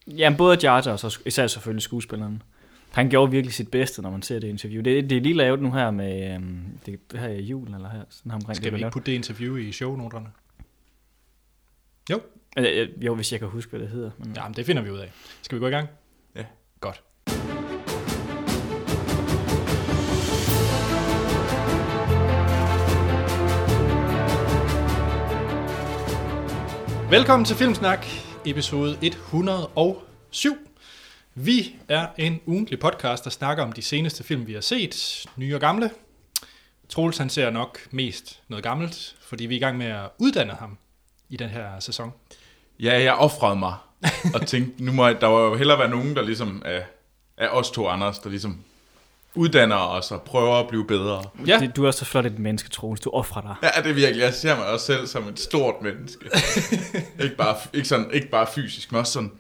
Ja, både Jar Jar og så især selvfølgelig skuespilleren. Han gjorde virkelig sit bedste, når man ser det interview. Det er lige lavet nu her med det her i julen, eller her. Sådan omkring Skal vi ikke putte det interview i shownoterne? Jo. Jo, hvis jeg kan huske, hvad det hedder. Men... Jamen, det finder vi ud af. Skal vi gå i gang? Ja. Godt. Velkommen til Filmsnak, episode 107. Vi er en ugentlig podcast, der snakker om de seneste film, vi har set, nye og gamle. Troels, han ser nok mest noget gammelt, fordi vi er i gang med at uddanne ham i den her sæson. Ja, jeg offrede mig og tænkte, nu må der jo hellere være nogen, der ligesom er os to, Anders, der ligesom uddanner os og prøver at blive bedre. Ja. Du er også så flot et menneske, Troels. Du offrer dig. Ja, det er virkelig. Jeg ser mig også selv som et stort menneske. ikke bare fysisk, men også sådan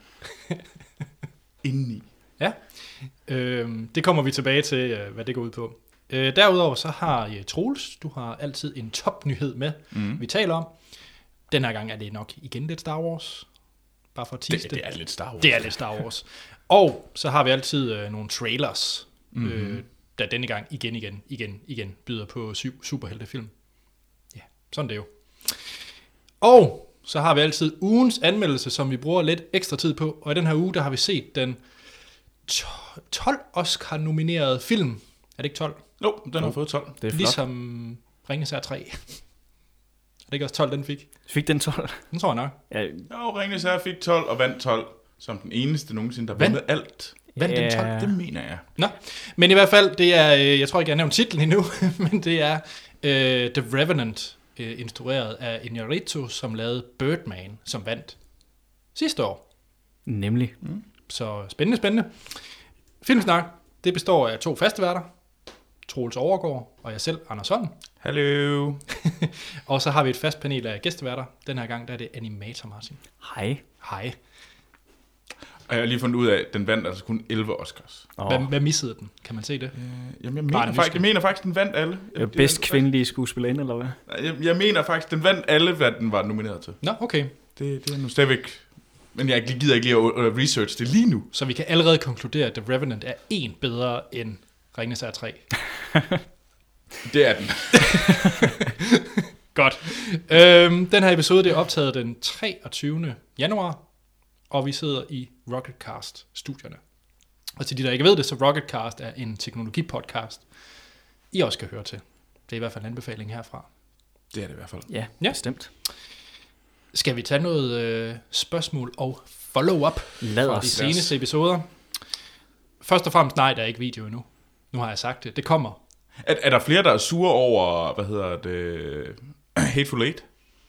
indeni. Ja, det kommer vi tilbage til, hvad det går ud på. Derudover så har Troels, du har altid en topnyhed med, vi taler om. Den her gang er det nok igen lidt Star Wars. Bare for at tease det. Det er lidt Star Wars. Det er lidt Star Wars. Og så har vi altid nogle trailers, der denne gang igen byder på superheltefilm. Ja, sådan det er jo. Og så har vi altid ugens anmeldelse, som vi bruger lidt ekstra tid på. Og i den her uge, der har vi set den 12 Oscar-nominerede film. Er det ikke 12? Jo, den har fået 12. Det er flot. Ligesom Ringenes Herre 3. Er det ikke også 12, den fik? Fik den 12? Den tror jeg nok. Ja. Jo, Ringenes Herre fik 12 og vandt 12, som den eneste nogensinde, der vandt alt. Vandt den 12? Det mener jeg. Nå, men i hvert fald, det er, jeg tror ikke, jeg har nævnt titlen endnu, men det er The Revenant, instrueret af Iñárritu, som lavede Birdman, som vandt sidste år. Nemlig. Så spændende. Filmsnak, det består af 2 faste værter, Troels Overgaard og jeg selv, Anders Holm. Hallo. Og så har vi et fast panel af gæsteværter. Den her gang, der er det Animator Martin. Hej. Hej. Og jeg har lige fundet ud af, at den vandt altså kun 11 Oscars. Hvad missede den? Kan man se det? Jamen, jeg mener faktisk, den vandt alle. Bedst kvindelige skuespillerinde, eller hvad? Jeg mener faktisk, den vandt alle, hvad den var nomineret til. Nå, okay. Det er nu stadigvæk. Men jeg gider ikke lige at research det lige nu. Så vi kan allerede konkludere, at The Revenant er en bedre end Ringenes Herre 3. Det er den. Godt. Den her episode det er optaget den 23. januar, og vi sidder i Rocketcast-studierne. Og til de, der ikke ved det, så Rocketcast er en teknologipodcast, I også kan høre til. Det er i hvert fald en anbefaling herfra. Det er det i hvert fald. Ja, bestemt. Skal vi tage noget spørgsmål og follow-up fra de seneste episoder? Først og fremmest, nej, der er ikke video endnu. Nu har jeg sagt det. Det kommer. Er der flere, der er sure over, Hateful Eight?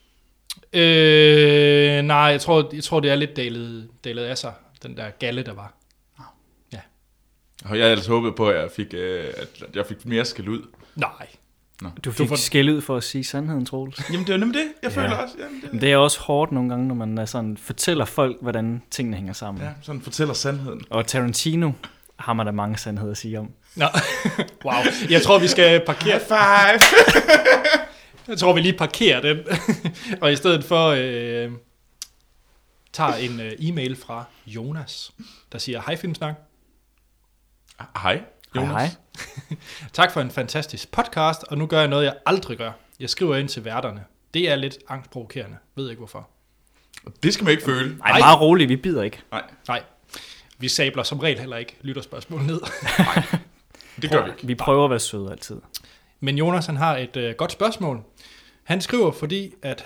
Nej, jeg tror, det er lidt dalet af sig, den der galle, der var. Ja. Og jeg havde altså håbet på, at jeg fik mere skæld ud. Nej. Nå. Du fik skæld ud for at sige sandheden, Troels. Jamen, det er nemlig det. Jeg føler også. Jamen, det er også hårdt nogle gange, når man sådan fortæller folk, hvordan tingene hænger sammen. Ja, sådan fortæller sandheden. Og Tarantino har man da mange sandheder at sige om. Nå, wow. Jeg tror, vi skal parkere. High five! Jeg tror, vi lige parkerer den. Og i stedet for tager en e-mail fra Jonas, der siger, hej Filmsnak. Hej, Jonas. Hej. Tak for en fantastisk podcast, og nu gør jeg noget, jeg aldrig gør. Jeg skriver ind til værterne. Det er lidt angstprovokerende. Ved ikke hvorfor. Det skal man ikke føle. Nej, meget roligt. Vi bider ikke. Nej. Vi sabler som regel heller ikke lytterspørgsmål ned. Nej, det gør vi ikke. Vi prøver at være søde altid. Men Jonas, han har et godt spørgsmål. Han skriver, fordi at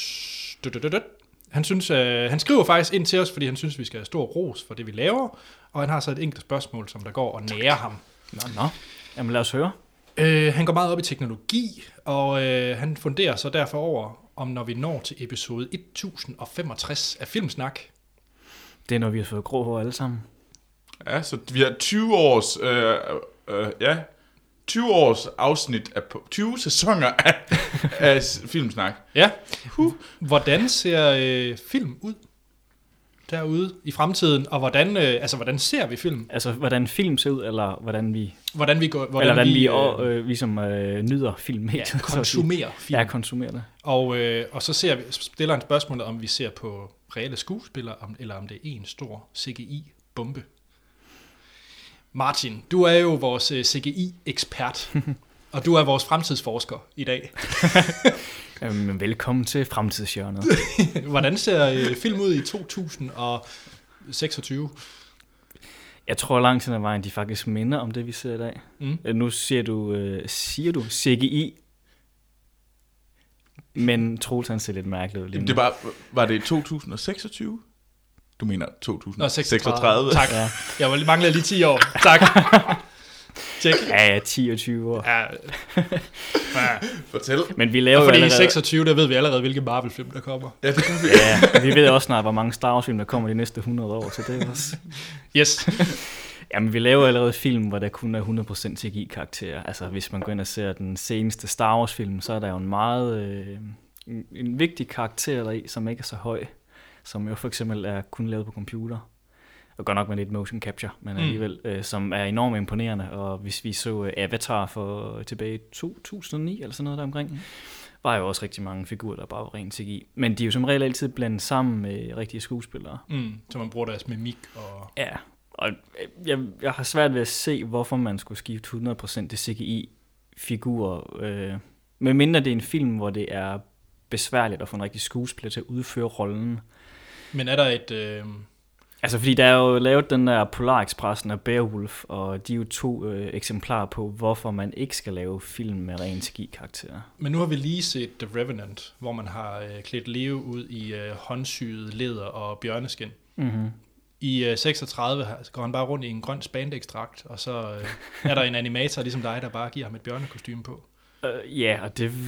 han skriver faktisk ind til os, fordi han synes, vi skal have stor ros for det, vi laver. Og han har så et enkelt spørgsmål, som der går og nærer ham. Nå. Jamen lad os høre. Han går meget op i teknologi, og han funderer så derfor over, om når vi når til episode 1065 af Filmsnak. Det er, når vi har fået grå hår alle sammen. Ja, så vi har 20 års... 20 års afsnit af 20 sæsoner af Filmsnak. Ja. Hvordan ser film ud? derude i fremtiden, og hvordan ser vi film? Altså, hvordan film ser ud, eller hvordan vi ligesom nyder film. Ja, konsumerer film. Ja, konsumerer det. Og så stiller han spørgsmålet, om vi ser på reelle skuespillere, eller om det er en stor CGI-bombe. Martin, du er jo vores CGI-ekspert, og du er vores fremtidsforsker i dag. Velkommen til Fremtidshjørnet. Hvordan ser film ud i 2026? Jeg tror langt hen ad vejen, de faktisk minder om det, vi ser i dag. Nu siger du CGI, men Troels han ser lidt mærkeligt ud. Det var det i 2026? Du mener 2036? Tak. Ja. Jeg manglede lige 10 år. Tak. Check. Ja, 10 og 20 år. Ja. Fortæl. Men vi laver fordi allerede... i 26, der ved vi allerede, hvilke Marvel-film, der kommer. Ja, det kan vi. Ja, vi ved også snart, hvor mange Star Wars-film, der kommer de næste 100 år, så det er også... Yes. Jamen, vi laver allerede film, hvor der kun er 100% CGI-karakterer. Altså, hvis man går ind og ser den seneste Star Wars-film, så er der jo en vigtig karakter deri, som ikke er så høj, som jo for eksempel er kun lavet på computer. Og godt nok med lidt motion capture, men alligevel, som er enormt imponerende. Og hvis vi så Avatar for tilbage i 2009, eller sådan noget der omkring, var jo også rigtig mange figurer, der bare var rent CGI. Men de er jo som regel altid blandet sammen med rigtige skuespillere. Så man bruger deres mimik og... Ja, og jeg har svært ved at se, hvorfor man skulle skifte 100% til CGI-figurer. Medmindre det er en film, hvor det er besværligt at få en rigtig skuespiller til at udføre rollen. Men er der et... Altså, fordi der er jo lavet den der Polar Expressen og Beowulf, og de er jo 2 eksemplarer på, hvorfor man ikke skal lave film med ren CGI-karakterer. Men nu har vi lige set The Revenant, hvor man har klædt Leo ud i håndsyet læder og bjørneskin. Mm-hmm. I 36 går han bare rundt i en grøn spandex-dragt, og så er der en animator ligesom dig, der bare giver ham et bjørnekostyme på. Ja,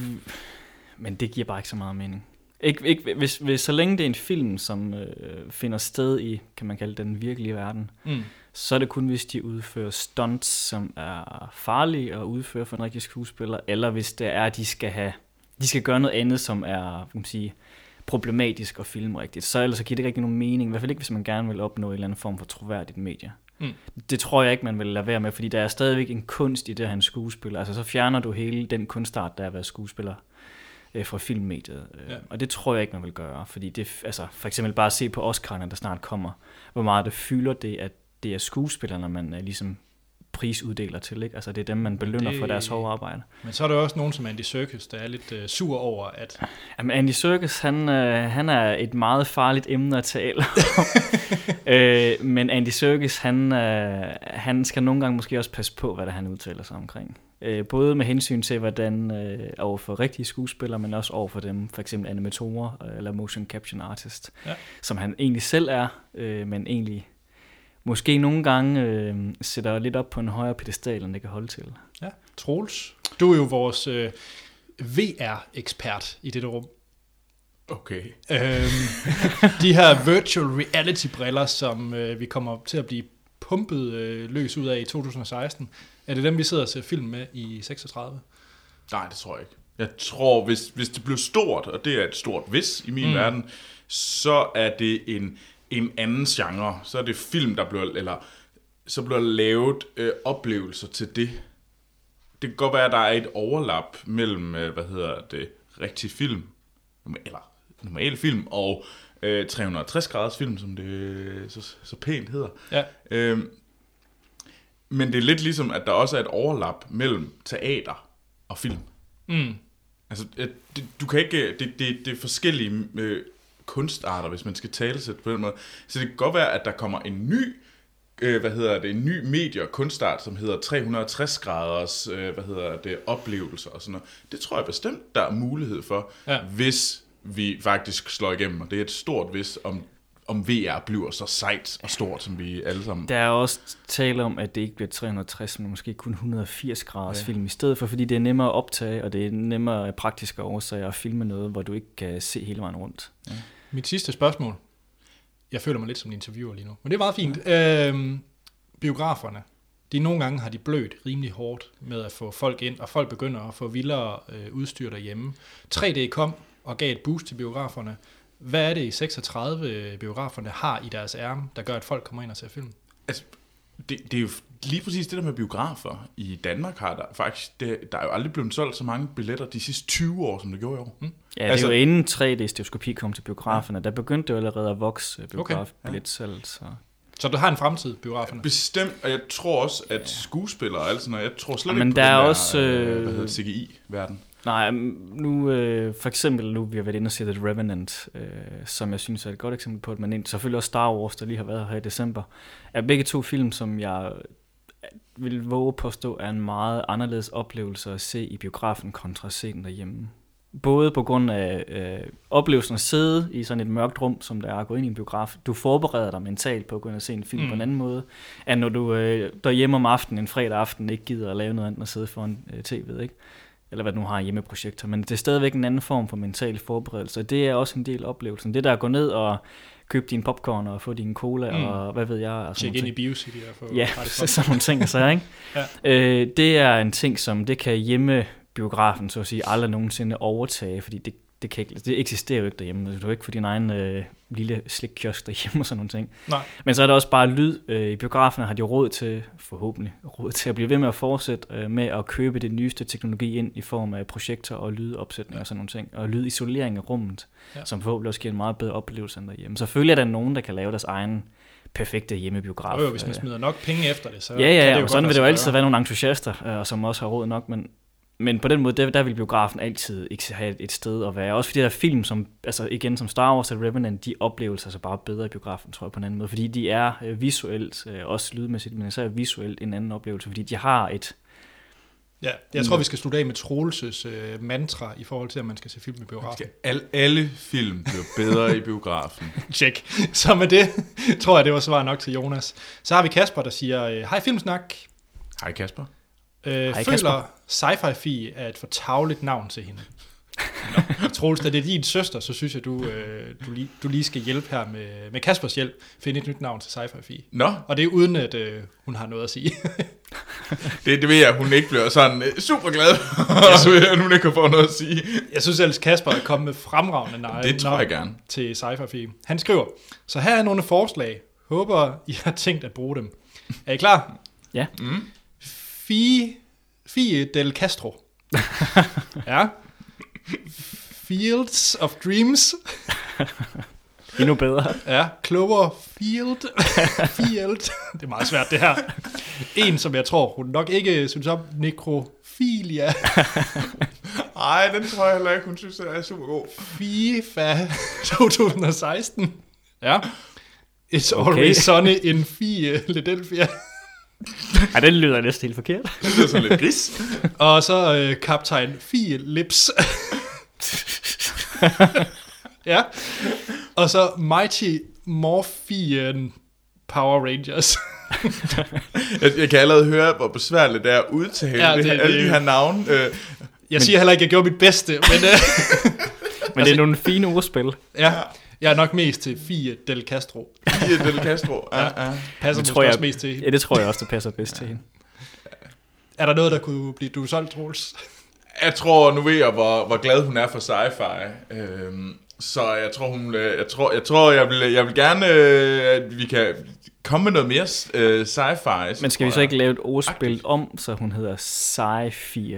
men det giver bare ikke så meget mening. Ikke, hvis så længe det er en film, som finder sted i, kan man kalde den virkelige verden, så er det kun, hvis de udfører stunts, som er farlige at udføre for en rigtig skuespiller, eller hvis det er, at de skal gøre noget andet, som er, kan man sige, problematisk og filmrigtigt. Så ellers så giver det ikke nogen mening, i hvert fald ikke, hvis man gerne vil opnå en eller anden form for troværdigt medie. Det tror jeg ikke, man vil lade være med, fordi der er stadigvæk en kunst i det her en skuespiller. Altså så fjerner du hele den kunstart, der er at være skuespiller fra filmmediet. Ja. Og det tror jeg ikke, man vil gøre, fordi det, altså for eksempel bare se på Oscar'erne, der snart kommer, hvor meget det fylder det, at det er skuespillerne, man ligesom prisuddeler til, ikke? Altså det er dem, man belønner for deres hårde arbejde. Men så er der også nogen som Andy Serkis, der er lidt sur over, at... Jamen Andy Serkis, han er et meget farligt emne at tale men Andy Serkis, han skal nogle gange måske også passe på, hvad der han udtaler sig omkring. Både med hensyn til, hvordan overfor rigtige skuespillere, men også overfor dem, for eksempel animatorer eller motion capture artist, som han egentlig selv er, men egentlig måske nogle gange sætter lidt op på en højere pedestal, end det kan holde til. Ja, Troels, du er jo vores VR-ekspert i dette rum. Okay. De her virtual reality-briller, som vi kommer til at blive pumpet løs ud af i 2016, er det dem, vi sidder og ser film med i 36? Nej, det tror jeg ikke. Jeg tror, hvis det bliver stort, og det er et stort hvis i min verden, så er det en anden genre. Så er det film, der bliver lavet oplevelser til det. Det kan godt være, at der er et overlap mellem, rigtig film, eller normal film, og 360 graders film, som det så pænt hedder. Ja. Men det er lidt ligesom, at der også er et overlap mellem teater og film. Altså, du kan ikke... Det er forskellige kunstarter, hvis man skal talesætte på den måde. Så det kan godt være, at der kommer en ny en ny medie- og kunstart, som hedder 360 graders oplevelser og sådan noget. Det tror jeg bestemt, der er mulighed for, hvis vi faktisk slår igennem. Og det er et stort hvis, om VR bliver så sejt og stort, som vi alle sammen... Der er også tale om, at det ikke bliver 360, men måske kun 180 graders film i stedet for, fordi det er nemmere at optage, og det er nemmere af praktiske årsager at filme noget, hvor du ikke kan se hele vejen rundt. Ja. Mit sidste spørgsmål. Jeg føler mig lidt som en interviewer lige nu, men det er meget fint. Biograferne, nogle gange har de blødt rimelig hårdt med at få folk ind, og folk begynder at få vildere udstyr derhjemme. 3D kom og gav et boost til biograferne. Hvad er det i 36 biograferne har i deres ærme, der gør, at folk kommer ind og ser film? Altså, det er jo lige præcis det der med biografer. I Danmark har der faktisk, der er jo aldrig blevet solgt så mange billetter de sidste 20 år, som det gjorde i år. Ja, det er jo inden 3D-stereoskopi kom til biograferne. Der begyndte det jo allerede at vokse biografbilletsalg. Så du har en fremtid, biograferne? Bestemt, og jeg tror også, at skuespillere og alt sådan noget, jeg tror slet ikke men på der den er der, også, CGI-verden. Nej, nu for eksempel nu vi har været inde og se The Revenant, som jeg synes er et godt eksempel på det, men selvfølgelig også Star Wars, der lige har været her i december, er begge to film, som jeg vil våge påstå er en meget anderledes oplevelse at se i biografen kontra at se den derhjemme. Både på grund af oplevelsen at sidde i sådan et mørkt rum, som der er at gå ind i en biograf. Du forbereder dig mentalt på at gå ind og se en film på en anden måde, end når du derhjemme om aftenen, en fredag aften, ikke gider at lave noget andet og sidde foran tv'et, ikke? Eller hvad du nu har hjemmeprojekter, men det er stadigvæk en anden form for mental forberedelse, og det er også en del af oplevelsen. Det der at gå ned og købe din popcorn og få din cola og hvad ved jeg. Og tjek ind i BioCity og få sådan nogle ting, så, ikke? Ja. Det er en ting, som det kan hjemmebiografen, så at sige, aldrig nogensinde overtage, fordi det eksisterer jo ikke derhjemme. Du kan ikke få din egen lille slikkiosk derhjemme og sådan nogle ting. Nej. Men så er der også bare lyd. I biograferne har de forhåbentlig råd til at blive ved med at fortsætte med at købe det nyeste teknologi ind i form af projektor og lydopsætning og sådan nogle ting. Og lydisolering af rummet, som forhåbentlig også giver en meget bedre oplevelse end derhjemme. Selvfølgelig er der nogen, der kan lave deres egen perfekte hjemmebiograf. Jo, hvis man smider nok penge efter det, så kan det jo og sådan vil det jo altid være nogle entusiaster, som også har råd nok, men på den måde, der vil biografen altid ikke have et sted at være. Også fordi der er film, som, altså igen som Star Wars og Revenant, de oplevelser sig bare bedre i biografen, tror jeg, på en anden måde. Fordi de er visuelt, også lydmæssigt, men især visuelt en anden oplevelse, fordi de har et... Ja, jeg tror, vi skal slutte af med Troelses mantra i forhold til, at man skal se film i biografen. Alle film bliver bedre i biografen. Check. Så med det, tror jeg, det var svar nok til Jonas. Så har vi Kasper, der siger, hej Filmsnak. Hej Kasper. Føler Sci-Fi er et for tarveligt navn til hende. Troels, da det er din søster, så synes jeg, du lige skal hjælpe her med Kaspers hjælp. Finde et nyt navn til Sci-Fi. Nå. Og det er uden, at hun har noget at sige. det ved jeg, hun ikke bliver sådan super glad, at hun ikke kan få noget at sige. Jeg synes ellers, Kasper er kommet med fremragende det tror jeg gerne. Til Sci-Fi. Han skriver, så her er nogle forslag. Håber, I har tænkt at bruge dem. Er I klar? Ja. Fie del Castro. Ja. Fields of Dreams. Endnu bedre. Ja, Cloverfield. Det er meget svært, det her. En, som jeg tror, hun nok ikke synes om, Necrophilia. Ej, den tror jeg heller ikke, hun synes, er super god. FIFA 2016. Ja. It's always sunny in Philadelphia. Ej, den lyder næsten helt forkert. Det lyder sådan lidt gris. Og så kaptajn Philips. Ja. Og så Mighty Morphin Power Rangers. jeg kan allerede høre, hvor besværligt det er at udtale alle de her navne. Jeg siger heller ikke, at jeg gjorde mit bedste, men... men det er nogle fine ordspil. Ja. Jeg er nok mest til Fie del Castro. Fie del Castro, ja. Passer måske også mest til hende. Ja, det tror jeg også, det passer bedst til hende. Er der noget, der kunne blive du solgt, Troels? Jeg tror, nu ved jeg, hvor glad hun er for sci-fi. Så jeg tror, jeg vil gerne, at vi kan komme med noget mere sci-fi. Men skal vi så ikke lave et ordspil om, så hun hedder Sci-Fi?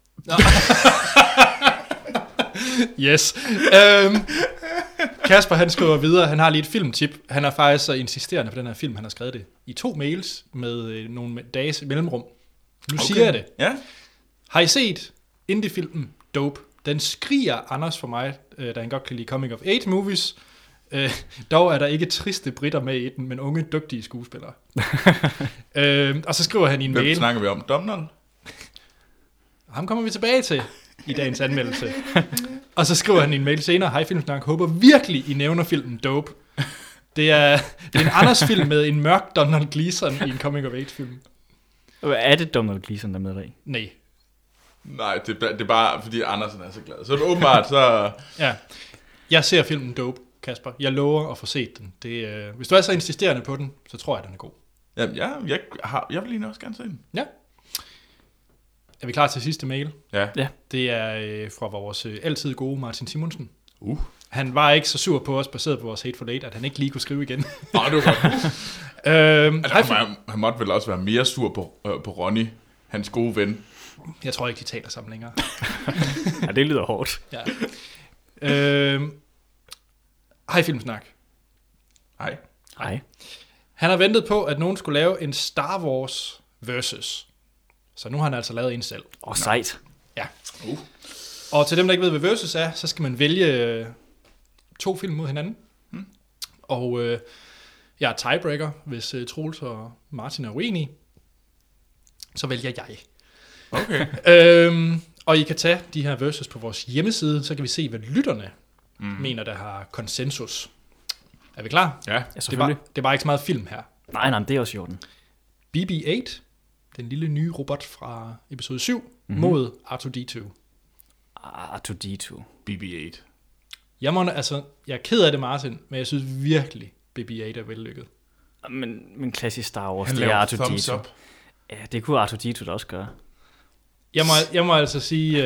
Yes. Kasper, han skriver videre, han har lige et filmtip. Han er faktisk så insisterende på den her film, han har skrevet det i 2 mails med nogle dages mellemrum. Nu siger jeg det. Ja. Har I set indie-filmen Dope? Den skriger Anders for mig, da han godt kan lide coming of age movies. Dog er der ikke triste britter med i den, men unge, dygtige skuespillere. Og så skriver han i en mail... Hvem snakker vi om? Domhnall? Ham kommer vi tilbage til i dagens anmeldelse. Og så skriver han i en mail senere, hej Filmsnak, håber virkelig, I nævner filmen Dope. Det er en Anders film med en mørk Donald Gleeson i en coming of age film. Er det Donald Gleeson, der er med i? Nej, det er bare, fordi Andersen er så glad. Så er det åbenbart, så... Ja, jeg ser filmen Dope, Kasper. Jeg lover at få set den. Hvis du er så insisterende på den, så tror jeg, den er god. Jamen, jeg vil lige også gerne se den. Ja. Er vi klar til sidste mail? Ja. Det er fra vores altid gode Martin Simonsen. Han var ikke så sur på os, baseret på vores Hateful Eight, at han ikke lige kunne skrive igen. Nej, det var godt. Han måtte vel også være mere sur på Ronny, hans gode ven. Jeg tror ikke, de taler sammen længere. Ja, det lyder hårdt. Ja. Hej Filmsnak. Hej. Hej. Han har ventet på, at nogen skulle lave en Star Wars versus. Så nu har han altså lavet en selv. Sejt. Ja. Og til dem, der ikke ved, hvad versus er, så skal man vælge 2 film mod hinanden. Og jeg er tiebreaker, hvis Troels og Martin er uenige. Så vælger jeg. Okay. Og I kan tage de her versus på vores hjemmeside, så kan vi se, hvad lytterne mener, der har konsensus. Er vi klar? Ja, selvfølgelig. Det er bare ikke så meget film her. Nej, det er også i orden. BB-8, den lille nye robot fra episode 7, mod R2-D2. R2-D2. BB-8. Jeg er ked af det, Martin, men jeg synes virkelig, BB-8 er vellykket. Men klassisk Star Wars, Han det er laver R2-D2. thumbs up. Ja, det kunne R2-D2 da også gøre. Jeg må altså sige...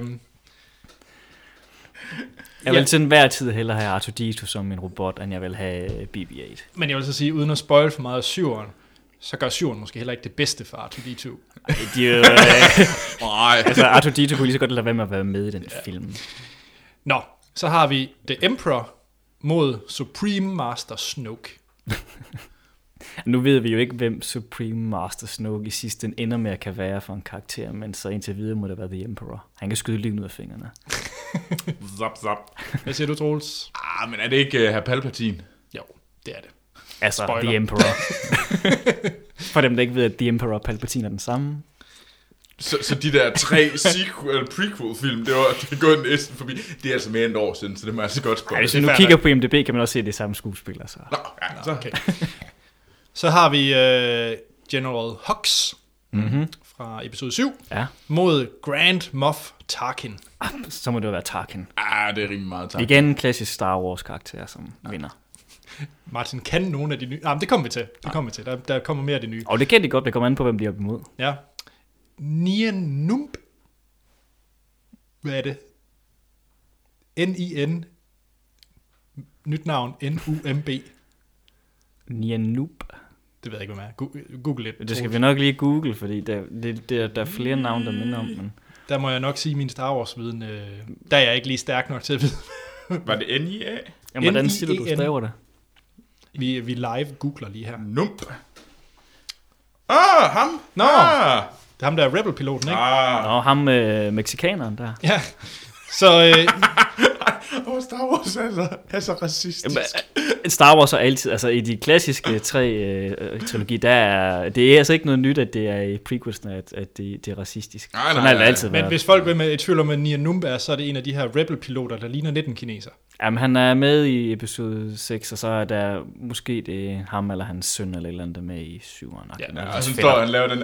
Jeg vil til enhver tid hellere have R2-D2 som en robot, end jeg vil have BB-8. Men jeg vil så sige, uden at spoil for meget af 7'eren, så gør 7'eren måske heller ikke det bedste for R2-D2. Altså R2-D2 kunne lige så godt lade være med at være med i den film. Nå, så har vi The Emperor mod Supreme Master Snoke. Nu ved vi jo ikke, hvem Supreme Master Snoke i sidste ende ender med at kan være for en karakter, men så indtil videre må det være The Emperor. Han kan skyde livet ud af fingrene. Zap. Hvad siger du, Troels? Men er det ikke herr Palpatine? Jo, det er det. Altså, Spoiler. The Emperor. For dem, der ikke ved, at The Emperor og Palpatine er den samme. Så de der 3 prequel-film, det er gået næsten forbi. Det er altså mere end et år siden, så det må jeg altså godt spørge. Hvis vi nu kigger på IMDb, kan man også se det samme skuespiller. Så. Så. Okay. Så har vi General Hux fra episode 7 mod Grand Moff Tarkin. Så må det jo være Tarkin. Det er rimelig meget Tarkin. Igen en klassisk Star Wars karakter, som vinder. Martin, kan nogle af de nye... det kommer vi til. Der kommer mere af de nye. Og det kan de godt, det kommer an på, hvem de er op imod. Ja. Nien Numb. Hvad er det? N-I-N. Nyt navn. N-U-M-B. Nien Noob. Det ved jeg ikke, hvad man er. Google lidt. Det skal vi nok lige google, fordi der er flere navne, der minder om. Men... Der må jeg nok sige min Star Wars-viden. Der er jeg ikke lige stærk nok til at vide. Var det N-I-A? Jamen, hvordan siger du staver det? Vi live googler lige her. Nump. Ham! Nå! Det er ham, der er Rebel-piloten, ikke? Nå, ham mexikaneren der. Ja. Så... Star Wars er så racistisk. Jamen, Star Wars er altid, altså i de klassiske 3 trilogi, det er altså ikke noget nyt, at det er i prequelsene, at det er racistisk. Nej, har det altid været. Men hvis folk vil med i tvivl om, at Nien Numb er, så er det en af de her Rebel-piloter, der ligner 19 kineser. Jamen, han er med i episode 6, og så er der måske det ham eller hans søn eller et eller andet, der med i 7'eren. Ja, og så står han laver den...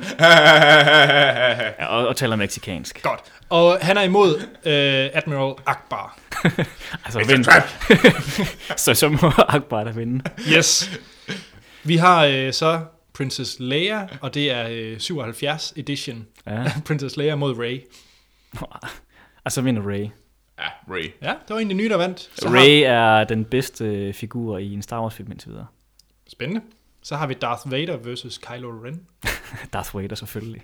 og taler mexikansk. Godt. Og han er imod Admiral Akbar. Altså, så må Akbar der vinde. Yes. Vi har så Princess Leia, og det er 77 edition. Ja. Princess Leia mod Rey. Og så vinder Rey. Ja, Rey. Ja, det var egentlig nyt og vandt. Rey er den bedste figur i en Star Wars film indtil videre. Spændende. Så har vi Darth Vader versus Kylo Ren. Darth Vader selvfølgelig.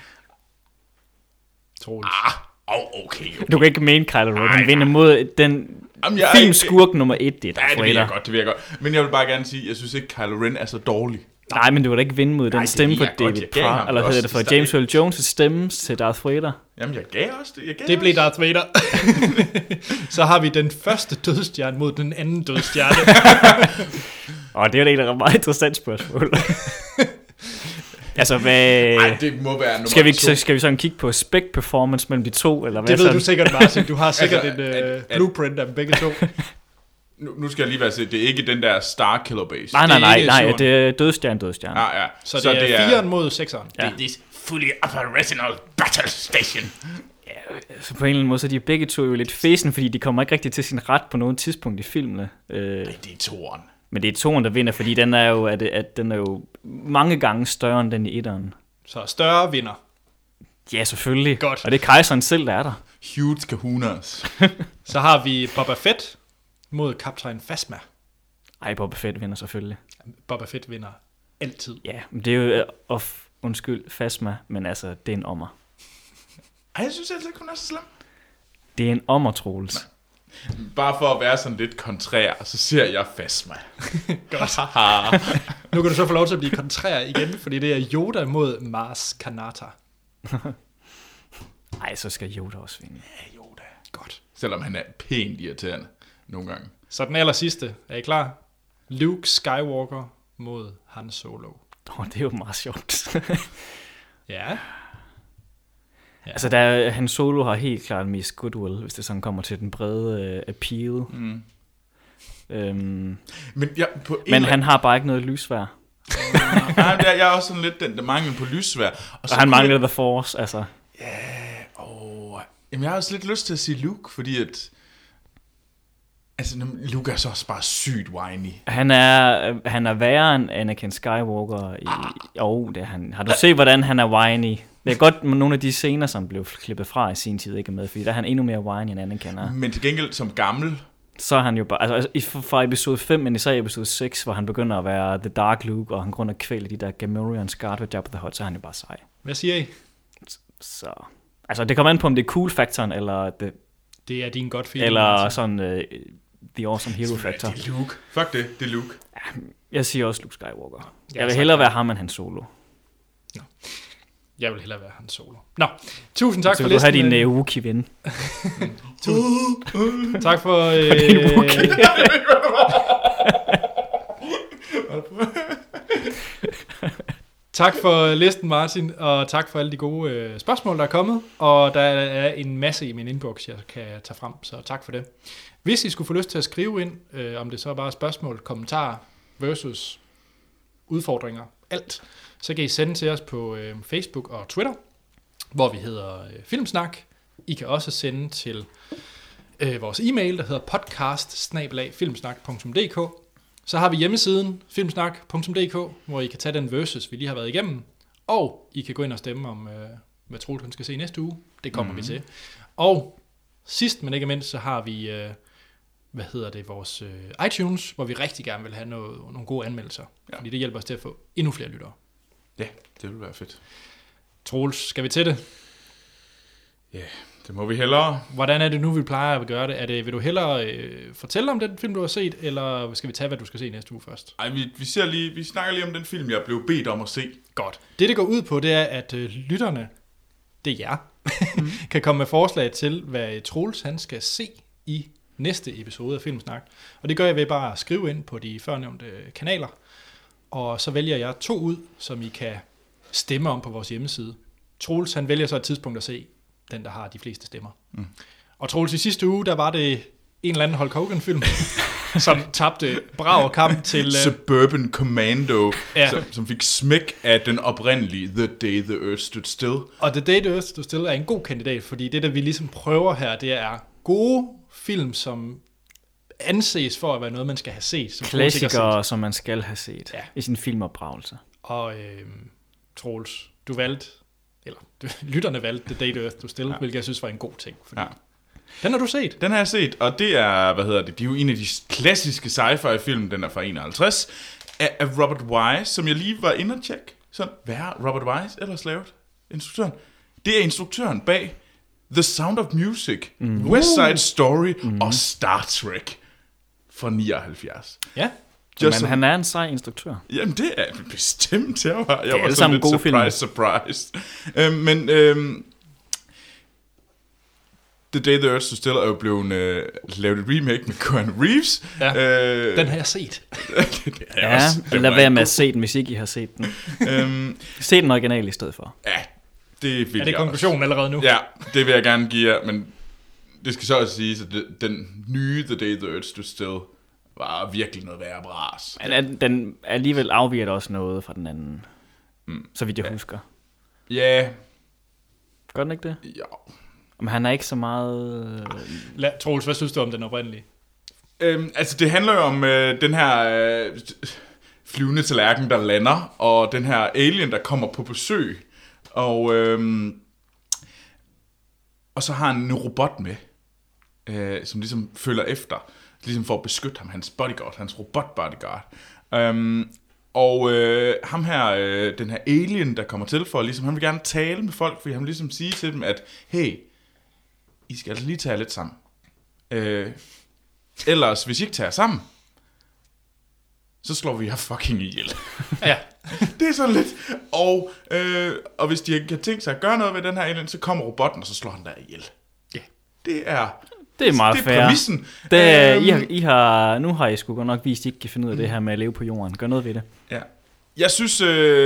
Troligt. Okay. Du kan ikke mene Kylo Ren. Han vinder mod den filmskurk nummer 1, det er Darth Vader. Ja, det vil jeg godt. Men jeg vil bare gerne sige, jeg synes ikke, Kylo Ren er så dårlig. Nej, men du vil da ikke vinde mod den stemme på David Prowse, eller hedder det for James Earl Jones' stemme til Darth Vader. Jamen, jeg gav også det. Det blev Darth Vader. Så har vi den første dødstjerne mod den anden dødstjerne. Det er jo et meget interessant spørgsmål. Altså, hvad... Nej, det må være nummer 2. Skal vi sådan kigge på spec performance mellem de to, eller hvad? Det ved du sikkert, Martin. Du har sikkert en blueprint af dem begge to. Nu skal jeg lige være set, det er ikke den der Star Killer Base. Nej, det er dødstjerne. Ja. Så det er 4'eren mod 6'eren. Ja. Det er fully operational battle station. Ja, så på en eller anden måde, så de begge to jo lidt fæsen, fordi de kommer ikke rigtig til sin ret på noget tidspunkt i filmene. Det er 2'eren. Men det er 2'eren, der vinder, fordi den er jo mange gange større end den i 1'eren. Så større vinder. Ja, selvfølgelig. Godt. Og det er kejseren selv, der er der. Huge kahunas. Så har vi Boba Fett mod kaptajn Phasma. Ej, Boba Fett vinder selvfølgelig. Boba Fett vinder altid. Ja, men det er jo, undskyld, Phasma, men altså, det er en ommer. Ej, jeg synes altså ikke, hun er så slem. Det er en ommer, Troels. Bare for at være sådan lidt kontrær, så ser jeg Phasma. Godt. Nu kan du så få lov til at blive kontrær igen, fordi det er Yoda mod Maz Kanata. Ej, så skal Yoda også vinde. Ja, Yoda. Godt. Selvom han er pænt irriterende nogle gange. Så den aller sidste. Er I klar? Luke Skywalker mod Han Solo. Det er jo meget sjovt. Ja. Altså, Han Solo har helt klart mest goodwill, hvis det sådan kommer til den brede appeal. Men han har bare ikke noget lysvær. Nej, jeg er også sådan lidt den mangel på lysvær. Og han mangler The Force, altså. Ja, jamen jeg har også lidt lyst til at sige Luke, fordi at... Altså, Luke er så også bare sygt whiny. Han er værre end Anakin Skywalker. Det er han. Har du set, hvordan han er whiny? Det er godt, at nogle af de scener, som blev klippet fra i sin tid, ikke er med, fordi der er han endnu mere whiny end Anakin er. Men til gengæld som gammel... Så er han jo bare... Altså, fra episode 5, men især episode 6, hvor han begynder at være The Dark Luke, og han grund af kvæle de der Gamorreans guard ved Jabba the Hutt, så er han jo bare sej. Hvad siger I? Så... Altså, det kommer an på, om det er cool-faktoren, eller... Det er din godt feeling. Eller sådan... The Awesome Hero Factor. Det er Luke. Fuck det er Luke. Jeg siger også Luke Skywalker. Jeg vil hellere være ham end Han Solo. Nå. Jeg vil hellere være Han Solo. Nå, tusind tak for listen. Så vil du have din Wookiee-ven. Tak for... Tak for listen, Martin, og tak for alle de gode spørgsmål, der er kommet. Og der er en masse i min inbox, jeg kan tage frem, så tak for det. Hvis I skulle få lyst til at skrive ind, om det så er bare spørgsmål, kommentarer versus udfordringer, alt, så kan I sende til os på Facebook og Twitter, hvor vi hedder Filmsnak. I kan også sende til vores e-mail, der hedder podcast@filmsnak.dk. Så har vi hjemmesiden filmsnak.dk, hvor I kan tage den versus, vi lige har været igennem. Og I kan gå ind og stemme om, hvad Troels skal se næste uge. Det kommer vi til. Og sidst, men ikke mindst, så har vi vores iTunes, hvor vi rigtig gerne vil have nogle gode anmeldelser. Ja. Fordi det hjælper os til at få endnu flere lyttere. Ja, det vil være fedt. Troels, skal vi til det? Ja, det må vi hellere. Hvordan er det nu, vi plejer at gøre det? Vil du hellere fortælle om den film, du har set, eller skal vi tage, hvad du skal se næste uge først? Ej, vi snakker lige om den film, jeg blev bedt om at se. Godt. Det går ud på, det er, at lytterne, det er jer, kan komme med forslag til, hvad Troels han skal se i næste episode af Filmsnak. Og det gør jeg ved bare at skrive ind på de førnævnte kanaler, og så vælger jeg 2 ud, som I kan stemme om på vores hjemmeside. Troels han vælger så et tidspunkt at se den, der har de fleste stemmer. Og Troels, i sidste uge, der var det en eller anden Hulk Hogan-film, som tabte brav kamp til... Suburban Commando, som fik smæk af den oprindelige The Day the Earth Stood Still. Og The Day the Earth Stood Still er en god kandidat, fordi det, der vi ligesom prøver her, det er gode film, som anses for at være noget, man skal have set. Klassikere, som man skal have set i sin filmopdragelse. Og Troels, lytterne valgte The Day the Earth Stood Still, hvilket jeg synes var en god ting. Fordi den har du set? Den har jeg set, og det er, det er jo en af de klassiske sci-fi-film, den er fra 51, af Robert Wise, som jeg lige var inde og tjekke. Sådan, hvad er Robert Wise ellers lavet? Instruktøren. Det er instruktøren bag The Sound of Music, West Side Story og Star Trek fra 79. Ja, men han er en sej instruktør. Jamen, det er bestemt. Jeg var alle sammen gode film. Surprise. Men The Day the Earth Stood Still er jo blevet lavet et remake med Keanu Reeves. Ja, den har jeg set. Lad være med at se den, hvis ikke I har set den. Se den original i stedet for. Ja, det vil er det konklusionen allerede nu? Ja, det vil jeg gerne give jer, men det skal så også siges, at den nye The Day the Earth Stood Still var virkelig noget værre bras. Men den alligevel afviger også noget fra den anden, så vidt jeg husker. Ja. Gør den ikke det? Ja. Men han er ikke så meget... Troels, hvad synes du om den oprindelige? Altså, det handler jo om den her flyvende tallerken, der lander, og den her alien, der kommer på besøg. Og så har han en robot med, som ligesom følger efter. ligesom for at beskytte ham, hans bodyguard, hans robot-bodyguard. Ham her, den her alien, der kommer til for, ligesom, han vil gerne tale med folk, fordi han vil ligesom sige til dem, at hey, I skal altså lige tage lidt sammen. Ellers, hvis I ikke tager sammen, så slår vi jer fucking ihjel. Ja. Det er sådan lidt. Og hvis de ikke kan tænke sig at gøre noget ved den her alien, så kommer robotten, og så slår han der ihjel. Ja. Det er meget fair. Præmissen. Nu har I sgu godt nok vist, at I ikke kan finde ud af det her med at leve på jorden. Gør noget ved det. Ja. Jeg synes,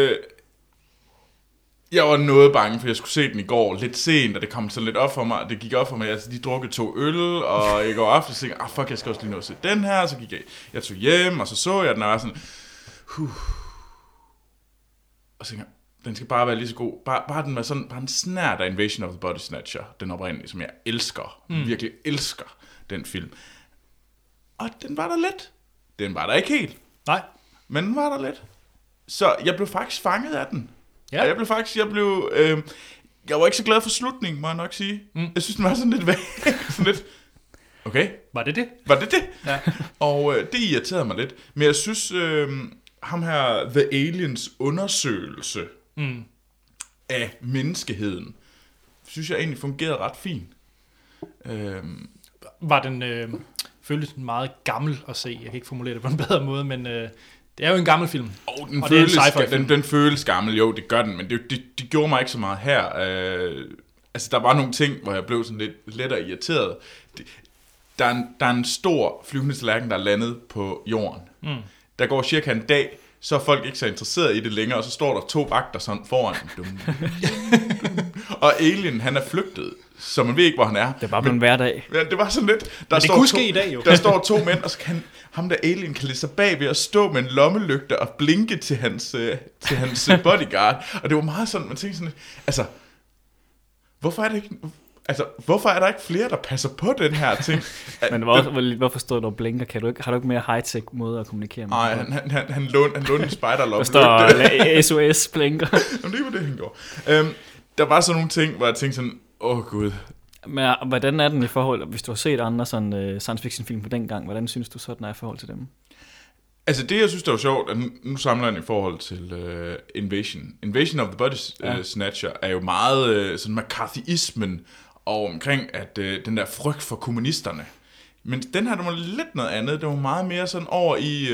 jeg var noget bange, for jeg skulle se den i går lidt sent, og det kom sådan lidt op for mig. Det gik op for mig, altså de drukkede 2 øl, og i går aften så tænkte jeg, fuck, jeg skal også lige nå at se den her. Så gik jeg tog hjem, og så jeg den, og var sådan, og så tænkte jeg, den skal bare være lige så god. Bare den var sådan, bare en snært af Invasion of the Body Snatcher, den oprindelige, som jeg elsker, virkelig elsker den film. Og den var der lidt. Den var der ikke helt. Nej. Men den var der lidt. Så jeg blev faktisk fanget af den. Ja. Og jeg var ikke så glad for slutningen, må jeg nok sige. Jeg synes, den var sådan lidt vag. Sådan lidt, okay. Var det det? Ja. Og det irriterede mig lidt. Men jeg synes, ham her, The Aliens undersøgelse af menneskeheden, synes jeg egentlig fungerede ret fint. Var den føltes meget gammel at se? Jeg kan ikke formulere det på en bedre måde, men det er jo en gammel film. Den føles gammel, jo, det gør den, men det gjorde mig ikke så meget her. Altså, der var nogle ting, hvor jeg blev sådan lidt lettere irriteret. Der er en stor flyvende tallerken, der er landet på jorden. Der går cirka en dag, så er folk ikke så interesseret i det længere, og så står der 2 vagter sådan foran. Og alien, han er flygtet, så man ved ikke, hvor han er. Det er bare blevet en hverdag. Ja, det var sådan lidt. Det kunne ske i dag, jo. Der står 2 mænd, og så kan ham der alien kan lægge sig bag ved at stå med en lommelygte og blinke til hans bodyguard. Og det var meget sådan, man tænkte sådan, altså, hvorfor er der ikke flere, der passer på den her ting? Men hvorfor står du og blinker? Har du ikke mere high-tech måde at kommunikere med? Nej, han lånte en spider-lommelygte. Der står SOS blinker. Jamen, det var det, han gjorde. Der var sådan nogle ting, hvor jeg tænkte sådan, gud. Men hvordan er den i forhold, hvis du har set andre sådan science fiction film på den gang, hvordan synes du så, den er i forhold til dem? Altså det, jeg synes, der var sjovt, at nu samler jeg den i forhold til Invasion. Invasion of the Body Snatcher er jo meget sådan McCarthyismen og omkring, at den der frygt for kommunisterne. Men den her, den var lidt noget andet. Det var meget mere sådan over i,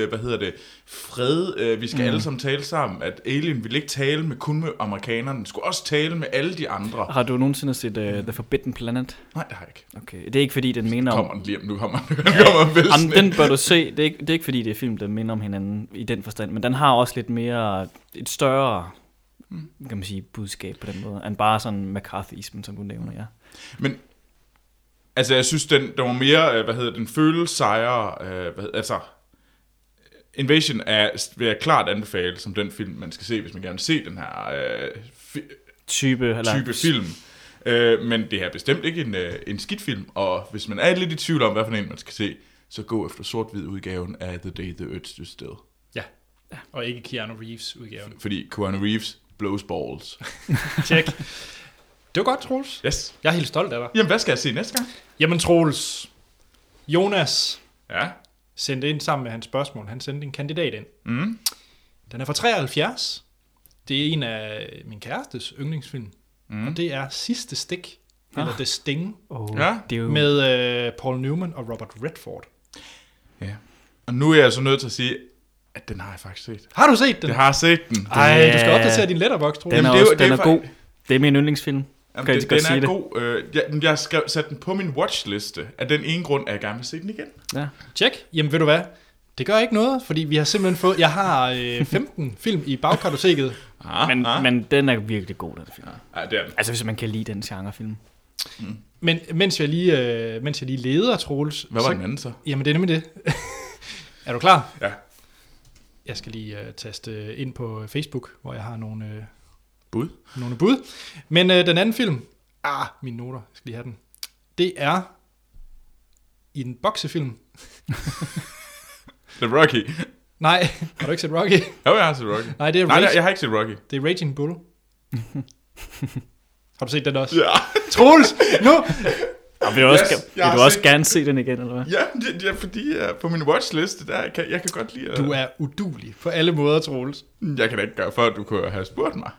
fred. Vi skal alle sammen tale sammen. At Alien ville ikke tale kun med amerikanerne. Den skulle også tale med alle de andre. Har du nogensinde set The Forbidden Planet? Nej, det har jeg ikke. Okay, det er ikke fordi, den minder om... Kommer den lige om, nu kommer den bør du se. Det er ikke fordi, det er film, der minder om hinanden i den forstand. Men den har også lidt mere, et større, kan man sige, budskab på den måde, end bare sådan McCarthyismen, som du nævner, ja. Men altså, jeg synes, den var mere, den føles sejre, Invasion vil jeg klart anbefale som den film, man skal se, hvis man gerne vil se den her type film. Men det er bestemt ikke en skidt film, og hvis man er lidt i tvivl om, hvad for en man skal se, så gå efter sort-hvid udgaven af The Day the Earth Stood Still. Ja, og ikke Keanu Reeves udgaven. Fordi Keanu Reeves blows balls. Check. Det var godt, Troels. Yes. Jeg er helt stolt af dig. Jamen, hvad skal jeg se næste gang? Jamen, Troels. Jonas sendte ind sammen med hans spørgsmål. Han sendte en kandidat ind. Den er fra 73. Det er en af min kærestes yndlingsfilm. Og det er Sidste Stik. Eller The Sting. Det er jo... Med Paul Newman og Robert Redford. Ja. Og nu er jeg så nødt til at sige, at den har jeg faktisk set. Har du set den? Jeg har set den. Ej, du skal opdatere din letterbox, tror jeg. Den er god. Det er min yndlingsfilm. Jamen, den er god. Jeg sat den på min watchliste af den ene grund, at jeg gerne vil se den igen. Ja. Check. Jamen, ved du hvad? Det gør ikke noget, fordi vi har simpelthen fået... Jeg har 15 film i bagkartoteket. Men den er virkelig god, den film. Ja, det er den. Altså, hvis man kan lide den genrefilm. Men mens jeg lige leder, Troels... Hvad var den anden så? Jamen, det er nemlig det. Er du klar? Ja. Jeg skal lige taste ind på Facebook, hvor jeg har nogle bud. Men den anden film... mine noter. Jeg skal lige have den. Det er en boksefilm. The Rocky. Nej, har du ikke set Rocky? Jo, jeg har set Rocky. Nej, jeg har ikke set Rocky. Det er Raging Bull. Har du set den også? Ja. Troels, nu! Og vil du også gerne se den igen, eller hvad? Ja, det er fordi på min watchlist, jeg kan godt lide... Du er uduelig på alle måder, Troels. Jeg kan da ikke gøre for, at du kunne have spurgt mig.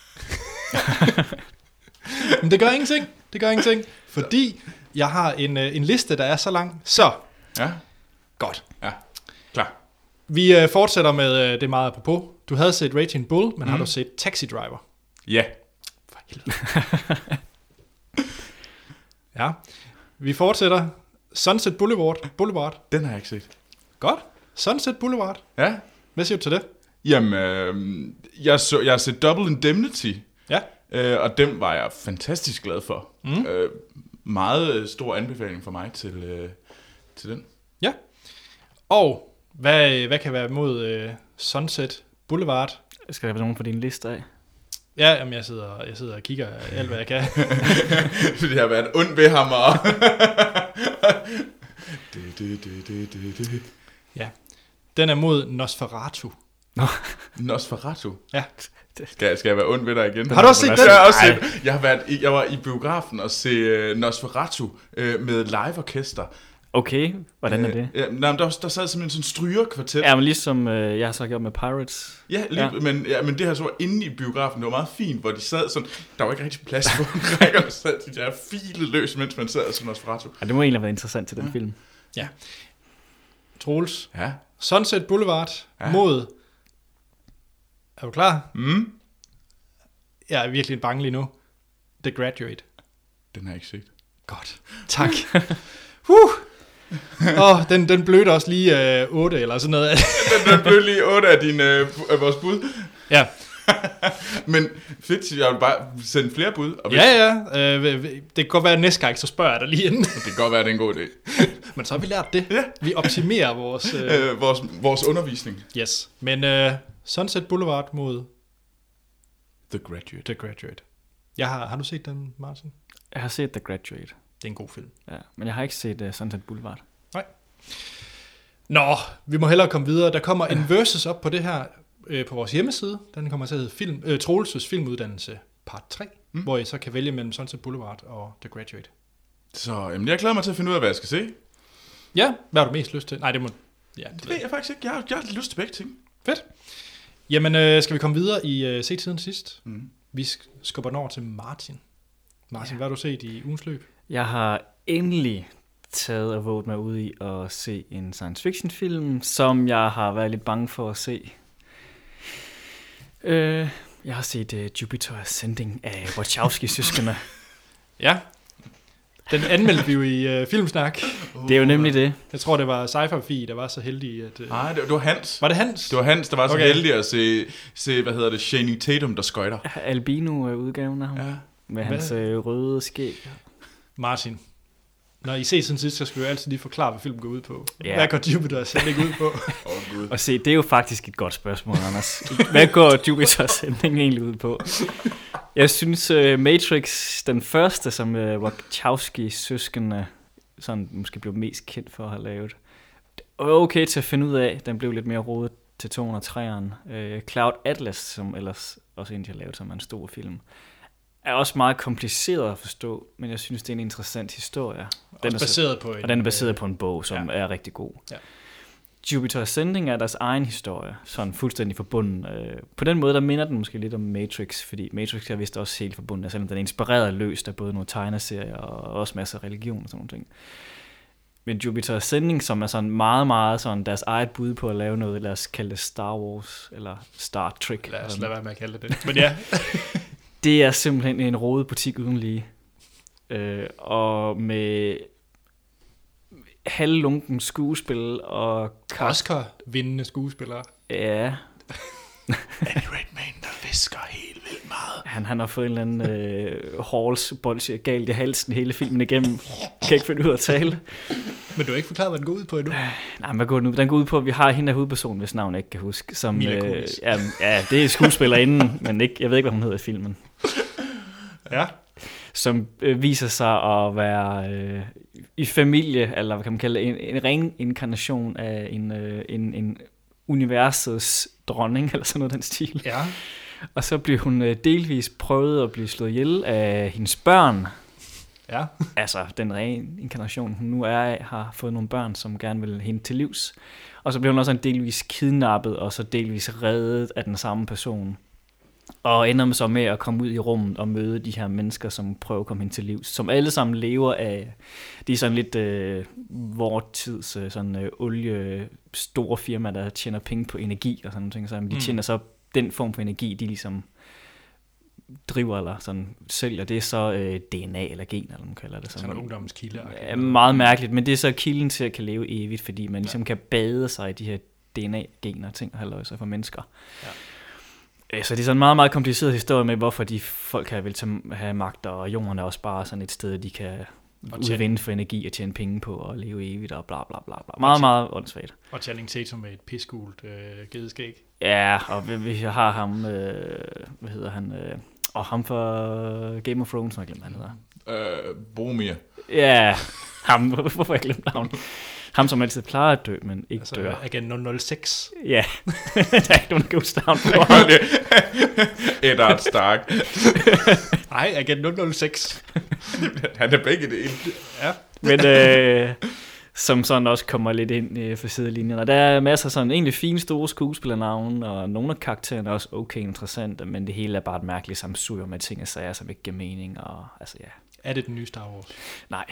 Men det gør ingenting. Fordi jeg har en liste, der er så lang. Så. Ja. Godt. Ja, klar. Vi fortsætter med det meget apropos. Du havde set Raging Bull, men har du set Taxi Driver? Ja. For helvede. Ja. Vi fortsætter. Sunset Boulevard. Den har jeg ikke set. Godt. Sunset Boulevard. Ja. Hvad siger du til det? Jamen, jeg har set Double Indemnity. Ja. Og den var jeg fantastisk glad for. Meget stor anbefaling for mig til den. Ja. Og hvad kan være mod Sunset Boulevard? Skal der være nogen på din liste af? Ja, jamen jeg sidder og kigger alt, hvad jeg kan. Det har været ondt ved ham. Ja. Den er mod Nosferatu. Nosferatu? Ja. Skal jeg være ond ved dig igen? Har du også set den? Jeg var i biografen og se Nosferatu med liveorkester. Okay, hvordan er det? Der sad simpelthen sådan en strygerkvartet. Ja, men ligesom jeg har så gjort med Pirates. Ja, men det her så var inde i biografen. Det var meget fint, hvor de sad sådan... Der var ikke rigtig plads på rækkerne, sad de der filet løs, mens man sad sådan Nosferatu. Ja, det må egentlig have været interessant til den film. Ja. Troels. Ja. Sunset Boulevard mod... Er du klar? Jeg er virkelig bange lige nu. The Graduate. Den har jeg ikke set. Godt. Tak. Den blødte også lige 8 eller sådan noget. den blødte lige 8 af vores bud. Ja. Men fedt, jeg vil bare sende flere bud. Og Det kan godt være, at næste gang, så spørger jeg dig lige inden. Det kan godt være, at det er en god idé. Men så har vi lært det. Ja. Vi optimerer vores... vores undervisning. Yes. Men Sunset Boulevard mod... The Graduate. Har du set den, Martin? Jeg har set The Graduate. Det er en god film. Ja, men jeg har ikke set Sunset Boulevard. Nej. Nå, vi må hellere komme videre. Der kommer en versus op på det her på vores hjemmeside. Den kommer til at hedde Troelses filmuddannelse part 3, hvor I så kan vælge mellem Sunset Boulevard og The Graduate. Så jeg glæder mig til at finde ud af, hvad jeg skal se. Ja, hvad har du mest lyst til? Nej, det må... Ja, det ved jeg faktisk ikke. Jeg har lyst til begge ting. Fedt. Jamen, skal vi komme videre i se tiden sidst? Vi skubber den over til Martin. Martin, hvad har du set i ugens løb? Jeg har endelig taget og våget mig ud i at se en science fiction film, som jeg har været lidt bange for at se. Jeg har set Jupiter Ascending af Wachowski-søskende. Ja, den anmeldte vi jo i Filmsnak. Det er jo nemlig det. Jeg tror, det var Sci-Fi, der var så heldig at... Nej, det var Hans. Var det Hans? Det var Hans, der var så heldig at se Channing Tatum, der skøjter. Albino-udgaven af ham. Ja. Med hans røde skæg. Martin, når I ser sådan sidst, så skal vi jo altid lige forklare, hvad filmen går ud på. Ja. Hvad går Jupiter Ascending ud på? Og se, det er jo faktisk et godt spørgsmål, Anders. Hvad går Jupiter Ascending egentlig ud på? Jeg synes, Matrix, den første, som Wachowski-søskende sådan måske blev mest kendt for at have lavet, var okay til at finde ud af. Den blev lidt mere rodet til 203'eren. Cloud Atlas, som ellers også en, de har lavet, som er en stor film, er også meget kompliceret at forstå, men jeg synes, det er en interessant historie. Den er baseret på en bog, som er rigtig god. Ja. Jupiter Ascending er deres egen historie, sådan fuldstændig forbundet. På den måde, der minder den måske lidt om Matrix, fordi Matrix er vist også helt forbundet, selvom den er inspireret løst af både nogle tegneserier og også masser af religion og sådan nogle ting. Men Jupiter Ascending, som er sådan meget, meget sådan deres eget bud på at lave noget, lad os kalde det Star Wars, eller Star Trek. Lad os lade være med at kalde det. Men ja. Det er simpelthen en rodet butik uden lige. Og med halvlunken skuespil og... Oscar-vindende skuespillere. Ja. Eddie Redmayne, der visker helt vildt meget. Han har fået en eller anden Halls-bolsje galt i halsen hele filmen igennem. Kan ikke finde ud af at tale. Men du har ikke forklaret, hvad den går ud på endnu? Nej, hvad går den ud? Den går ud på, at vi har hende af hovedpersonen, hvis navn jeg ikke kan huske. Som, ja, det er skuespillerinden, men ikke, jeg ved ikke, hvad hun hedder i filmen. Ja. Som viser sig at være i familie, eller hvad kan man kalde det, en ren inkarnation af en universets dronning, eller sådan noget den stil. Ja. Og så bliver hun delvis prøvet at blive slået ihjel af hendes børn. Ja. Altså, den rene inkarnation, hun nu er af, har fået nogle børn, som gerne vil hende til livs. Og så bliver hun også en delvis kidnappet, og så delvis reddet af den samme person. Og ender så med at komme ud i rummet og møde de her mennesker, som prøver at komme hende til livs. Som alle sammen lever af, de er sådan lidt vores tids sådan olie store firma, der tjener penge på energi og sådan noget. Så de tjener så den form for energi, de ligesom driver eller sådan sælger. Det er så DNA eller gen, eller man kalder det. Sådan en ungdomskilde. Ja, meget mærkeligt, men det er så kilden til at kan leve evigt, fordi man ligesom kan bade sig i de her DNA-gener ting og halvøjser for mennesker. Ja. Så det er sådan en meget, meget kompliceret historie med, hvorfor de folk her vil have magt, og jorden er også bare sådan et sted, de kan udvinde for energi og tjene penge på og leve evigt og bla bla bla. Meget, meget åndssvagt. Og Channing Tatum med et pissegult gedeskæg. Ja, og hvis jeg har ham, hvad hedder han, og ham for Game of Thrones, jeg glemte, han hedder. Boromir. Ja, ham, hvorfor jeg glemte navn? Ham, som altid plejer at dø, men ikke altså, dør. Agent 006. Ja, der er ikke nogen ghost-navn på ham. Eddard Stark. Nej, Agent 006. Han er begge dele. Ja. Men som sådan også kommer lidt ind for sidelinjen. Og der er masser af sådan egentlig fine store skuespillernavne, og nogle af karaktererne er også okay interessante, men det hele er bare et mærkeligt sammensurium med ting og sager, som ikke giver mening. Og, altså, ja. Er det den nye Star Wars? Nej.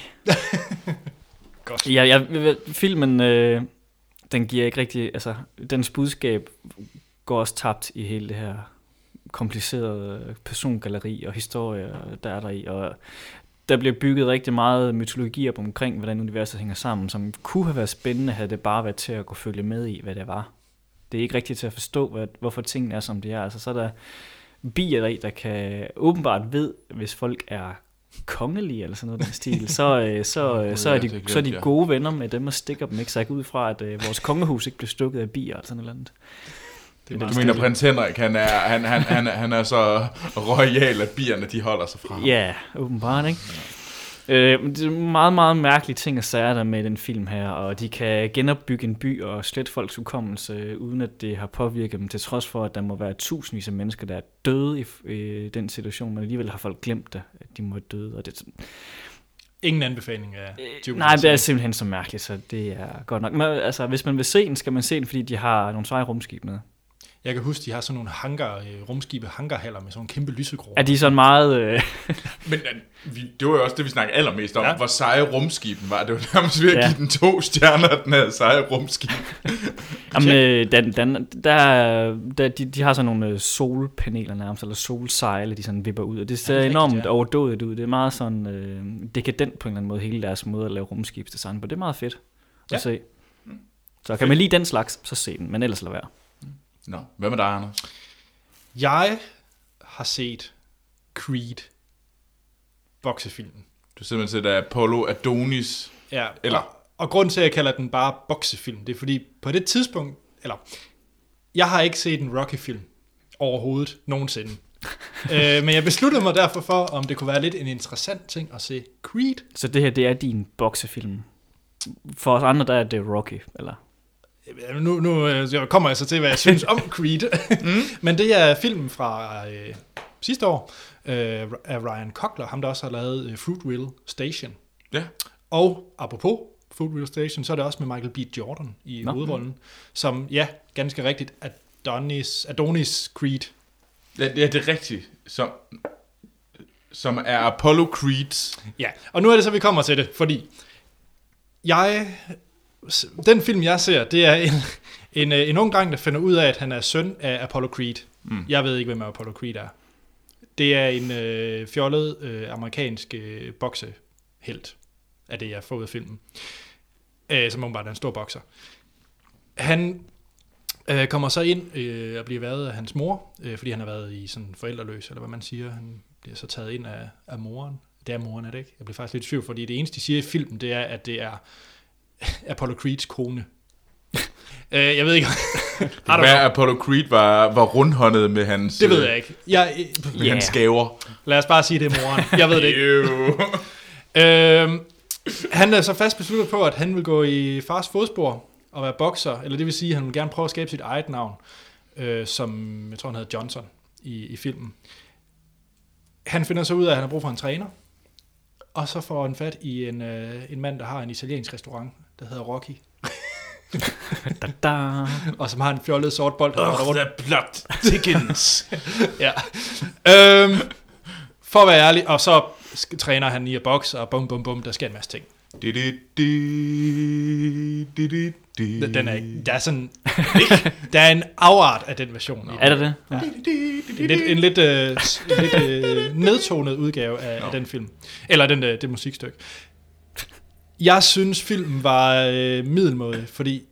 Godt. Filmen, den giver ikke rigtig, altså, dens budskab går også tabt i hele det her komplicerede persongalleri og historie, der er der i, og der bliver bygget rigtig meget mytologi op omkring, hvordan universet hænger sammen, som kunne have været spændende, havde det bare været til at kunne følge med i, hvad det var. Det er ikke rigtigt til at forstå, hvorfor tingene er, som de er. Altså, så er der bier der kan åbenbart ved, hvis folk er kongelige eller sådan noget den stil, så er de gode venner med dem og stikker dem, ikke? Så jeg går ud fra, at vores kongehus ikke bliver stukket af bier eller sådan noget andet. Du mener, prins Henrik, han er så royal, at bierne de holder sig fra. Ja, åbenbart, ikke? Det er meget, meget mærkelige ting at sige der med den film her, og de kan genopbygge en by og slette folks hukommelse, uden at det har påvirket dem, til trods for, at der må være tusindvis af mennesker, der er døde i den situation, men alligevel har folk glemt det, at de må døde. Og det, ingen anbefaling af nej, det er simpelthen så mærkeligt, så det er godt nok. Men altså, hvis man vil se den, skal man se den, fordi de har nogle seje rumskib med. Jeg kan huske, de har sådan nogle rumskibe hangarhaller med sådan nogle kæmpe lysegrå. Er de sådan meget... Men det var jo også det, vi snakkede allermest om, hvor seje rumskiben var. Det var nærmest ved at give den 2 stjerner, at den havde seje rumskib. Jamen, de har sådan nogle solpaneler nærmest, eller solsejle, de sådan vipper ud, og det ser enormt overdådigt ud. Det er meget sådan dekadent på en eller anden måde, hele deres måde at lave rumskibsdesign på. Det er meget fedt at se. Så kan man lide den slags, så se den, men ellers lad være. Nå, hvad med dig, Anders? Jeg har set Creed, boksefilmen. Du simpelthen set Apollo Adonis. Ja, og grund til, at jeg kalder den bare boksefilm, det er fordi på det tidspunkt, jeg har ikke set en Rocky-film overhovedet nogensinde. Men jeg besluttede mig derfor for, om det kunne være lidt en interessant ting at se Creed. Så det her, det er din boksefilm. For os andre, der er det Rocky, eller... Nu kommer jeg så til, hvad jeg synes om Creed. Men det er filmen fra sidste år af Ryan Coogler, ham der også har lavet Fruitvale Station. Ja. Og apropos Fruitvale Station, så er det også med Michael B. Jordan i hovedrollen, som, ganske rigtigt, Adonis Creed. Ja, det er rigtigt. Som er Apollo Creed. Ja, og nu er det så, vi kommer til det, fordi den film, jeg ser, det er en ung dreng, der finder ud af, at han er søn af Apollo Creed. Jeg ved ikke, hvem Apollo Creed er. Det er en fjollet amerikansk boksehelt, af det, jeg får ud af filmen. Som åbenbart er en stor bokser. Han kommer så ind og bliver været af hans mor, fordi han har været i sådan forældreløs, eller hvad man siger. Han bliver så taget ind af moren. Det er moren, er det ikke? Jeg bliver faktisk lidt i tvivl, fordi det eneste, de siger i filmen, det er, at det er Apollo Creeds kone. Jeg ved ikke. Hvad Apollo Creed var rundhåndet med hans... Det ved jeg ikke. Med hans gaver. Lad os bare sige, det er moren. Jeg ved det ikke. Han er så fast besluttet på, at han vil gå i fars fodspor og være bokser, eller det vil sige, at han vil gerne prøve at skabe sit eget navn, som jeg tror, han hedder Johnson i filmen. Han finder så ud af, at han har brug for en træner, og så får han fat i en mand, der har en italiensk restaurant, der hedder Rocky. Og som har en fjollet sort bold. The blood thickens. Ja. For at være ærlig, og så træner han i at bokse, og bum, bum, bum, der sker en masse ting. Den er ikke, der er sådan, der er en afart af den version. Er der det? Ja. En lidt nedtonet udgave af den film. Eller det musikstykke. Jeg synes, filmen var middelmådig, fordi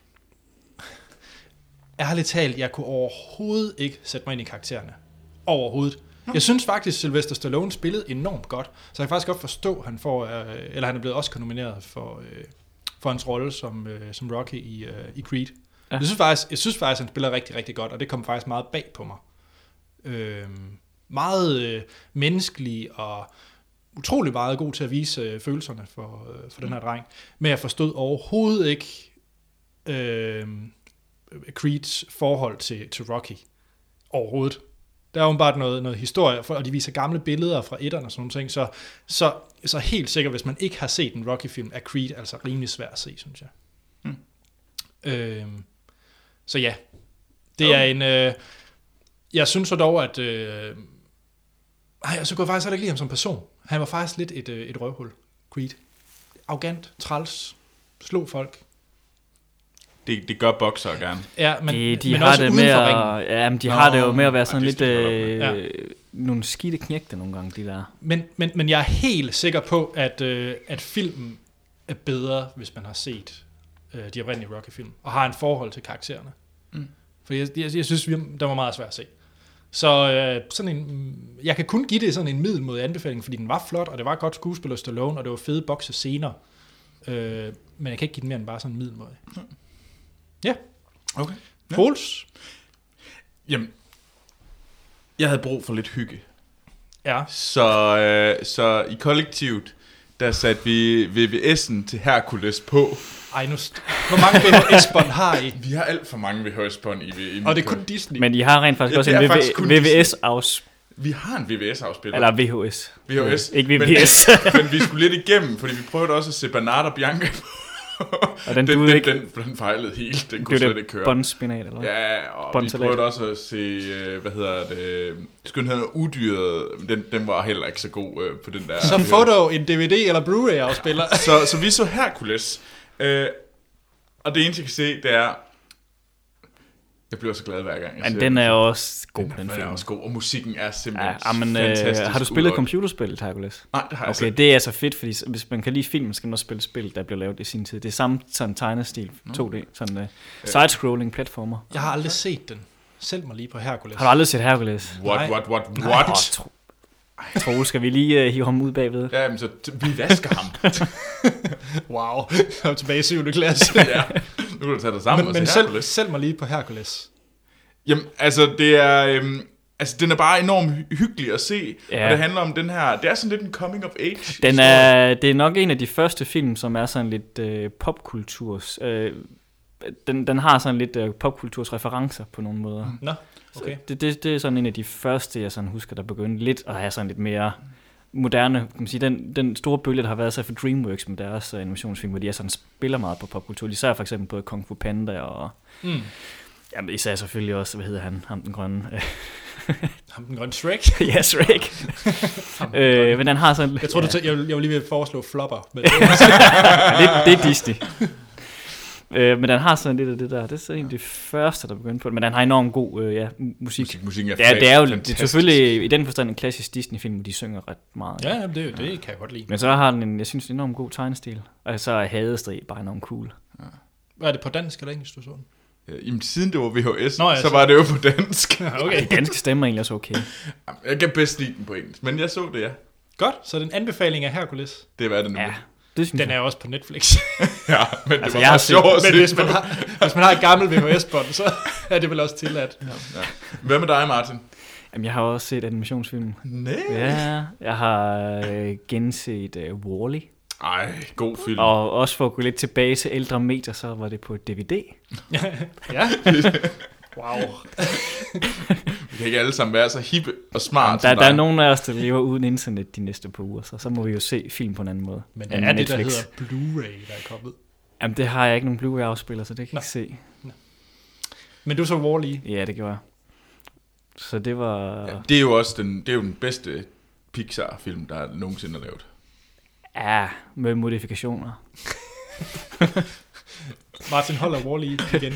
ærligt talt, jeg kunne overhovedet ikke sætte mig ind i karaktererne. Overhovedet. Jeg synes faktisk, Sylvester Stallone spillede enormt godt, så jeg kan faktisk godt forstå, at han får, eller han er blevet også nomineret for hans rolle som Rocky i Creed. Ja. Jeg synes faktisk, han spiller rigtig, rigtig godt, og det kom faktisk meget bag på mig. Meget menneskelig og utrolig meget god til at vise følelserne for den her dreng. Men jeg forstod overhovedet ikke Creeds forhold til Rocky. Overhovedet. Der er jo bare noget historie, og de viser gamle billeder fra etterne og sådan nogle ting, så helt sikkert, hvis man ikke har set en Rocky-film, er Creed altså rimelig svær at se, synes jeg. Så ja, det er en... jeg synes så dog, at... så kunne jeg faktisk heller ikke lide ham som person. Han var faktisk lidt et røvhul, Creed. Arrogant, træls, slog folk. Det gør bokser gerne. Ja, men de har det med at, har det jo med at være sådan lidt nogle skidte knægte nogle gange, de der. Men jeg er helt sikker på, at filmen er bedre, hvis man har set de oprindelige Rocky-film, og har en forhold til karaktererne. For jeg synes, der var meget svært at se. Så jeg kan kun give det sådan en middelmådig anbefaling, fordi den var flot, og det var godt skuespil af Stallone, og det var fede boksescener. Men jeg kan ikke give den mere end bare sådan middelmådig. Ja. Okay. Troels? Jamen, jeg havde brug for lidt hygge. Ja. Så i kollektivet, der satte vi VVS'en til Hercules på. Ej, hvor mange VHS-bånd har I? Vi har alt for mange VHS-bånd i og det er kun Disney. Men I har rent faktisk også en VVS-afspiller. Vi har en VVS-afspiller. Eller VHS. VHS. Ikke VVS. Men vi skulle lidt igennem, fordi vi prøvede også at se Bernard og Bianca på. Og den fejlede helt. Den kunne slet ikke køre. Båndspinat, eller hvad? Ja, og vi prøvede også at se, Skønheden og Udyret. Den var heller ikke så god på den der. Så få dog en DVD eller Blu-ray-afspiller. Så vi så Hercules. Og det eneste, jeg kan se, det er... Jeg bliver så glad hver gang. Men den er også god, den film. Den er også god, og musikken er simpelthen fantastisk. Har du spillet computerspillet, Hercules? Nej, det har jeg ikke. Det er så fedt, fordi hvis man kan lide filmen, skal man også spille spil, der blev lavet i sin tid. Det er samme sådan tegnestil, 2D, sådan side-scrolling platformer. Jeg har aldrig set den. Sælg mig lige på Hercules. Har du aldrig set Hercules? What? Troels, skal vi lige hive ham ud bagved? Ja, men så vi vasker ham. Wow, jeg er tilbage i 7. klasse. Ja, nu kan du tage dig sammen men selv mig lige på Hercules. Jamen, altså, det er... den er bare enormt hyggelig at se, og det handler om den her... Det er sådan lidt en coming of age. Det er nok en af de første film, som er sådan lidt popkulturs... Den har sådan lidt popkulturs referencer på nogle måder. Nå, okay. Det er sådan en af de første, jeg sådan husker, der begyndte lidt at have sådan lidt mere moderne, kan man sige, den store bølge, der har været så for DreamWorks med deres animationsfilm, hvor de sådan spiller meget på popkultur. Især for eksempel både Kung Fu Panda og... Jamen, især selvfølgelig også, hvad hedder han? Ham den grønne... Ham den grønne Shrek? Ja, Shrek. Men han har sådan... Jeg tror, jeg vil lige foreslå Flopper. Men... det er Disney. Men den har sådan lidt af det der. Det er så en af de første, der begyndte på det. Men den har enormt god musik. Musikken er det er jo det er selvfølgelig i den forstand en klassisk Disney-film, hvor de synger ret meget. Ja, det kan jeg godt lide. Men så har den jeg synes, en enormt god tegnestil. Og så er Hadestrid bare enormt cool. Ja. Hvad er det på dansk eller engelsk, du så den? Jamen, siden det var VHS, så var det jo på dansk. Okay. De danske stemmer egentlig også okay. Jeg kan bedst lide den på engelsk, men jeg så det, ja. Godt, så den anbefaling af Hercules. Det var det nu. Ja. Den er jo også på Netflix. Ja, men det var meget sjovt at se. Men hvis man har et gammelt VHS-bånd, så er det vel også tilladt. Ja. Hvad med dig, Martin? Jamen, jeg har også set animationsfilm. Nej. Ja, jeg har genset Wall-E. Ej, god film. Og også for at gå lidt tilbage til ældre medier, så var det på DVD. Ja. Wow. Vi kan ikke alle sammen være så hippe og smart. Der er nogen af os, der lever uden internet de næste par uger, så må vi jo se film på en anden måde. Men det er det, der hedder Blu-ray, der er kommet. Jamen, det har jeg ikke nogen Blu-ray-afspiller, så det kan jeg ikke se. Nå. Men du så Wall-E? Ja, det gjorde jeg. Så det var... Ja, det er jo også den bedste Pixar-film, der nogensinde er lavet. Ja, med modifikationer. Martin, holder Wall-E igen?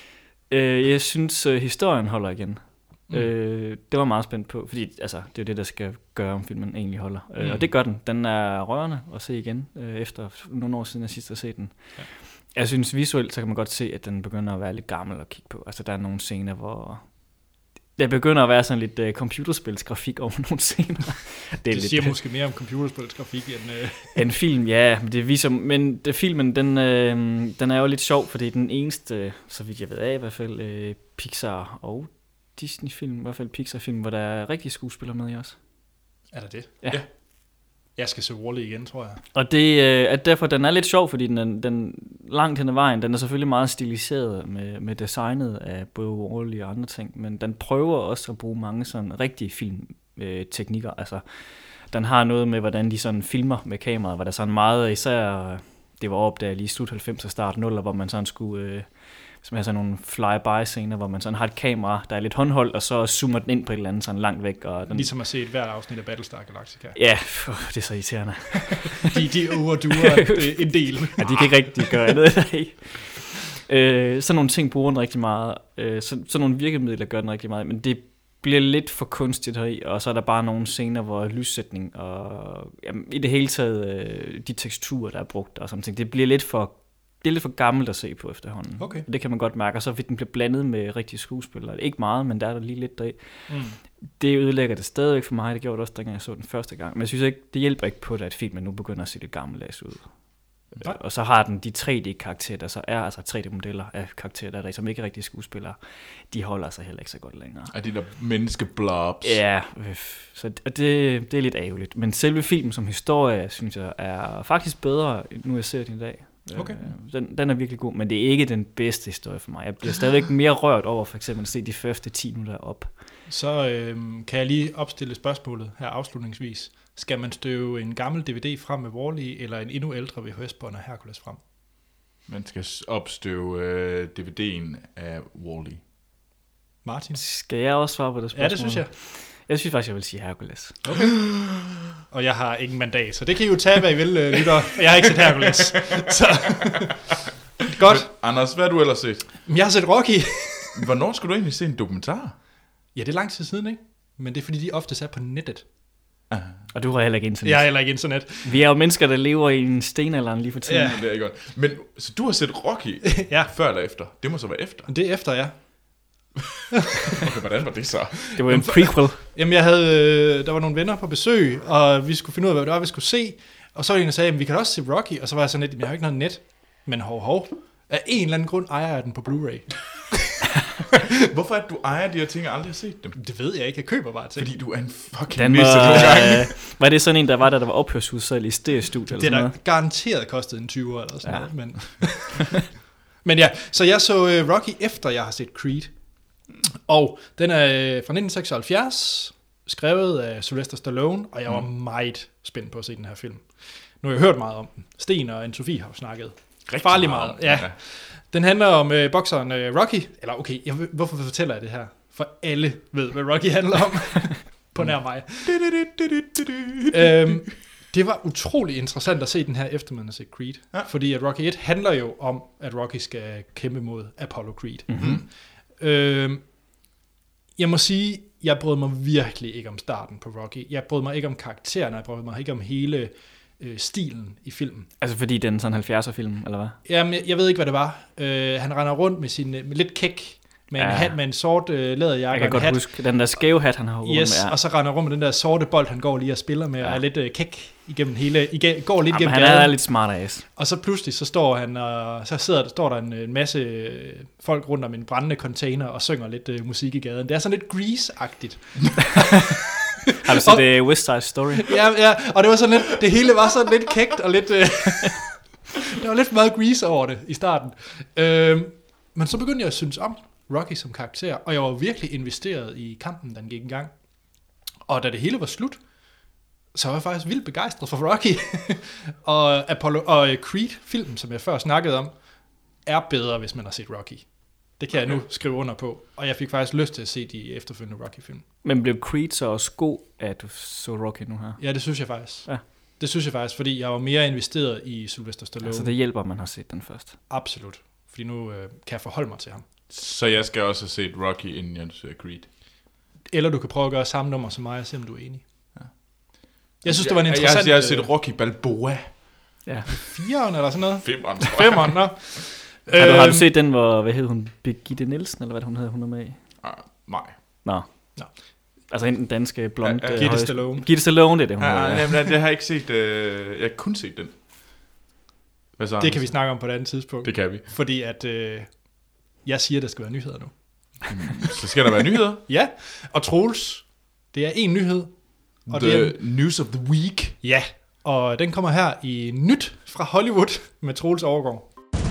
Jeg synes, historien holder igen. Det var meget spændt på, fordi altså, det er jo det, der skal gøre, om filmen egentlig holder. Og det gør den. Den er rørende at se igen, efter nogle år siden jeg sidst har set den. Ja. Jeg synes visuelt, så kan man godt se, at den begynder at være lidt gammel at kigge på. Altså, der er nogle scener, hvor det begynder at være sådan lidt computerspilsgrafik over nogle scener. Det siger lidt, måske mere om computerspilsgrafik end film, ja. Det viser, men filmen, den er jo lidt sjov, fordi den eneste, så vidt jeg ved af i hvert fald, Pixar og Disney-film, i hvert fald Pixar-film, hvor der er rigtige skuespillere med i os. Er der det? Ja. Jeg skal se Wall-E igen, tror jeg. Og det er derfor, den er lidt sjov, fordi den langt hen ad vejen, den er selvfølgelig meget stiliseret med designet af både Wall-E og andre ting, men den prøver også at bruge mange sådan rigtige filmteknikker. Altså, den har noget med, hvordan de sådan filmer med kameraet, hvor der sådan meget, især det var opdaget lige slut 90'er start 0'er, hvor man sådan skulle... som er sådan nogle fly-by-scener, hvor man sådan har et kamera, der er lidt håndholdt, og så zoomer den ind på et eller andet sådan langt væk. Og den... Ligesom at se et hvert afsnit af Battlestar Galactica. Ja, det er så irriterende. de overduer en del. Ja, de kan ikke rigtig gøre andet. Sådan nogle ting bruger den rigtig meget. Sådan nogle virkemidler gør den rigtig meget, men det bliver lidt for kunstigt heri, og så er der bare nogle scener, hvor lyssætning og i det hele taget de teksturer, der er brugt og sådan ting, det bliver lidt for gammelt at se på efterhånden. Okay. Det kan man godt mærke, og så vil den blive blandet med rigtige skuespillere. Ikke meget, men der er der lige lidt deri. Det ødelægger det stadigvæk for mig. Det gjorde det også, dengang jeg så den første gang. Men jeg synes ikke, det hjælper ikke på det, at filmen nu begynder at se lidt gammeldags ud. Nej. Og så har den de 3D-karakterer, der så er altså 3D-modeller af karakterer, der som ikke er rigtige skuespillere. De holder sig heller ikke så godt længere. Er de der menneskeblobs? Ja, så det er lidt ærgerligt. Men selve filmen som historie, synes jeg, er faktisk bedre, nu jeg ser den i dag. Okay. Den er virkelig god, men det er ikke den bedste historie for mig. Jeg bliver stadigvæk mere rørt over for eksempel at se de første 10 minutter op. Så kan jeg lige opstille spørgsmålet her afslutningsvis. Skal man støve en gammel DVD frem med Wall-E, eller en endnu ældre VHS-bånd af Hercules frem? Man skal opstøve DVD'en af Wall-E. Martin? Skal jeg også svare på det spørgsmål? Ja, det synes jeg. Jeg synes faktisk, jeg vil sige Hercules. Okay. Og jeg har ingen mandat, så det kan I jo tage, hvad I vil, lytter. Jeg har ikke set Hercules. Så. Godt. Men, Anders, hvad har du ellers set? Jeg har set Rocky. Hvornår skal du egentlig se en dokumentar? Ja, det er lang tid siden, ikke? Men det er, fordi de ofte er på nettet. Og du har heller ikke internet. Jeg har heller ikke internet. Vi er jo mennesker, der lever i en stenalderen lige for tiden. Ja, det er godt. Men så du har set Rocky ja. Før eller efter? Det må så være efter. Det er efter, ja. Okay, hvordan var det så? Det var en prequel. Jamen, der var nogle venner på besøg, og vi skulle finde ud af, hvad det var, vi skulle se. Og så var en, der sagde, at vi kan også se Rocky. Og så var jeg sådan lidt, jeg har ikke noget net. Men hov. Af en eller anden grund ejer jeg den på Blu-ray. Hvorfor at du ejer de her ting, og aldrig har set dem? Det ved jeg ikke. Jeg køber bare ting. Fordi du er en fucking nisse nogle gange. Var det sådan en, der var ophørsudsalg i Stereo-studiet? Det er der garanteret kostet en 20 eller sådan noget. Men, men ja, så jeg så Rocky efter jeg har set Creed. Og den er fra 1976, skrevet af Sylvester Stallone, og jeg var meget spændt på at se den her film. Nu har jeg hørt meget om den. Sten og Anne-Sophie har snakket farligt meget. Ja. Den handler om bokseren Rocky. Eller okay, hvorfor fortæller jeg det her? For alle ved, hvad Rocky handler om. På nær mig. Det var utrolig interessant at se den her efter man har set Creed. Ja. Fordi at Rocky 1 handler jo om, at Rocky skal kæmpe mod Apollo Creed. Mm-hmm. Jeg må sige, jeg brød mig virkelig ikke om starten på Rocky. Jeg brød mig ikke om karaktererne, jeg brød mig ikke om hele stilen i filmen. Altså fordi den er sådan 70'er film, eller hvad? Jamen, jeg ved ikke, hvad det var. Han render rundt med lidt kæk, med en hat med en sort læderjakke. Jeg kan godt huske den der skæve hat, han har rundt med. Og så render rundt med den der sorte bold, han går lige og spiller med, og er lidt kæk igennem går lidt igennem han gaden. er lidt smart ass. Og så pludselig, så står han, og så står der en masse folk rundt om en brændende container, og synger lidt musik i gaden. Det er sådan lidt Grease-agtigt. Har du set West Side Story? Ja, og det var sådan lidt, det hele var sådan lidt kægt, og lidt, der var lidt meget Grease over det i starten. Men så begyndte jeg at synes om, Rocky som karakter, og jeg var virkelig investeret i kampen, den gik i gang. Og da det hele var slut, så var jeg faktisk vildt begejstret for Rocky. og Creed-filmen, som jeg før snakkede om, er bedre, hvis man har set Rocky. Det kan jeg nu skrive under på. Og jeg fik faktisk lyst til at se de efterfølgende Rocky-film. Men blev Creed så også god, at du så Rocky nu her? Ja, det synes jeg faktisk. Ja. Det synes jeg faktisk, fordi jeg var mere investeret i Sylvester Stallone. Altså det hjælper, at man har set den først. Absolut. Fordi nu kan jeg forholde mig til ham. Så jeg skal også have set Rocky, inden jeg ser Creed. Eller du kan prøve at gøre samme nummer som mig, og se om du er enig. Ja. Jeg synes, det Jeg var en interessant... har set Rocky Balboa. Ja. 4'eren eller sådan noget? 5'eren. Nå. Har du set den, hvor, hvad hed hun, Birgitte Nielsen, eller hvad hun hed, hun er med i? Nej. Nå. Altså den danske blonde... Gitte Stallone. Gitte Stallone, det er det, hun hedder. Ja. Det har jeg ikke set. Jeg har kun set den. Hvad så, det kan vi snakke om på et andet tidspunkt. Det kan vi. Fordi at jeg siger, at der skal være nyheder nu. Så skal der være nyheder? Ja, og Troels, det er en nyhed. Og the det er news of the week. Ja, og den kommer her i Nyt fra Hollywood med Troels Overgaard.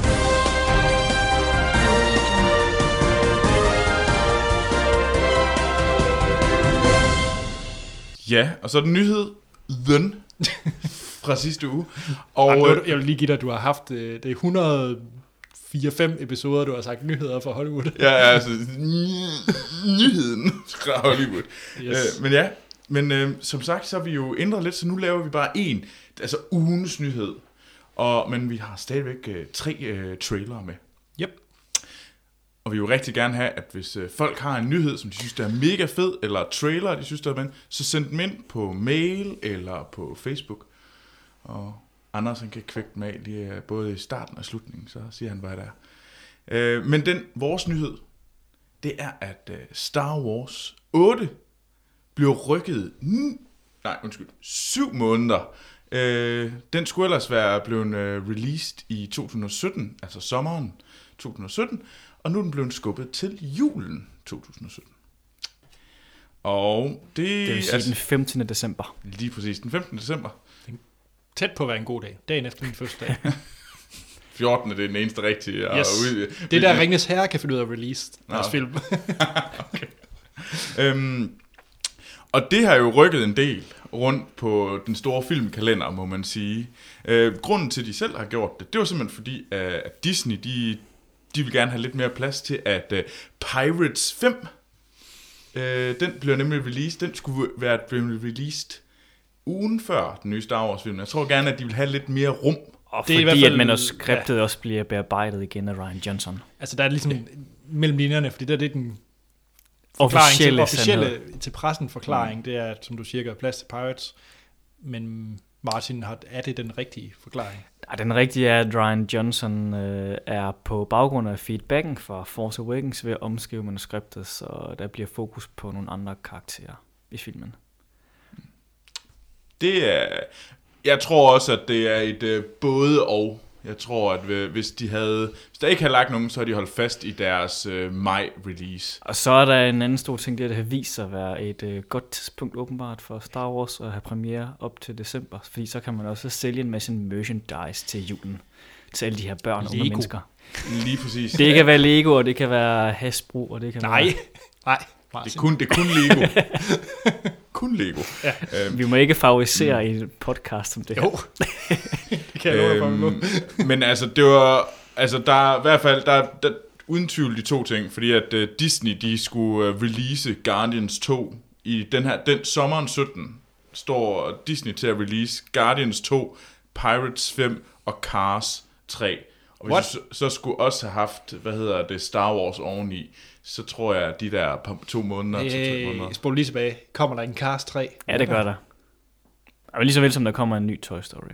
Ja, og så er den nyhed, den fra sidste uge. Og jeg vil lige give dig, at du har haft det 104-5 episoder, du har sagt nyheder fra Hollywood. Ja, altså nyheden fra Hollywood. Yes. Men som sagt, så har vi jo ændret lidt, så nu laver vi bare en, altså ugens nyhed. Men vi har stadigvæk 3 trailere med. Yep. Og vi vil jo rigtig gerne have, at hvis folk har en nyhed, som de synes, der er mega fed, eller trailer, de synes, der er med, så send dem ind på mail eller på Facebook. Og Anders, han kan kvække dem af lige både i starten og slutningen, så siger han, hvad der er. Men vores nyhed, det er, at Star Wars 8 bliver rykket 7 måneder. Den skulle ellers være blevet released i 2017, altså sommeren 2017, og nu er den blevet skubbet til julen 2017. Og det vil sige den 15. december. Lige præcis, den 15. december. Tæt på at være en god dag. Dagen efter min fødselsdag. 14. det er den eneste rigtige. Yes. Det der Ringenes Herre kan finde ud af release deres film. Okay. Og det har jo rykket en del rundt på den store filmkalender, må man sige. Grunden til, at de selv har gjort det, det var simpelthen fordi, at Disney, de vil gerne have lidt mere plads til, at Pirates 5, den blev nemlig released. Den skulle være blevet released ugen før den nye Star Wars-film. Jeg tror gerne, at de vil have lidt mere rum. Og det fordi, at manuskriptet også bliver bearbejdet igen af Rian Johnson. Altså, der er ligesom mellem linjerne, fordi det er den officielle til pressen forklaring. Det er, som du siger, gør plads til Pirates. Men Martin, er det den rigtige forklaring? Ja, den rigtige er, at Rian Johnson er på baggrund af feedbacken fra Force Awakens ved at omskrive manuskriptet, så der bliver fokus på nogle andre karakterer i filmen. Jeg tror også, at det er et både og. Jeg tror, at hvis der ikke havde lagt nogen, så har de holdt fast i deres maj-release. Og så er der en anden stor ting, det har vist sig at være et godt tidspunkt åbenbart for Star Wars at have premiere op til december. Fordi så kan man også sælge en masse merchandise til julen. Til alle de her børn og unge mennesker. Lige præcis. Det kan være Lego, og det kan være Hasbro, og det kan Nej. Det er kun Lego. Kun Lego. Ja. Vi må ikke favorisere i en podcast som det her. Jo. Det kan jeg love for. Men altså, det var... Altså, der er i hvert fald... Der uden tvivl de 2 ting. Fordi at Disney, de skulle release Guardians 2. I den sommeren 17 står Disney til at release Guardians 2, Pirates 5 og Cars 3. Og hvis så skulle også have haft, Star Wars oveni, så tror jeg, at de der 2 måneder til 3 måneder. Spol lige tilbage. Kommer der en Cars 3? Ja, det gør der. Og lige så vel som der kommer en ny Toy Story.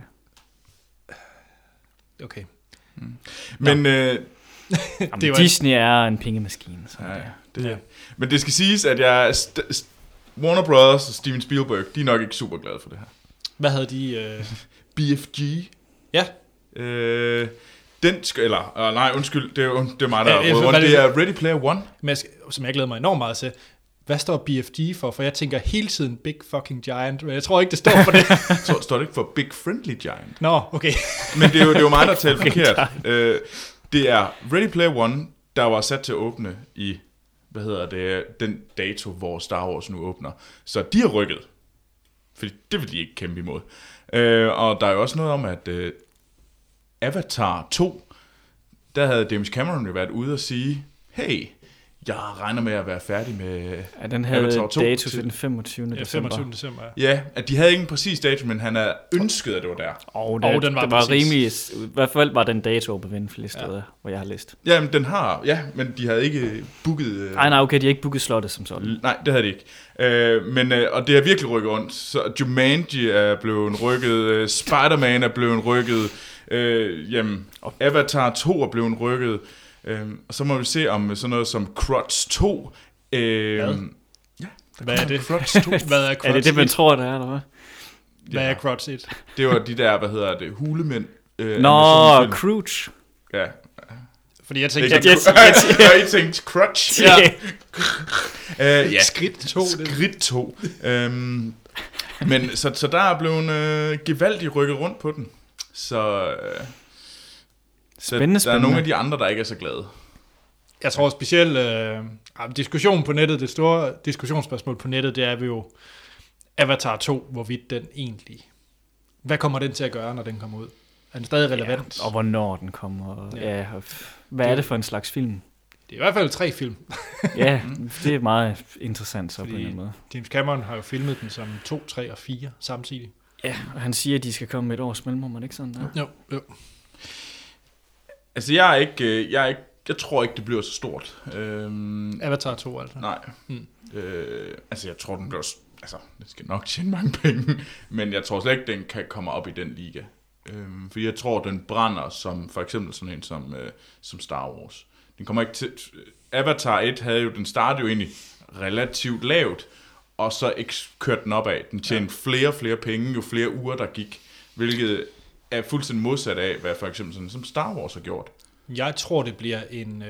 Okay. Men Disney er en pengemaskine. Ja. Men det skal siges, at Warner Brothers og Steven Spielberg, de er nok ikke super glade for det her. Hvad havde de? BFG. Ja. Undskyld, det er mig, der er rundt. Det er Ready Player One. Som jeg glæder mig enormt meget til. Hvad står BFG for? For jeg tænker hele tiden Big Fucking Giant, men jeg tror ikke, det står for det. Står det ikke for Big Friendly Giant? Nå, okay. Men det er jo mig, der taler forkert. Det er Ready Player One, der var sat til at åbne i, den dato, hvor Star Wars nu åbner. Så de har rykket. Fordi det vil de ikke kæmpe imod. Og der er jo også noget om, at Avatar 2, der havde James Cameron jo været ude og sige, hey, jeg regner med at være færdig med den havde Avatar 2 dato til den 25. december. 25. december, ja. At de havde ikke en præcis dato, men han havde ønsket, at det var der. Og den var rimelig, i hvert fald var den dato på ventelistet, hvor jeg har læst. Ja, men den har, men de havde ikke booket... Nej, okay, de har ikke booket slottet som sådan. Nej, det havde de ikke. Og det er virkelig rykket rundt. Så Jumanji er blevet rykket, Spider-Man er blevet rykket, Avatar 2 er blevet rykket, og så må vi se om sådan noget som Crutch 2. Hvad? Ja, hvad er det? Crutch 2? Hvad er Crutch 1? Er det man tror, det er, eller hvad? Hvad er Crutch 1? Det var de der, hulemænd. Crutch. Ja. Fordi jeg tænkte... Jeg tænkte Crutch. Ja. Skridt 2. Skridt 2. Men så der er blevet gevaldigt rykket rundt på den. Så spændende. Der er nogle af de andre, der ikke er så glade. Jeg tror specielt diskussionen på nettet, det store diskussionsspørgsmål på nettet, det er jo Avatar 2, hvorvidt den egentlig... Hvad kommer den til at gøre, når den kommer ud? Er den stadig relevant? Ja, og hvornår den kommer. Hvad er det for en slags film? Det er i hvert fald 3 film. Ja, det er meget interessant så. Fordi på en måde. James Cameron har jo filmet den som 2, 3 og 4 samtidig. Ja, og han siger, at de skal komme med et års mellemrum, er det ikke sådan der? Jo. Altså, jeg tror ikke, det bliver så stort. Avatar 2, altså? Nej. Altså, jeg tror, den bliver... Altså, den skal nok tjene mange penge, men jeg tror slet ikke, den kan komme op i den liga. Fordi jeg tror, den brænder som for eksempel sådan en som Star Wars. Den kommer ikke til... Avatar 1 den startede jo egentlig relativt lavt, og så kørte den opad. Den tjente flere penge, jo flere uger der gik, hvilket er fuldstændig modsat af, hvad for eksempel sådan som Star Wars har gjort. Jeg tror, det bliver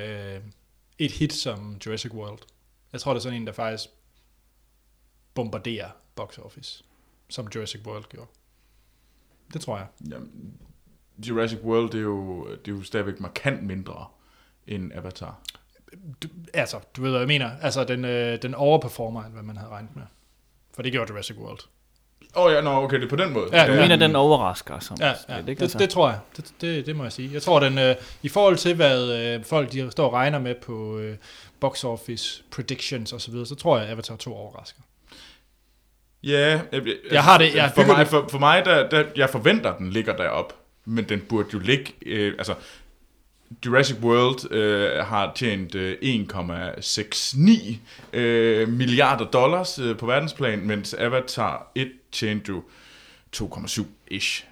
et hit som Jurassic World. Jeg tror, det er sådan en, der faktisk bombarderer box office, som Jurassic World gjorde. Det tror jeg. Jamen, Jurassic World, det er jo stadigvæk markant mindre end Avatar. Du ved, hvad jeg mener. Altså, den overperformer, end hvad man havde regnet med. For det gjorde Jurassic World. Okay, det er på den måde. Ja, du mener, den overrasker som. Ja, det tror jeg. Det må jeg sige. Jeg tror, den i forhold til, hvad folk de står og regner med på box office predictions og så videre, så tror jeg, Avatar 2 overrasker. Ja, jeg har det. For mig, jeg forventer, den ligger derop, men den burde jo ligge... Jurassic World har tjent 1,69 milliarder dollars på verdensplan, mens Avatar 1 tjente jo 2,7-ish.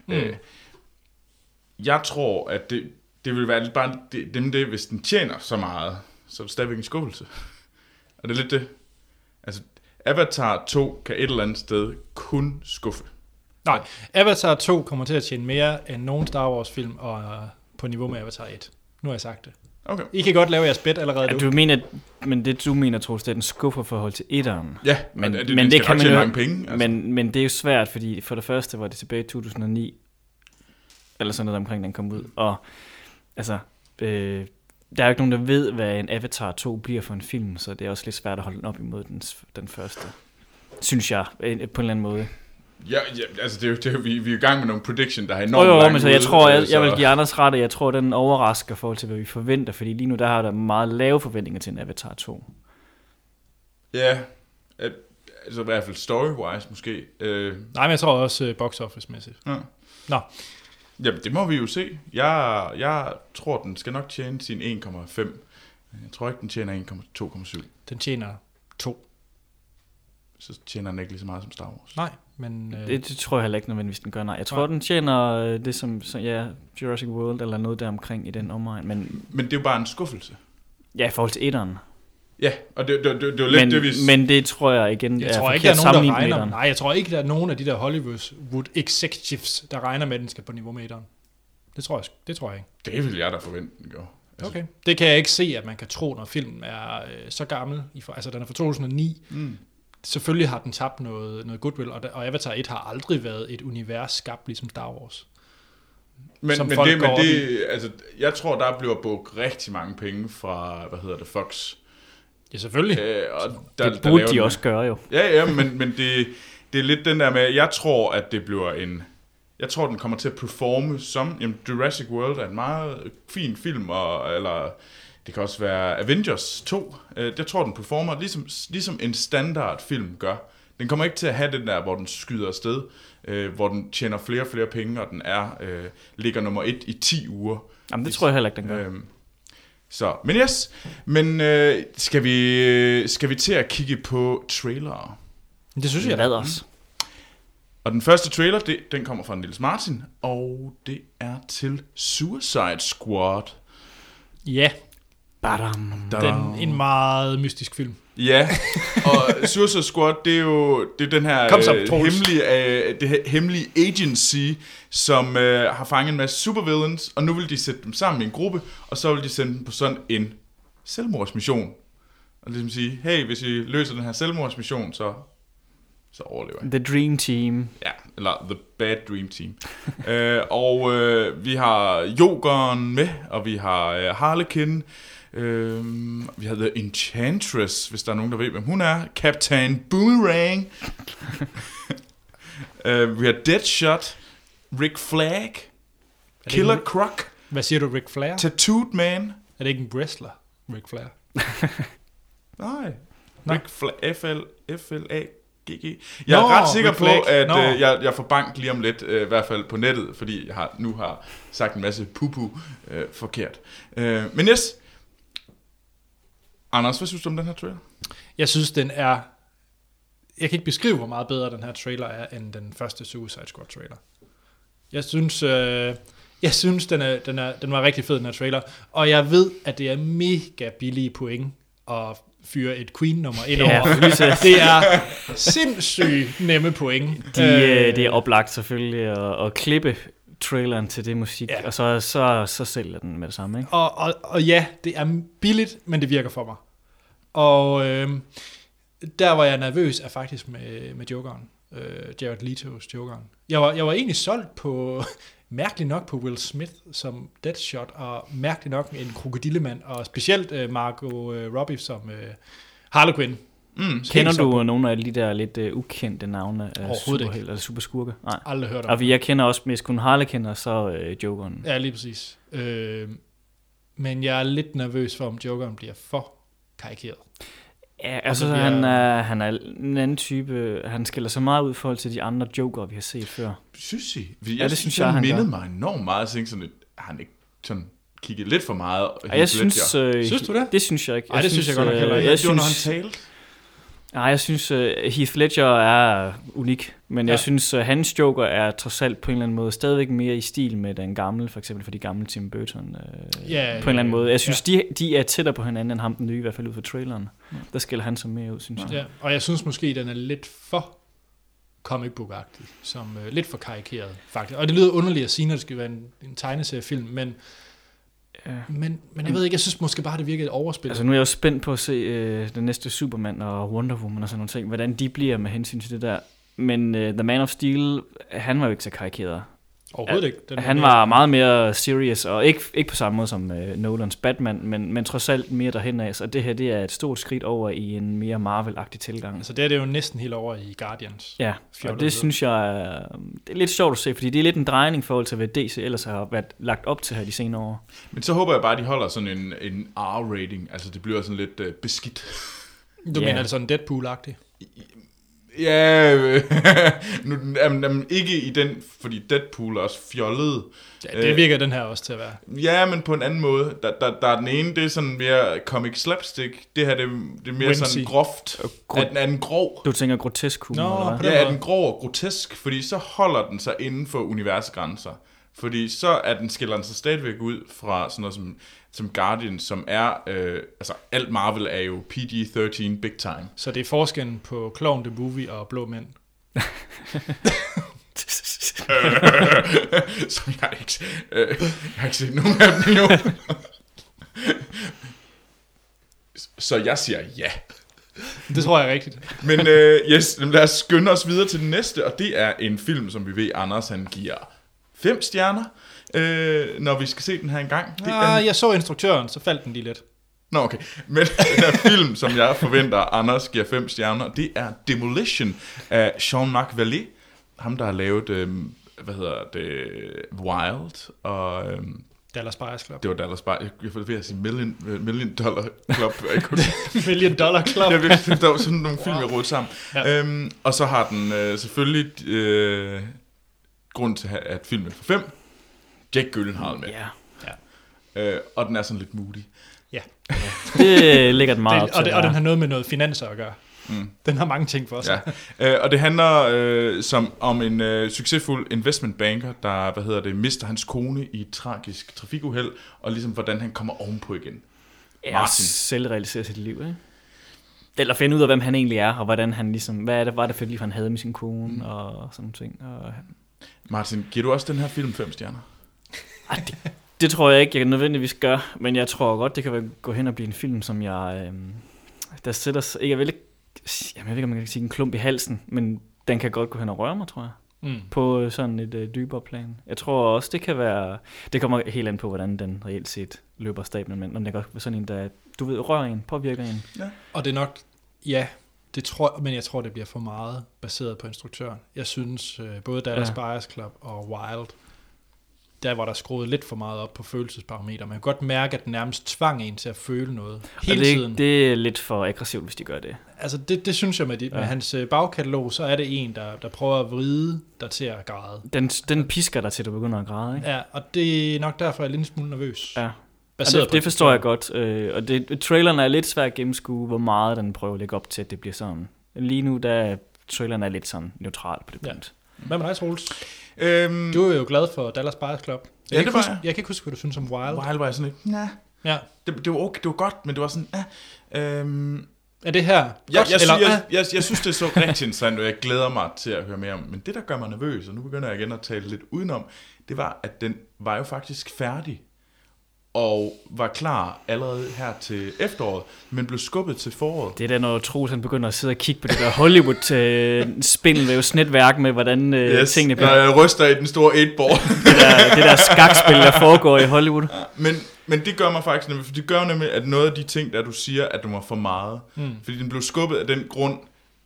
Jeg tror, at det vil være bare det, hvis den tjener så meget, så er det stadigvæk en skuffelse. Og det er lidt det. Altså, Avatar 2 kan et eller andet sted kun skuffe. Nej, Avatar 2 kommer til at tjene mere end nogen Star Wars film og på niveau med Avatar 1. Nu har jeg sagt det. Okay. I kan godt lave jeres bet allerede nu. Men det du mener, Troels, det er den skuffer forhold til etteren. Ja, men det kan man jo mange penge. Altså. Men det er jo svært, fordi for det første var det tilbage i 2009, eller sådan noget omkring, den kom ud. Og altså, der er jo ikke nogen, der ved, hvad en Avatar 2 bliver for en film, så det er også lidt svært at holde den op imod den første. Synes jeg, på en eller anden måde. Ja, altså vi er i gang med nogle prediction, der har enormt langt men så jeg tror, jeg vil give Anders ret, og jeg tror, den overrasker i forhold til, hvad vi forventer, fordi lige nu, der har der meget lave forventninger til en Avatar 2. Ja, altså i hvert fald story-wise måske. Nej, men jeg tror også box office-mæssigt. Ja. Nå. Jamen, det må vi jo se. Jeg tror, den skal nok tjene sin 1,5. Jeg tror ikke, den tjener 2,7. Den tjener 2. Så tjener den ikke lige så meget som Star Wars. Nej, men... Det tror jeg heller ikke nødvendigvis, den gør. Nej, jeg tror, den tjener det som Jurassic World eller noget der omkring i den omegn. Men det er jo bare en skuffelse. Ja, i forhold til etteren. Ja, og det er lidt det, vi... Men det tror jeg igen jeg tror ikke, der er nogen, der regner... Nej, jeg tror ikke, der er nogen af de der Hollywood executives, der regner med, at den skal på niveau med etteren. Det tror jeg ikke. Det vil jeg da forvente, den gør. Altså. Okay. Det kan jeg ikke se, at man kan tro, når filmen er så gammel. Altså, den er fra 2009. Selvfølgelig har den tabt noget goodwill, og Avatar 1 har aldrig været et univers skabt ligesom Star Wars. Men det, altså, jeg tror, der bliver brugt rigtig mange penge fra, Fox. Ja, selvfølgelig. Det burde de også gøre jo. Ja, men det er lidt den der med, jeg tror, at det bliver jeg tror, den kommer til at performe som, Jurassic World er en meget fin film, eller det kan også være Avengers 2. Jeg tror, den performer ligesom en standardfilm gør. Den kommer ikke til at have den der, hvor den skyder afsted, hvor den tjener flere og flere penge, og den ligger nummer 1 i 10 uger. Jamen, det tror jeg heller ikke, den gør. Men skal vi til at kigge på trailere? Det synes jeg. Lad os. Og den første trailer, den kommer fra Niels Martin, og det er til Suicide Squad. Ja. Badam. En meget mystisk film. Ja, og Suicide Squad, det er den her hemmelige agency, som har fanget en masse supervillains, og nu vil de sætte dem sammen i en gruppe, og så vil de sende dem på sådan en selvmordsmission. Og ligesom sige, hey, hvis I løser den her selvmordsmission, så overlever I. The Dream Team. Ja, eller The Bad Dream Team. Vi har Jokeren med, og vi har Harlequin. Vi har The Enchantress, hvis der er nogen, der ved, hvem hun er. Captain Boomerang. Vi har Deadshot. Rick Flag. Killer Croc. Hvad siger du, Rick Flair? Tattooed Man. Er det ikke en wrestler, Rick Flair? Nej. Rick Flag. F-L-A-G-G. Jeg er ret sikker på, at jeg får bank lige om lidt, i hvert fald på nettet, fordi jeg nu har sagt en masse pupu forkert. Men yes. Anders, hvad synes du om den her trailer? Jeg synes, den er... Jeg kan ikke beskrive, hvor meget bedre den her trailer er, end den første Suicide Squad trailer. Jeg synes den var rigtig fed, den her trailer. Og jeg ved, at det er mega billige point at fyre et Queen-nummer ind over. Det er sindssygt nemme point. Det er oplagt selvfølgelig at klippe traileren til det musik, og så sælger den med det samme, ikke? Og ja, det er billigt, men det virker for mig. Og der var jeg nervøs er faktisk med Jokeren. Jared Leto's Jokeren. Jeg var egentlig solgt på, mærkeligt nok på Will Smith som Deadshot, og mærkeligt nok en krokodillemand, og specielt Margot Robbie som Harlequin. Kender du nogle af de der lidt ukendte navne af superskurke? Nej. Aldrig hørt om. Og jeg kender også mest kun Harlequin og så Jokeren. Ja, lige præcis. Men jeg er lidt nervøs for, om Jokeren bliver for karikeret. Ja, altså han er en anden type. Han skiller så meget ud i forhold til de andre Joker, vi har set før. Synes I? Det synes jeg, han mindede mig enormt meget. Jeg sådan, han ikke sådan kigget lidt for meget. Jeg synes, synes du det? Det synes jeg ikke. Nej, det synes jeg godt nok heller ikke. Jeg synes, han talte. Nej, jeg synes, Heath Ledger er unik, men jeg synes, hans Joker er trods alt på en eller anden måde stadigvæk mere i stil med den gamle, for eksempel for de gamle Tim Burton, på en eller anden måde. Jeg synes, de er tættere på hinanden end ham den nye, i hvert fald ud fra traileren. Der skiller han så mere ud, synes jeg. Ja, og jeg synes måske, den er lidt for comic book-agtig, som lidt for karikeret, faktisk. Og det lyder underligt at sige, når det skal være en tegneseriefilm, men jeg ved ikke, jeg synes måske bare, det virker et overspil. Altså nu er jeg jo spændt på at se den næste Superman og Wonder Woman og sådan nogle ting, hvordan de bliver med hensyn til det der. Men The Man of Steel, han var jo ikke så karikeret. Overhovedet ikke. Han var meget mere serious, og ikke på samme måde som Nolans Batman, men trods alt mere derhen af. Så det her, det er et stort skridt over i en mere Marvel-agtig tilgang. Altså det er det jo næsten helt over i Guardians. Ja, og det synes jeg, det er lidt sjovt at se, fordi det er lidt en drejning i forhold til, hvad DC ellers har været lagt op til her de senere år. Men så håber jeg bare, at de holder sådan en R-rating, altså det bliver sådan lidt beskidt. Du mener det sådan Deadpool-agtigt? Ja, ikke i den, fordi Deadpool er også fjollet. Ja, det virker den her også til at være. Ja, men på en anden måde. Der er den ene, det er sådan mere comic slapstick. Det her, det er mere sådan groft. Er den grov? Du tænker grotesk humor, eller hvad? Ja, er den grov og grotesk, fordi så holder den sig inden for universgrænser. Fordi så skiller den sig stadigvæk ud fra sådan noget som Guardian, som er, altså alt Marvel er jo PG-13 big time. Så det er forskellen på Clown the Movie og Blå Mænd? Som jeg har ikke set nogen af dem jo. Så jeg siger ja. Det tror jeg er rigtigt. Men lad os skynde os videre til den næste, og det er en film, som vi ved, Anders han giver 5 stjerner. når vi skal se den her en gang. Jeg så instruktøren, så faldt den lige lidt. Nå, okay. Men den her film, som jeg forventer, Anders giver 5 stjerner, det er Demolition af Jean-Marc Vallée. Ham, der har lavet, Wild og... Dallas Buyers Club. Det var Dallas Buyers. Jeg får det ved at sige Million Dollar Club. Million Dollar Club. Der var sådan nogle film, jeg rådte sammen. Ja. Og så har den selvfølgelig grund til, at filmen får 5. Jake Gyllenhaal med. Ja. Og den er sådan lidt moody. Ja. Det ligger den meget op til. Og den har noget med noget finanser at gøre. Den har mange ting for sig. Ja. Og det handler om en succesfuld investment banker, der mister hans kone i et tragisk trafikuheld, og ligesom hvordan han kommer ovenpå igen. Ja, selv realiserer sit liv, ikke? Eller finde ud af, hvem han egentlig er, og hvordan han ligesom, hvad var det for et liv, han havde med sin kone, og sådan ting. Og... Martin, giver du også den her film 5 stjerner? Det tror jeg ikke, jeg nødvendigvis gør, men jeg tror godt, det kan gå hen og blive en film, som jeg, der sætter sig, jeg ved ikke, om man kan sige en klump i halsen, men den kan godt gå hen og røre mig, tror jeg, på sådan et dybere plan. Jeg tror også, det kan være, det kommer helt an på, hvordan den reelt set løber stablen, men om det kan være sådan en, der, du ved, rører en, påvirker en. Ja. Og det er nok, men jeg tror, det bliver for meget baseret på instruktøren. Jeg synes, både Dallas Buyers Club og Wild, der var der skruet lidt for meget op på følelsesparameter. Man kan godt mærke, at den nærmest tvang en til at føle noget hele tiden. Det er lidt for aggressivt, hvis de gør det. Altså det synes jeg med hans bagkatalog, så er det en, der prøver at vride dig til at græde. Den pisker dig til, at du begynder at græde, ikke? Ja, og det er nok derfor, jeg er lidt smule nervøs. Ja. Det forstår jeg godt. Og traileren er lidt svært at gennemskue, hvor meget den prøver at lægge op til, at det bliver sådan. Lige nu, der traileren er lidt sådan neutral på det punkt. Hvad med dig, Troels? Du er jo glad for Dallas Buyers Club. Jeg kan ikke huske, hvad du synes om Wild. Wild var jeg sådan lidt, ja. Det var okay, det var godt, men det var sådan, Er det her godt, jeg synes, det er så rigtig interessant, og jeg glæder mig til at høre mere om. Men det, der gør mig nervøs, og nu begynder jeg igen at tale lidt udenom, det var, at den var jo faktisk færdig, og var klar allerede her til efteråret, men blev skubbet til foråret. Det er da, når Troels han begynder at sidde og kigge på det der Hollywood-spindelvævsnetværk med, hvordan tingene bliver... Når jeg ryster i den store 8-ball. det der skakspil, der foregår i Hollywood. Men det gør mig faktisk nemlig, for det gør nemlig, at noget af de ting, der du siger, at du var for meget. Fordi den blev skubbet af den grund,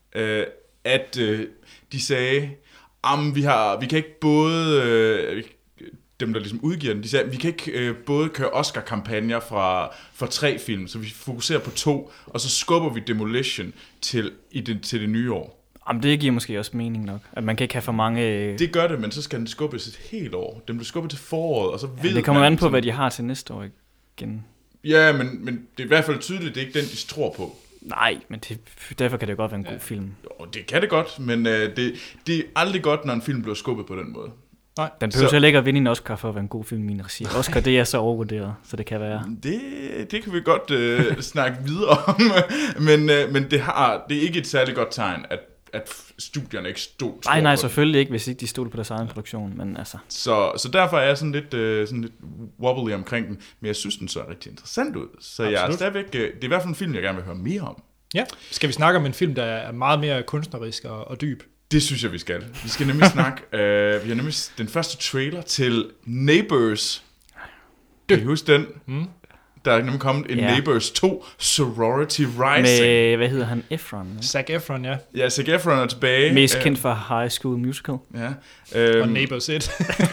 at de sagde, vi kan ikke både... dem, der ligesom udgiver den, de sagde, vi kan ikke både køre Oscar-kampagner for 3 film, så vi fokuserer på 2, og så skubber vi Demolition til det nye år. Jamen, det giver måske også mening nok, at man kan ikke have for mange... Det gør det, men så skal den skubbes et helt år. Den bliver skubbet til foråret, og så ved det kommer an på, hvad de har til næste år igen. Ja, men det er i hvert fald tydeligt, det er ikke den, de tror på. Nej, men derfor kan det godt være en god film. Jo, det kan det godt, men det er aldrig godt, når en film bliver skubbet på den måde. Nej. Den behøver så ikke at vinde en Oscar for at være en god film i min regi. Oscar, det er så overvurderet, så det kan være. Det kan vi godt snakke videre om, men det er ikke et særligt godt tegn, at studierne ikke stod. Nej, selvfølgelig ikke, hvis ikke de stod på deres egen produktion, men altså. Så derfor er jeg sådan lidt wobbly omkring den, men jeg synes, den så rigtig interessant ud. Så jeg er stadigvæk, det er i hvert fald en film, jeg gerne vil høre mere om. Ja, skal vi snakke om en film, der er meget mere kunstnerisk og dyb? Det synes jeg, vi skal. Vi skal nemlig snakke, vi har nemlig den første trailer til Neighbors. Kan I huske den? Der er nemlig kommet en Neighbors 2 Sorority Rising. Med, hvad hedder han? Efron? Ja? Zac Efron, ja. Ja, Zac Efron er tilbage. Mest kendt for High School Musical. Ja. Og Neighbors 1.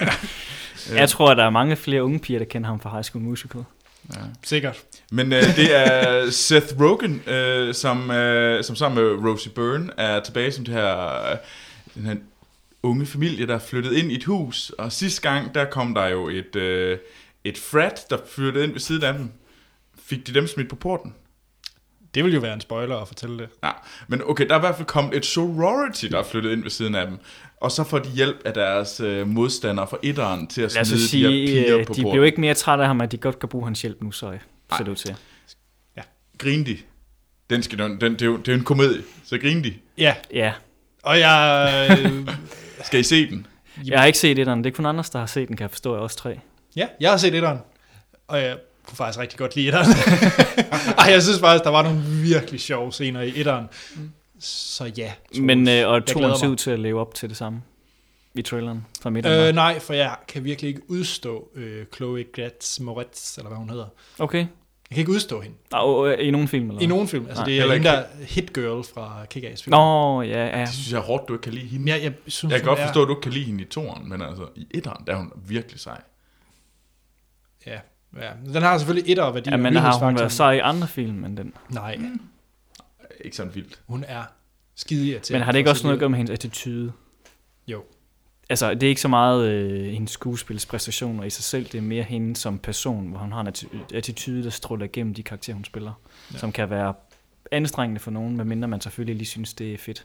Jeg tror, at der er mange flere unge piger, der kender ham fra High School Musical. Ja. Sikkert. Men det er Seth Rogen, som sammen med Rosie Byrne er tilbage som den her unge familie, der er flyttet ind i et hus. Og sidste gang, der kom der jo et frat, der flyttede ind ved siden af dem. Fik de dem smidt på porten? Det vil jo være en spoiler at fortælle det. Ja, men okay, der er i hvert fald kommet et sorority, der er flyttet ind ved siden af dem. Og så får de hjælp af deres modstandere fra etteren til at smide de her piger på porten. De blev ikke mere trætte af ham, at de godt kan bruge hans hjælp nu, så ser det ud til. Ja. Grin de. Det er jo en komedie, så grin de. Ja. Og jeg... Skal I se den? Jeg har ikke set etteren. Det er kun Anders, der har set den, kan jeg forstå, jeg også 3. Ja, jeg har set etteren. Og jeg kunne faktisk rigtig godt lide etteren. Jeg synes faktisk, der var nogle virkelig sjove scener i etteren. Så ja. Men og toren ser ud til at leve op til det samme. i traileren fra midten? Nej, for jeg kan virkelig ikke udstå Chloe Grace Moretz, eller hvad hun hedder. Okay. Jeg kan ikke udstå hende. I nogen film, eller? I nogen film. Altså, Nej, det er hende, der Hit Girl fra Kick-Ass-filmen. Nå, ja. Det synes jeg er hårdt, du ikke kan lide hende. Jeg synes, jeg kan godt forstå, at du ikke kan lide hende i 2'eren, men altså i 1'eren, der er hun virkelig sej. Ja. Den har selvfølgelig etterværdi. Ja, men har hun været sej i andre film end den? Nej. Ikke sådan vildt. Hun er skide irriterende. Men har det ikke også noget at gøre med hendes attitude? Jo. Altså, det er ikke så meget hendes skuespilspræstationer i sig selv, det er mere hende som person, hvor hun har en attitude, der stråler igennem de karakterer, hun spiller, som kan være anstrengende for nogen, medmindre man selvfølgelig lige synes, det er fedt.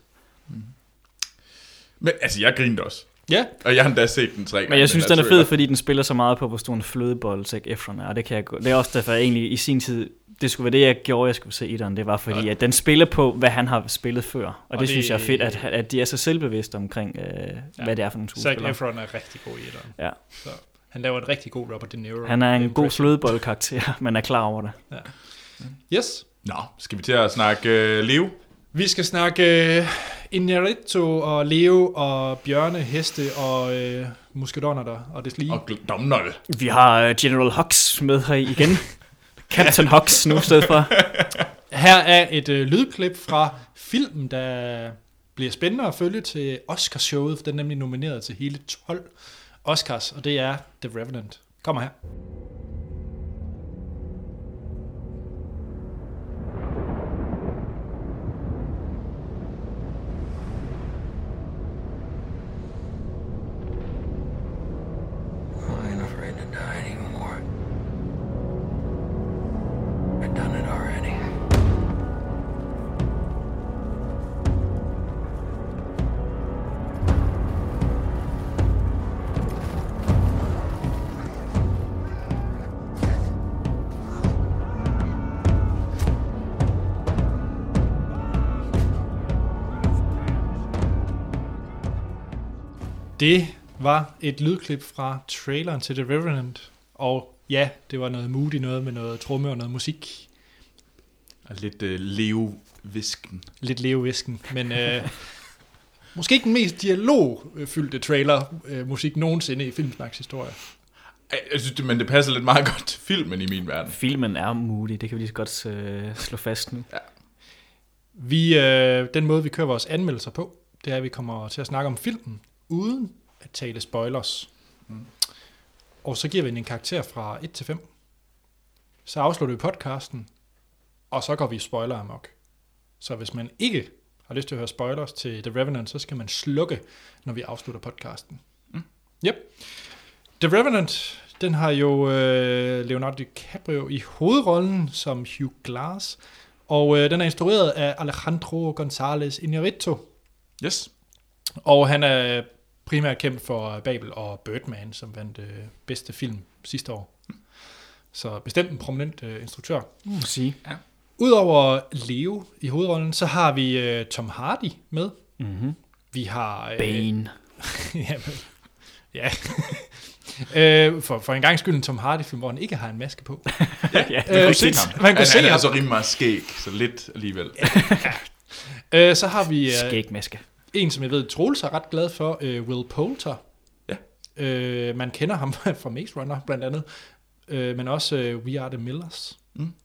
Men altså, jeg grinede også. Ja. Og jeg har endda set den 3 gange. Men jeg synes, den er fed, fordi den spiller så meget på, hvor stor en flødebold Zac Efron er, og det er også derfor, jeg egentlig i sin tid, det skulle være det, jeg gjorde, jeg skulle se i den. Det var fordi, at den spiller på, hvad han har spillet før. Og det synes jeg er fedt, at de er så selvbevidste omkring, hvad det er for nogle skuespillere. Zac Efron er rigtig god i den. Ja. Så han laver en rigtig god Robert De Niro. Han er en god flødeboldkarakter, man er klar over det. Ja. Yes. Nå, skal vi til at snakke Leo? Vi skal snakke Inarito og Leo og bjørne, heste og muskedonner og det lige. Og domnold. Vi har General Hux med her igen. Captain Hux nu i stedet for. Her er et lydklip fra filmen, der bliver spændende at følge til Oscarshowet, for den er nemlig nomineret til hele 12 Oscars, og det er The Revenant. Kommer her. Det var et lydklip fra traileren til The Revenant, og ja, det var noget moody, noget med noget tromme og noget musik. Og lidt Leo-visken. Lidt Leo-visken, men måske ikke den mest dialogfyldte trailer-musik nogensinde i Filmsnaks historie. Jeg synes, men det passer lidt meget godt til filmen i min verden. Filmen er moody, det kan vi lige så godt slå fast nu. Ja. Den måde, vi kører vores anmeldelser på, det er, at vi kommer til at snakke om filmen, uden at tale spoilers. Og så giver vi en karakter fra 1 til 5. Så afslutter vi podcasten, og så går vi spoiler amok. Så hvis man ikke har lyst til at høre spoilers til The Revenant, så skal man slukke, når vi afslutter podcasten. Yep. The Revenant, den har jo Leonardo DiCaprio i hovedrollen som Hugh Glass, og den er instrueret af Alejandro González Iñárritu. Yes. Og han er primært kendt for Babel og Birdman, som vandt bedste film sidste år. Så bestemt en prominent instruktør. Sige. Ja. Udover Leo i hovedrollen, så har vi Tom Hardy med. Mm-hmm. Vi har... Bane. ja. For en gang skyld en Tom Hardy-film, hvor han ikke har en maske på. Ja, man kunne se ham. Man kunne se han er ham. altså rimelig meget skæg, så lidt alligevel. Så har vi... Skægmaske. En, som jeg ved, Troels er ret glad for, Will Poulter. Ja. Man kender ham fra Maze Runner, blandt andet. Men også We Are The Millers.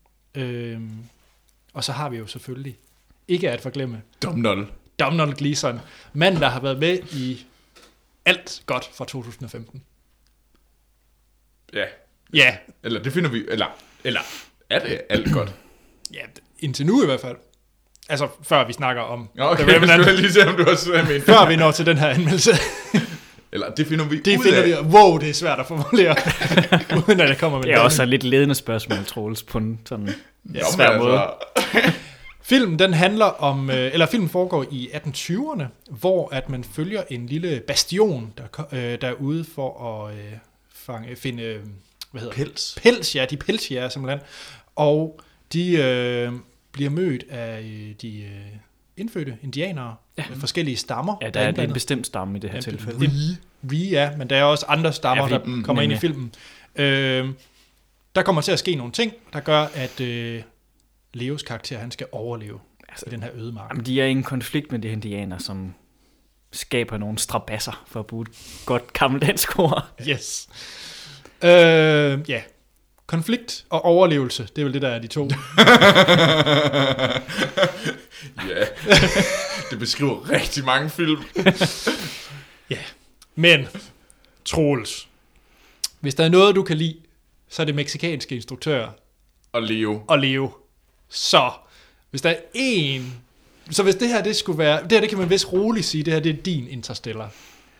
Og så har vi jo selvfølgelig, ikke at forglemme, Domhnall Gleeson. Manden, der har været med i alt godt fra 2015. Ja. Ja. Eller det finder vi... Eller er det alt godt? Ja, indtil nu i hvert fald. Altså, før vi snakker om Okay, The Revenant. Jeg lige se, om du også er med. Før vi når til den her anmeldelse. Eller det finder vi Wow, det er svært at formulere, uden at det kommer med det er også et lidt ledende spørgsmål, Troels, på en sådan svær måde. Filmen, den handler om, eller filmen foregår i 1820'erne, hvor at man følger en lille bastion, der er ude for at finde, hvad hedder Pels. Pels, ja, de pelsjæger simpelthen. Og de bliver mødt af de indfødte indianere med forskellige stammer. Ja, der er en bestemt stamme i det her tilfælde. Ja, men der er også andre stammer, der kommer ind i filmen. Der kommer til at ske nogle ting, der gør, at Leos karakter, han skal overleve i den her ødemark. Jamen, de er i en konflikt med de indianer, som skaber nogle strabasser, for at bruge et godt gammeldansk ord. Yes. Ja. Konflikt og overlevelse, det er vel det, der er de to. Ja, det beskriver rigtig mange film. Ja, men Troels, hvis der er noget, du kan lide, så er det mexikanske instruktører Og Leo. Så hvis der er en... Så hvis det her, det skulle være... Det kan man vist roligt sige, det her, det er din Interstellar.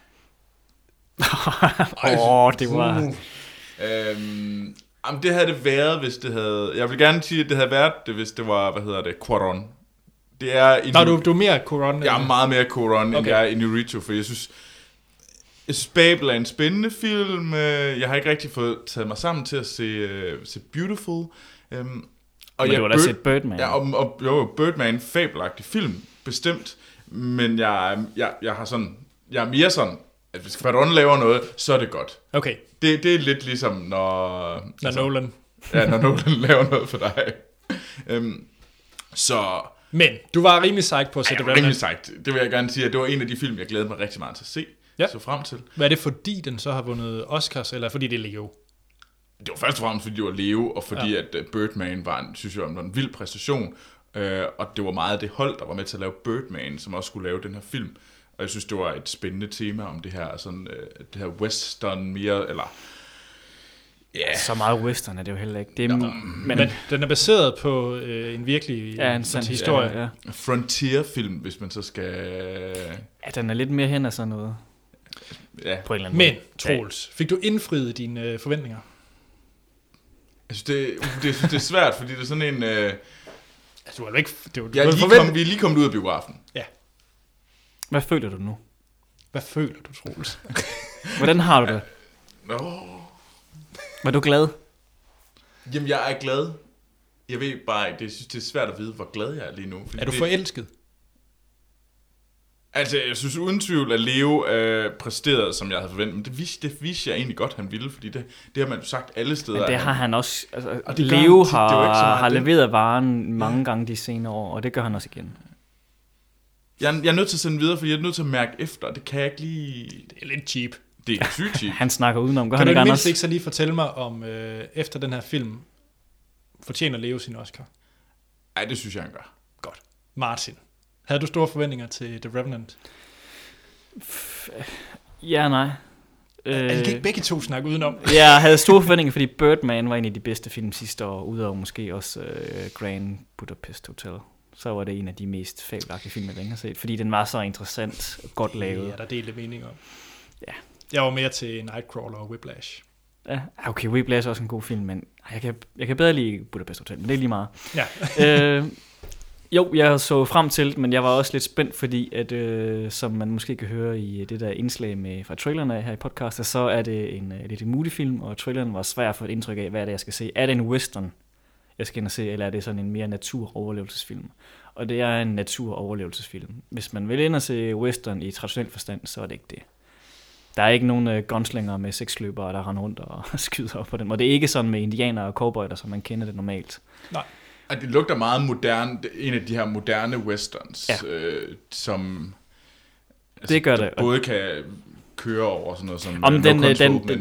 Det var... Jamen, det havde det været, hvis det havde... Jeg vil gerne sige, at det havde været det, hvis det var, Cuarón. Det er... Du er mere Cuarón. Jeg er meget mere Cuarón, end jeg er Inarritu, for jeg synes, Babel er en spændende film. Jeg har ikke rigtig fået taget mig sammen til at se Beautiful. Men du har da set Birdman. Ja, og Birdman, fabelagtig film, bestemt. Men jeg har sådan... Jeg er mere sådan, at hvis Cuarón laver noget, så er det godt. Okay. Det er lidt ligesom, når Nolan. Ja, når Nolan laver noget for dig. Så... Men du var rimelig psyched på at se det. Rimelig psyched. Det vil jeg gerne sige, at det var en af de film, jeg glædede mig rigtig meget til at se. Ja. Så frem til. Hvad er det, fordi den så har vundet Oscars, eller fordi det er Leo? Det var først og fremmest, fordi det var Leo, og fordi at Birdman var en vild præstation. Og det var meget det hold, der var med til at lave Birdman, som også skulle lave den her film. Og jeg synes, det var et spændende tema om det her, sådan, det her western mere, eller... Yeah. Så meget western er det jo heller ikke. Det er, men den er baseret på en virkelig en sand historie. Ja. Frontier-film, hvis man så skal... Ja, den er lidt mere hen af sådan noget. Ja. På en eller anden måde. Men, Troels, fik du indfriet dine forventninger? Jeg synes, det er svært, fordi det er sådan en... Du er ikke... Vi er lige kommet ud af biografen. Ja. Hvad føler du nu? Hvad føler du, Troels? Hvordan har du det? Var du glad? Jamen, jeg er glad. Jeg ved bare, jeg synes, det er svært at vide, hvor glad jeg er lige nu. Er du forelsket? Altså, jeg synes uden tvivl, at Leo præsterede, som jeg havde forventet. Men det vidste jeg egentlig godt, han ville, fordi det har man jo sagt alle steder. Men det har han også... Altså, og Leo har leveret varen mange gange de senere år, og det gør han også igen. Jeg er nødt til at sende videre, for jeg er nødt til at mærke efter, og det kan jeg ikke lige... Det er lidt cheap. Det er sygt cheap. Han snakker udenom. Kan du mindst ikke så lige fortælle mig om, efter den her film, fortjener Leo sin Oscar? Nej, det synes jeg, han gør. Godt. Martin, havde du store forventninger til The Revenant? Ja, nej. Jeg kan ikke begge to snakke udenom. Jeg havde store forventninger, fordi Birdman var en af de bedste film sidste år, udover måske også Grand Budapest Hotel. Så var det en af de mest fabelagtige film, jeg længe har set, fordi den var så interessant og godt lavet. Ja, der delte meninger om. Ja. Jeg var mere til Nightcrawler og Whiplash. Ja, okay, Whiplash er også en god film, men jeg kan bedre lide Budapest Hotel, men det er lige meget. Ja. Jo, jeg så frem til det, men jeg var også lidt spændt, fordi at, som man måske kan høre i det der indslag fra trailerne her i podcastet, så er det en lidt en moody-film, og traileren var svær at få et indtryk af, hvad er det, jeg skal se. Er det en western, jeg skal ind og se, eller er det sådan en mere natur-overlevelsesfilm? Og det er en natur-overlevelsesfilm. Hvis man vil ind og se western i traditionel forstand, så er det ikke det. Der er ikke nogen gunslinger med seksløbere, der render rundt og skyder op på dem. Og det er ikke sådan med indianer og cowboyer, som man kender det normalt. Nej. Og det lugter meget moderne, en af de her moderne westerns, som altså, det gør det. Både kan køre over sådan noget som om den,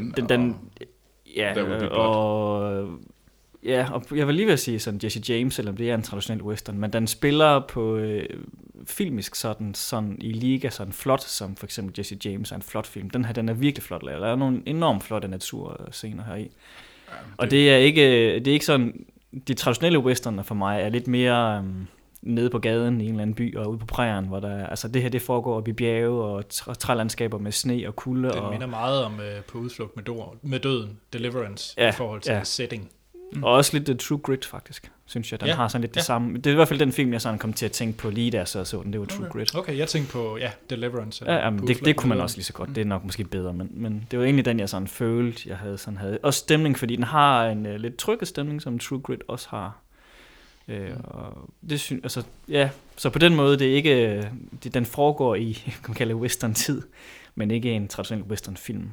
og jeg vil lige ved at sige sådan Jesse James, selvom det er en traditionel western, men den spiller på filmisk sådan i liga sådan flot, som for eksempel Jesse James er en flot film. Den her, den er virkelig flot lavet. Der er nogle enormt flotte naturscener her i. Ja, og det er ikke sådan, de traditionelle westerner for mig er lidt mere nede på gaden i en eller anden by og ude på præren, hvor der altså det her det foregår op i bjerge og trælandskaber med sne og kulde. Det minder meget om på udflugt med døden, Deliverance, i forhold til setting. Og også lidt True Grit, faktisk, synes jeg. Den har sådan lidt det samme. Det er i hvert fald den film, jeg sådan kom til at tænke på lige der, så den. Det var True Grit. Okay, jeg tænkte på, Deliverance. Ja, det kunne man også lige så godt. Det er nok måske bedre, men det var egentlig den, jeg sådan følte, jeg havde. Også stemning, fordi den har en lidt trykket stemning, som True Grit også har. Og det synes, altså, så på den måde, det er ikke, den foregår i, kan man kalde western-tid, men ikke en traditionel western-film.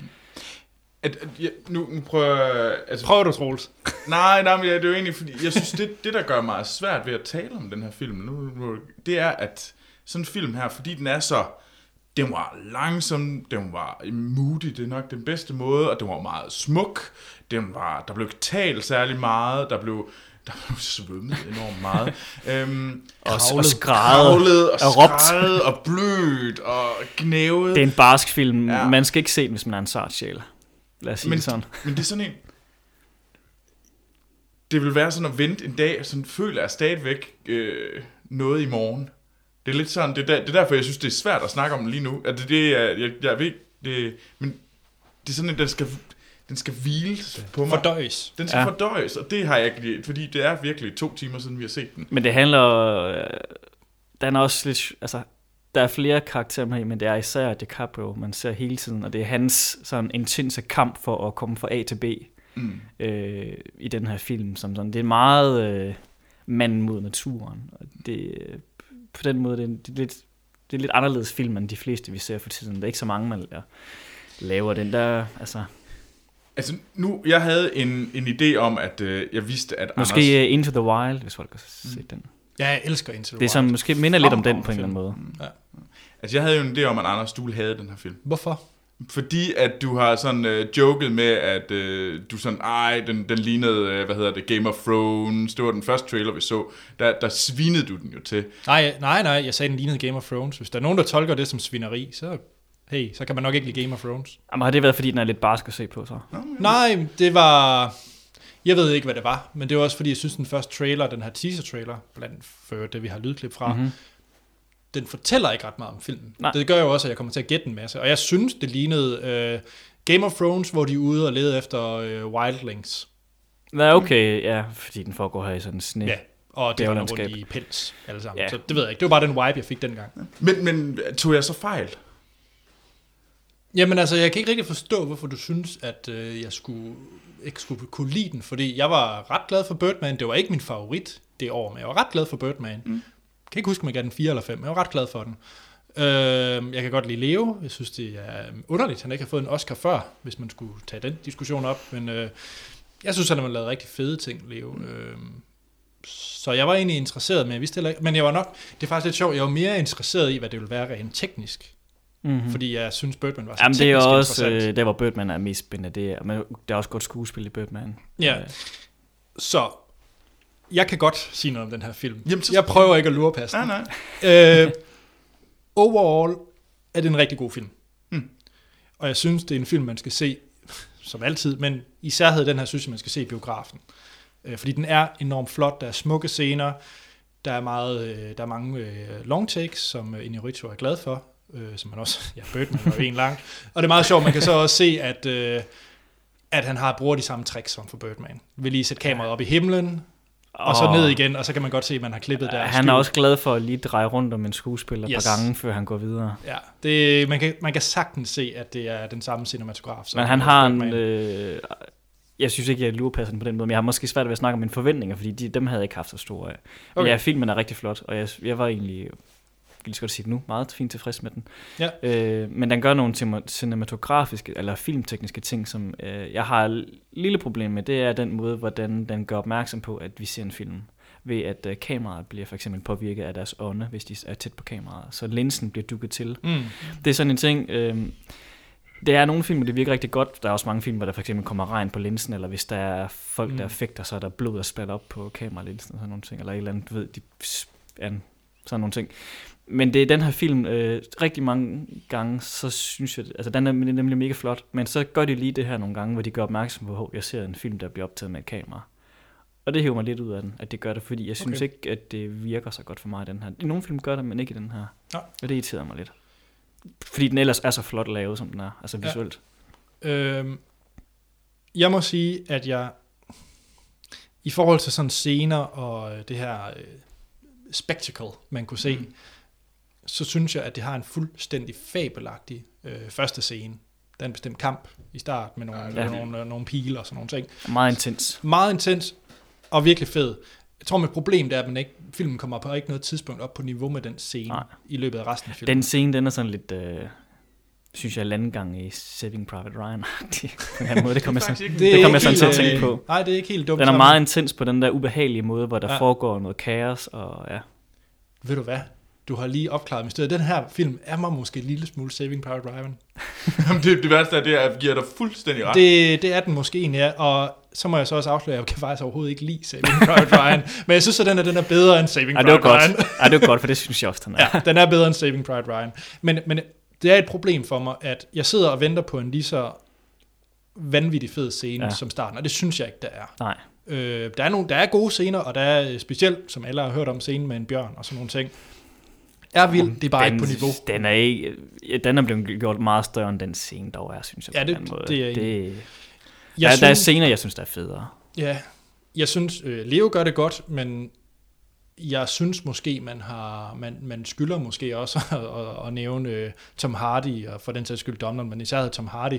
Nu prøver jeg... Altså, prøver du, Troels? Nej, men det er jo egentlig, fordi jeg synes, det der gør mig svært ved at tale om den her film, det er, at sådan en film her, fordi den er så Den var langsom, den var moody, det er nok den bedste måde, og den var meget smuk. Der blev ikke talt særlig meget, der blev svømmet enormt meget. Og skrædet og skrædet og blødt og gnævet. Det er en barsk film. Ja. Man skal ikke se den, hvis man er en sart sjæl. Lad os sige det sådan. Men det er sådan en... Det vil være sådan at vente en dag, og sådan føler jeg stadigvæk noget i morgen. Det er lidt sådan, det er derfor, jeg synes, det er svært at snakke om det lige nu. At jeg ved det, men det er sådan, at den skal hvile på mig. Fordøjes. Den skal fordøjes, og det har jeg ikke, fordi det er virkelig 2 timer siden, vi har set den. Men det handler, den er også lidt, altså, der er flere karakterer med, men det er især DiCaprio, man ser hele tiden, og det er hans sådan intense kamp for at komme fra A til B i den her film. Som sådan. Det er meget manden mod naturen, og det på den måde, det er lidt anderledes film, end de fleste, vi ser for tiden. Der er ikke så mange, man laver den der, altså... Altså, nu, jeg havde en idé om, at jeg vidste, at måske Anders... Into the Wild, hvis folk har set den. Ja, jeg elsker Into the Wild. Det er sådan, måske minder lidt om den på en eller anden måde. Ja. Altså, jeg havde jo en idé om, at Anders, du havde den her film. Hvorfor? Fordi at du har sådan joket med, at du sådan, den lignede, Game of Thrones. Det var den første trailer, vi så. Der svinede du den jo til. Nej, jeg sagde, den lignede Game of Thrones. Hvis der er nogen, der tolker det som svineri, så kan man nok ikke lide Game of Thrones. Jamen, har det været, fordi den er lidt barsk at se på, så? Nej, det var... Jeg ved ikke, hvad det var, men det var også, fordi jeg synes, den første trailer, den her teaser-trailer, blandt for det, vi har lydklip fra, den fortæller ikke ret meget om filmen. Nej. Det gør jo også, at jeg kommer til at gætte en masse. Og jeg synes, det lignede Game of Thrones, hvor de er ude og leder efter wildlings. Ja, okay, ja, fordi den foregår her i sådan en sne. Ja, og det var rundt i pels alle sammen. Ja. Så det ved jeg ikke. Det var bare den vibe, jeg fik dengang. Men tog jeg så fejl? Jamen altså, jeg kan ikke rigtig forstå, hvorfor du synes, at jeg ikke skulle kunne lide den, fordi jeg var ret glad for Birdman. Det var ikke min favorit det år, men jeg var ret glad for Birdman. Jeg kan ikke huske, om jeg gav den 4 eller 5, men jeg var ret glad for den. Jeg kan godt lide Leo. Jeg synes, det er underligt, at han ikke har fået en Oscar før, hvis man skulle tage den diskussion op. Men jeg synes, han har lavet rigtig fede ting, Leo. Så jeg var egentlig interesseret, men jeg vidste heller ikke. Men jeg var nok, det er faktisk lidt sjovt, jeg var mere interesseret i, hvad det ville være rent teknisk. Fordi jeg synes, Birdman var så teknisk det er også interessant. Der, hvor Birdman er mest spændende. Men der er også godt skuespil i Birdman. Ja, så jeg kan godt sige noget om den her film. Jamen, jeg prøver ikke at lurepasse den. Nej. Overall er det en rigtig god film. Og jeg synes, det er en film, man skal se, som altid, men især den her, synes jeg, man skal se i biografen. Fordi den er enormt flot, der er smukke scener, der er mange long takes, som Inarritu er glad for, som man også, Birdman var jo en lang. Og det er meget sjovt, man kan så også se, at han bruger de samme tricks som for Birdman. Vil lige sætte kameraet op i himlen, og så ned igen, og så kan man godt se, at man har klippet der. Han er også glad for at lige dreje rundt om en skuespiller et par gange, før han går videre. Ja, man kan sagtens se, at det er den samme cinematograf. Men han har jeg synes ikke, jeg lurepasser den på den måde, men jeg har måske svært ved at snakke om mine forventninger, fordi dem havde jeg ikke haft så store af. Okay. Men filmen er rigtig flot, og jeg var egentlig, jeg kan lige godt sige det nu, meget fint tilfreds med den. Ja. Men den gør nogle cinematografiske eller filmtekniske ting, som jeg har et lille problem med. Det er den måde, hvordan den gør opmærksom på, at vi ser en film. Ved at kameraet bliver for eksempel påvirket af deres ånde, hvis de er tæt på kameraet. Så linsen bliver dukket til. Det er sådan en ting... Det er nogle film, det virker rigtig godt. Der er også mange film, hvor der for eksempel kommer regn på linsen, eller hvis der er folk, der fægter, så er der blod, der spiller op på kameralinsen, og sådan nogle ting, eller et eller andet, sådan nogle ting. Men det er den her film, rigtig mange gange, så synes jeg, altså den er nemlig mega flot, men så gør de lige det her nogle gange, hvor de gør opmærksom på, at jeg ser en film, der bliver optaget med et kamera. Og det hiver mig lidt ud af den, at det gør det, fordi jeg synes ikke, at det virker så godt for mig, den her. I nogle film gør det, men ikke i den her. Ja. Og det irriterer mig lidt. Fordi den ellers er så flot lavet, som den er, altså visuelt. Ja. Jeg må sige, at jeg i forhold til sådan scener og det her spectacle, man kunne se, så synes jeg, at det har en fuldstændig fabelagtig første scene. Der er en bestemt kamp i start med nogle pile og sådan nogle ting. Meget intens. Meget intens og virkelig fed. Jeg tror, mit problem det er, at filmen kommer på ikke noget tidspunkt op på niveau med den scene i løbet af resten af filmen. Den scene, den er sådan lidt, synes jeg, landgang i Saving Private Ryan. På den måde, det kommer jeg sådan til at tænke på. Nej, det er ikke helt dumt. Den er meget intens på den der ubehagelige måde, hvor der foregår noget kaos. Og, ja. Ved du hvad? du har lige opklaret mysteriet. Den her film er mig måske en lille smule Saving Private Ryan. det værste er, det er, at jeg giver dig fuldstændig ret. Det er den måske en, ja. Og så må jeg så også afsløre, at jeg kan faktisk overhovedet ikke lide Saving Private Ryan. Men jeg synes, at den er bedre end Saving Private Ryan. Det er godt, for det synes jeg også, den er. Ja, den er bedre end Saving Private Ryan. Men det er et problem for mig, at jeg sidder og venter på en lige så vanvittig fed scene som starten, og det synes jeg ikke, der er. Nej. Der er gode scener, og der er specielt, som alle har hørt om, scenen med en bjørn og sådan nogle ting. Er vild, det er bare ikke på niveau. Den er blevet gjort meget større end den scene, dog er, synes jeg. Ja, der er scener, jeg synes, der er federe. Ja, jeg synes, Leo gør det godt, men jeg synes måske, man skylder måske også at nævne Tom Hardy, og for den sags skyld Donald, men især Tom Hardy,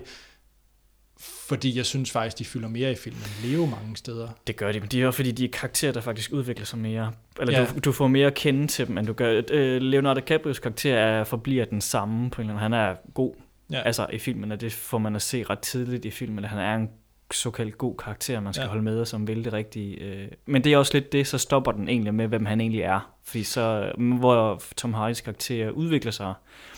fordi jeg synes faktisk, de fylder mere i filmen end Leo mange steder. Det gør de, men det er jo fordi, de er karakterer, der faktisk udvikler sig mere. Eller du får mere at kende til dem, end du gør. Leonardo DiCaprios karakter forbliver den samme på en eller anden. Han er god altså i filmen, og det får man at se ret tidligt i filmen, at han er en såkaldt god karakter, man skal holde med, og som vil det rigtige. Men det er også lidt det, så stopper den egentlig med, hvem han egentlig er. Fordi så, hvor Tom Hardys karakter udvikler sig,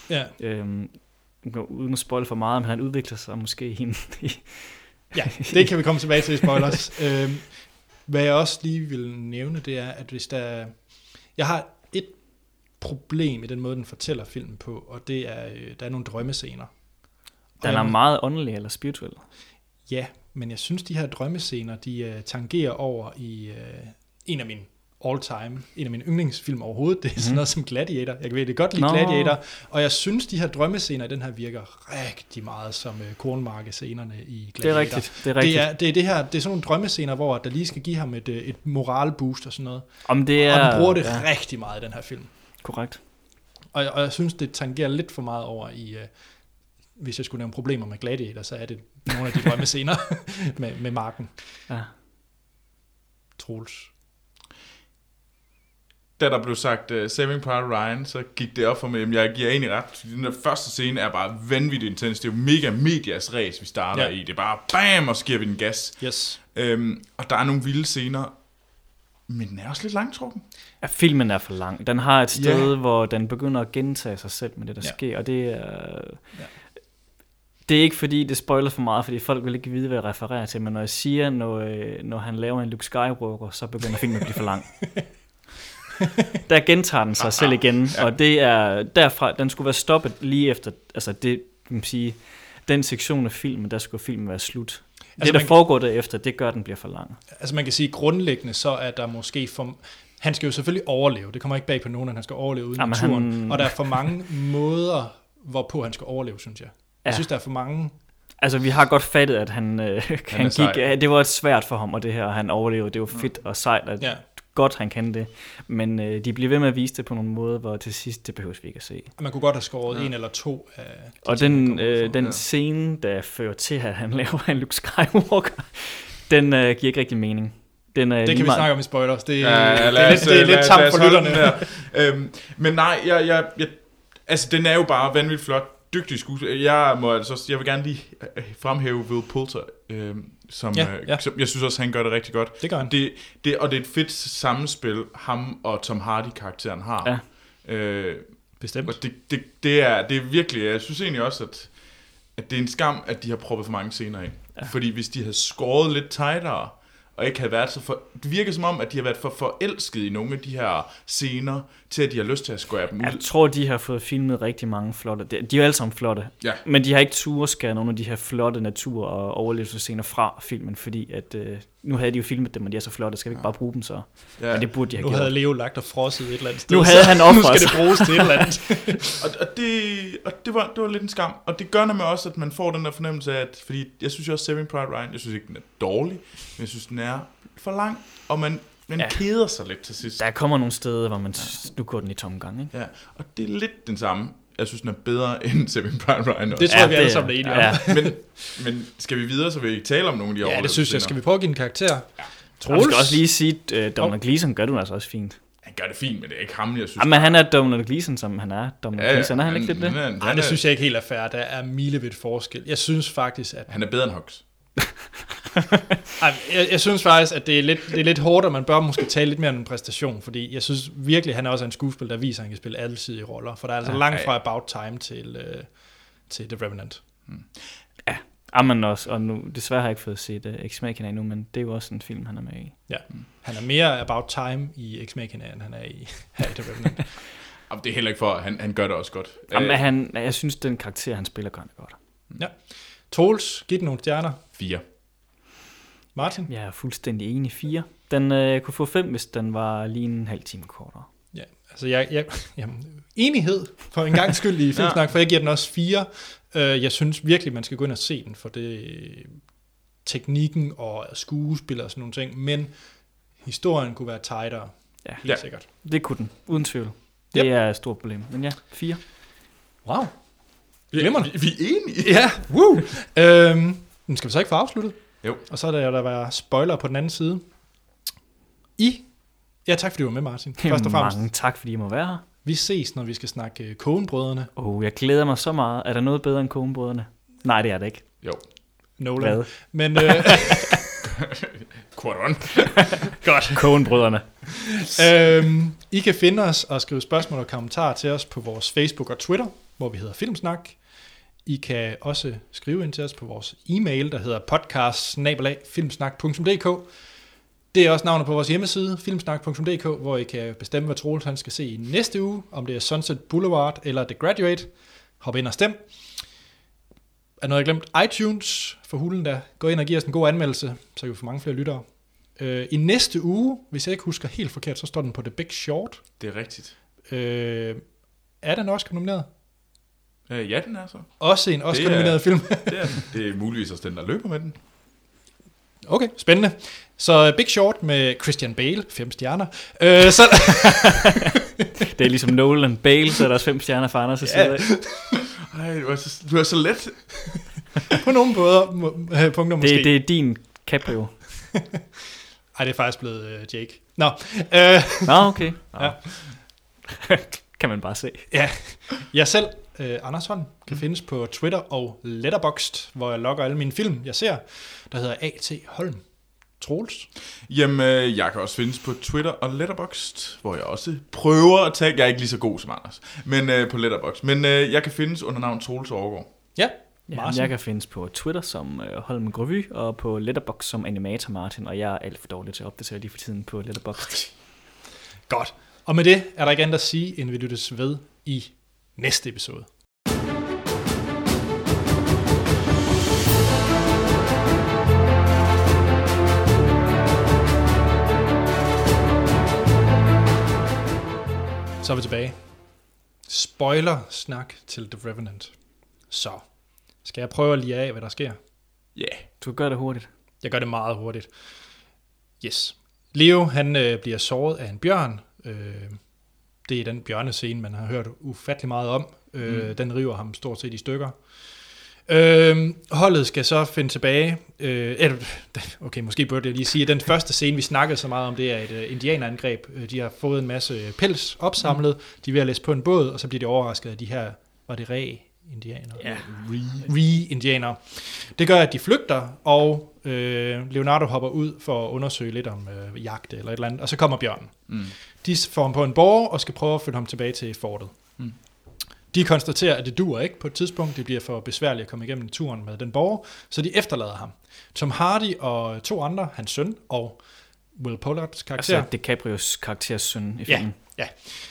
uden at spoil for meget, men han udvikler sig måske i ja, det kan vi komme tilbage til i spoilers. Hvad jeg også lige vil nævne, det er, at hvis jeg har et problem i den måde, den fortæller filmen på, og det er, der er nogle drømmescener. Den er meget åndelig eller spirituel. Ja, men jeg synes, de her drømmescener, de tangerer over i en af mine yndlingsfilm overhovedet. Det er sådan noget som Gladiator. Jeg kan virkelig godt lide Gladiator. Og jeg synes, de her drømmescener i den her virker rigtig meget som kornmarkescenerne i Gladiator. Det er rigtigt. Det er sådan nogle drømmescener, hvor der lige skal give ham et moralboost og sådan noget. Og den bruger det rigtig meget i den her film. Korrekt. Og jeg synes, det tangerer lidt for meget over i... hvis jeg skulle nævne problemer med Gladiator, så er det nogle af de drømmescener med marken. Ja. Troels. Da der blev sagt Saving Private Ryan, så gik det op for mig, at jeg giver egentlig ret. Den der første scene er bare vanvittigt intens. Det er jo mega medias race, vi starter i. Det er bare bam, og så giver vi den gas. Yes. Og der er nogle vilde scener, men den er også lidt langtrukken. Ja, filmen er for lang. Den har et sted, hvor den begynder at gentage sig selv med det, der sker, og det er... Det er ikke fordi, det spoiler for meget, fordi folk vil ikke vide, hvad jeg refererer til, men når jeg siger, når han laver en Luke Skywalker, så begynder filmen at blive for lang. Der gentager den sig selv igen, og det er derfra, den skulle være stoppet lige efter, altså det, kan man sige, den sektion af filmen, der skulle filmen være slut. Altså det, der foregår derefter, det gør, at den bliver for lang. Altså man kan sige, grundlæggende, så er der måske han skal jo selvfølgelig overleve, det kommer ikke bag på nogen, at han skal overleve uden naturen, og der er for mange måder, hvorpå han skal overleve, synes jeg. Jeg synes, der er for mange... Altså, vi har godt fattet, at han gik... Det var svært for ham, og det her, han overlevede. Det var fedt og sejt, at godt han kan det. Men de bliver ved med at vise det på nogle måder, hvor til sidst, det behøves vi ikke at se. Man kunne godt have skåret en eller to af... Og den scene, der fører til, at han laver en Luke Skywalker, den giver ikke rigtig mening. Det kan vi snakke om i spoilers. Det er lidt tamt for lytterne. Men nej, altså, den er jo bare vanvittigt flot. Dygtig skuespiller. Jeg vil gerne lige fremhæve Will Poulter, som jeg synes også, han gør det rigtig godt. Det gør han. Og det er et fedt sammenspil, ham og Tom Hardy-karakteren har. Ja. Bestemt. Og det er virkelig, jeg synes egentlig også, at det er en skam, at de har proppet for mange scener ind. Ja. Fordi hvis de havde skåret lidt tightere, og ikke havde været så det virker som om, at de har været for forelsket i nogle af de her scener, til at de har lyst til at skære dem ud. Jeg tror, de har fået filmet rigtig mange flotte. De er jo alle sammen flotte. Ja. Men de har ikke tur skære nogle af de her flotte natur- og overlevelsesscener fra filmen, fordi at nu havde de jo filmet dem, og de er så flotte, skal vi ikke bare bruge dem så? Ja. Men det burde de have gjort. Nu havde Leo lagt og frosset et eller andet sted. Nu havde han offret. Nu skal det bruges til et eller andet. og det var lidt en skam. Og det gør nemlig også, at man får den der fornemmelse af, at, fordi jeg synes jo også Saving Private Ryan, jeg synes ikke, den er dårlig, men jeg synes, den er for lang, og man keder sig lidt til sidst. Der kommer nogle steder, hvor man nu går den i tomgang, ikke? Ja, og det er lidt den samme. Jeg synes, den er bedre end Saving Private Ryan. Det tror jeg, vi alle sammen er enige om. Men skal vi videre, så vil vi ikke tale om nogle af de overlevelsescener? Ja, det synes jeg. Skal vi prøve at give en karakter? Ja. Jeg skal også lige sige, at Domhnall Gleeson gør du altså også fint. Han gør det fint, men det er ikke ham, jeg synes. Men han er Domhnall Gleeson, som han er. Domhnall Gleeson, er han ikke lidt det? Nej, det synes jeg ikke helt er fair. Der er milevidt forskel. Jeg synes faktisk, at... Han er bedre end Hux. Jeg synes faktisk, at det er lidt hårdt, og man bør måske tale lidt mere om en præstation, fordi jeg synes virkelig, han er også en skuespiller, der viser, at han kan spille alsidige roller, for der er altså langt fra About Time til The Revenant. Ja, Amen også, og nu, desværre har jeg ikke fået set Ex Machina endnu, men det er jo også en film, han er med i. Ja, han er mere About Time i Ex Machina, end han er i The Revenant. Det er heller ikke for, han gør det også godt. Jamen, jeg synes, den karakter, han spiller, gør det godt. Ja. Troels, giv den nogle stjerner. 4. Martin? Jeg er fuldstændig enig. 4. Den kunne få 5, hvis den var lige en halv time kortere. Ja, altså jamen, enighed for en gang skyld i Filmsnak, for jeg giver den også 4. Jeg synes virkelig, man skal gå ind og se den, for det teknikken og skuespil og sådan nogle ting, men historien kunne være tightere. Ja, helt sikkert. Det kunne den, uden tvivl. Det er et stort problem, men ja, 4. Wow. Vi er enige. Ja, woo! Nu skal vi så ikke få afsluttet? Jo. Og så er der være spoiler på den anden side. Ja, tak fordi du var med, Martin. Først og fremmest. Mange tak, fordi I må være her. Vi ses, når vi skal snakke Coen-brødrene. Jeg glæder mig så meget. Er der noget bedre end Coen-brødrene? Nej, det er det ikke. Jo. Nolan. Hvad? Men... Quaron. Godt. Coen-brødrene. I kan finde os og skrive spørgsmål og kommentarer til os på vores Facebook og Twitter, hvor vi hedder Filmsnak. I kan også skrive ind til os på vores e-mail, der hedder podcast@filmsnak.dk. Det er også navnet på vores hjemmeside, filmsnak.dk, hvor I kan bestemme, hvad Troels han skal se i næste uge, om det er Sunset Boulevard eller The Graduate. Hop ind og stem. Er noget, jeg glemt? iTunes for hulen der. Gå ind og giv os en god anmeldelse, så kan vi få mange flere lyttere. I næste uge, hvis jeg ikke husker helt forkert, så står den på The Big Short. Det er rigtigt. Er den Oscar nomineret? Ja, den er så. Også en Oscar-nomineret film. Det er den. Det er muligvis også den, der løber med den. Okay, spændende. Så Big Short med Christian Bale, 5 stjerner. Det er ligesom Nolan Bale, så er der også 5 stjerner for Anders' side af. Ej, du er så let. På nogle punkter måske. Det er din Caprio. Ej, det er faktisk blevet Jake. Nå, okay. Ja. Kan man bare se. Ja, jeg selv, Anders Holm, kan findes på Twitter og Letterboxd, hvor jeg logger alle mine film, jeg ser, der hedder A.T. Holm. Troels? Jamen, jeg kan også findes på Twitter og Letterboxd, hvor jeg også prøver at tage... Jeg er ikke lige så god som Anders, men på Letterboxd. Men jeg kan findes under navn Troels Overgaard. Ja. Jeg kan findes på Twitter som Holm Grevy, og på Letterboxd som Animator Martin, og jeg er alt for dårlig til at opdatere lige for tiden på Letterboxd. Godt. Og med det er der ikke andet at sige, end vi lyttes ved i næste episode. Så er vi tilbage. Spoiler-snak til The Revenant. Så skal jeg prøve at lige af, hvad der sker? Ja. Yeah. Du gør det hurtigt. Jeg gør det meget hurtigt. Yes. Leo, han bliver såret af en bjørn. Det er den bjørnescene, man har hørt ufattelig meget om. Den river ham stort set i stykker. Holdet skal så finde tilbage. Okay, måske burde jeg lige sige, at den første scene, vi snakkede så meget om, det er et indianerangreb. De har fået en masse pels opsamlet. De er ved at læse på en båd, og så bliver de overrasket af de her, var det indianere? Ja. Indianere. Det gør, at de flygter, og Leonardo hopper ud for at undersøge lidt om jagt eller et eller andet, og så kommer bjørnen. De får ham på en borg og skal prøve at følge ham tilbage til fortet. De konstaterer, at det duer ikke på et tidspunkt. Det bliver for besværligt at komme igennem turen med den borger, så de efterlader ham. Tom Hardy og 2 andre, hans søn og Will Pollards karakter. Altså DiCaprios karakters søn i filmen. Ja.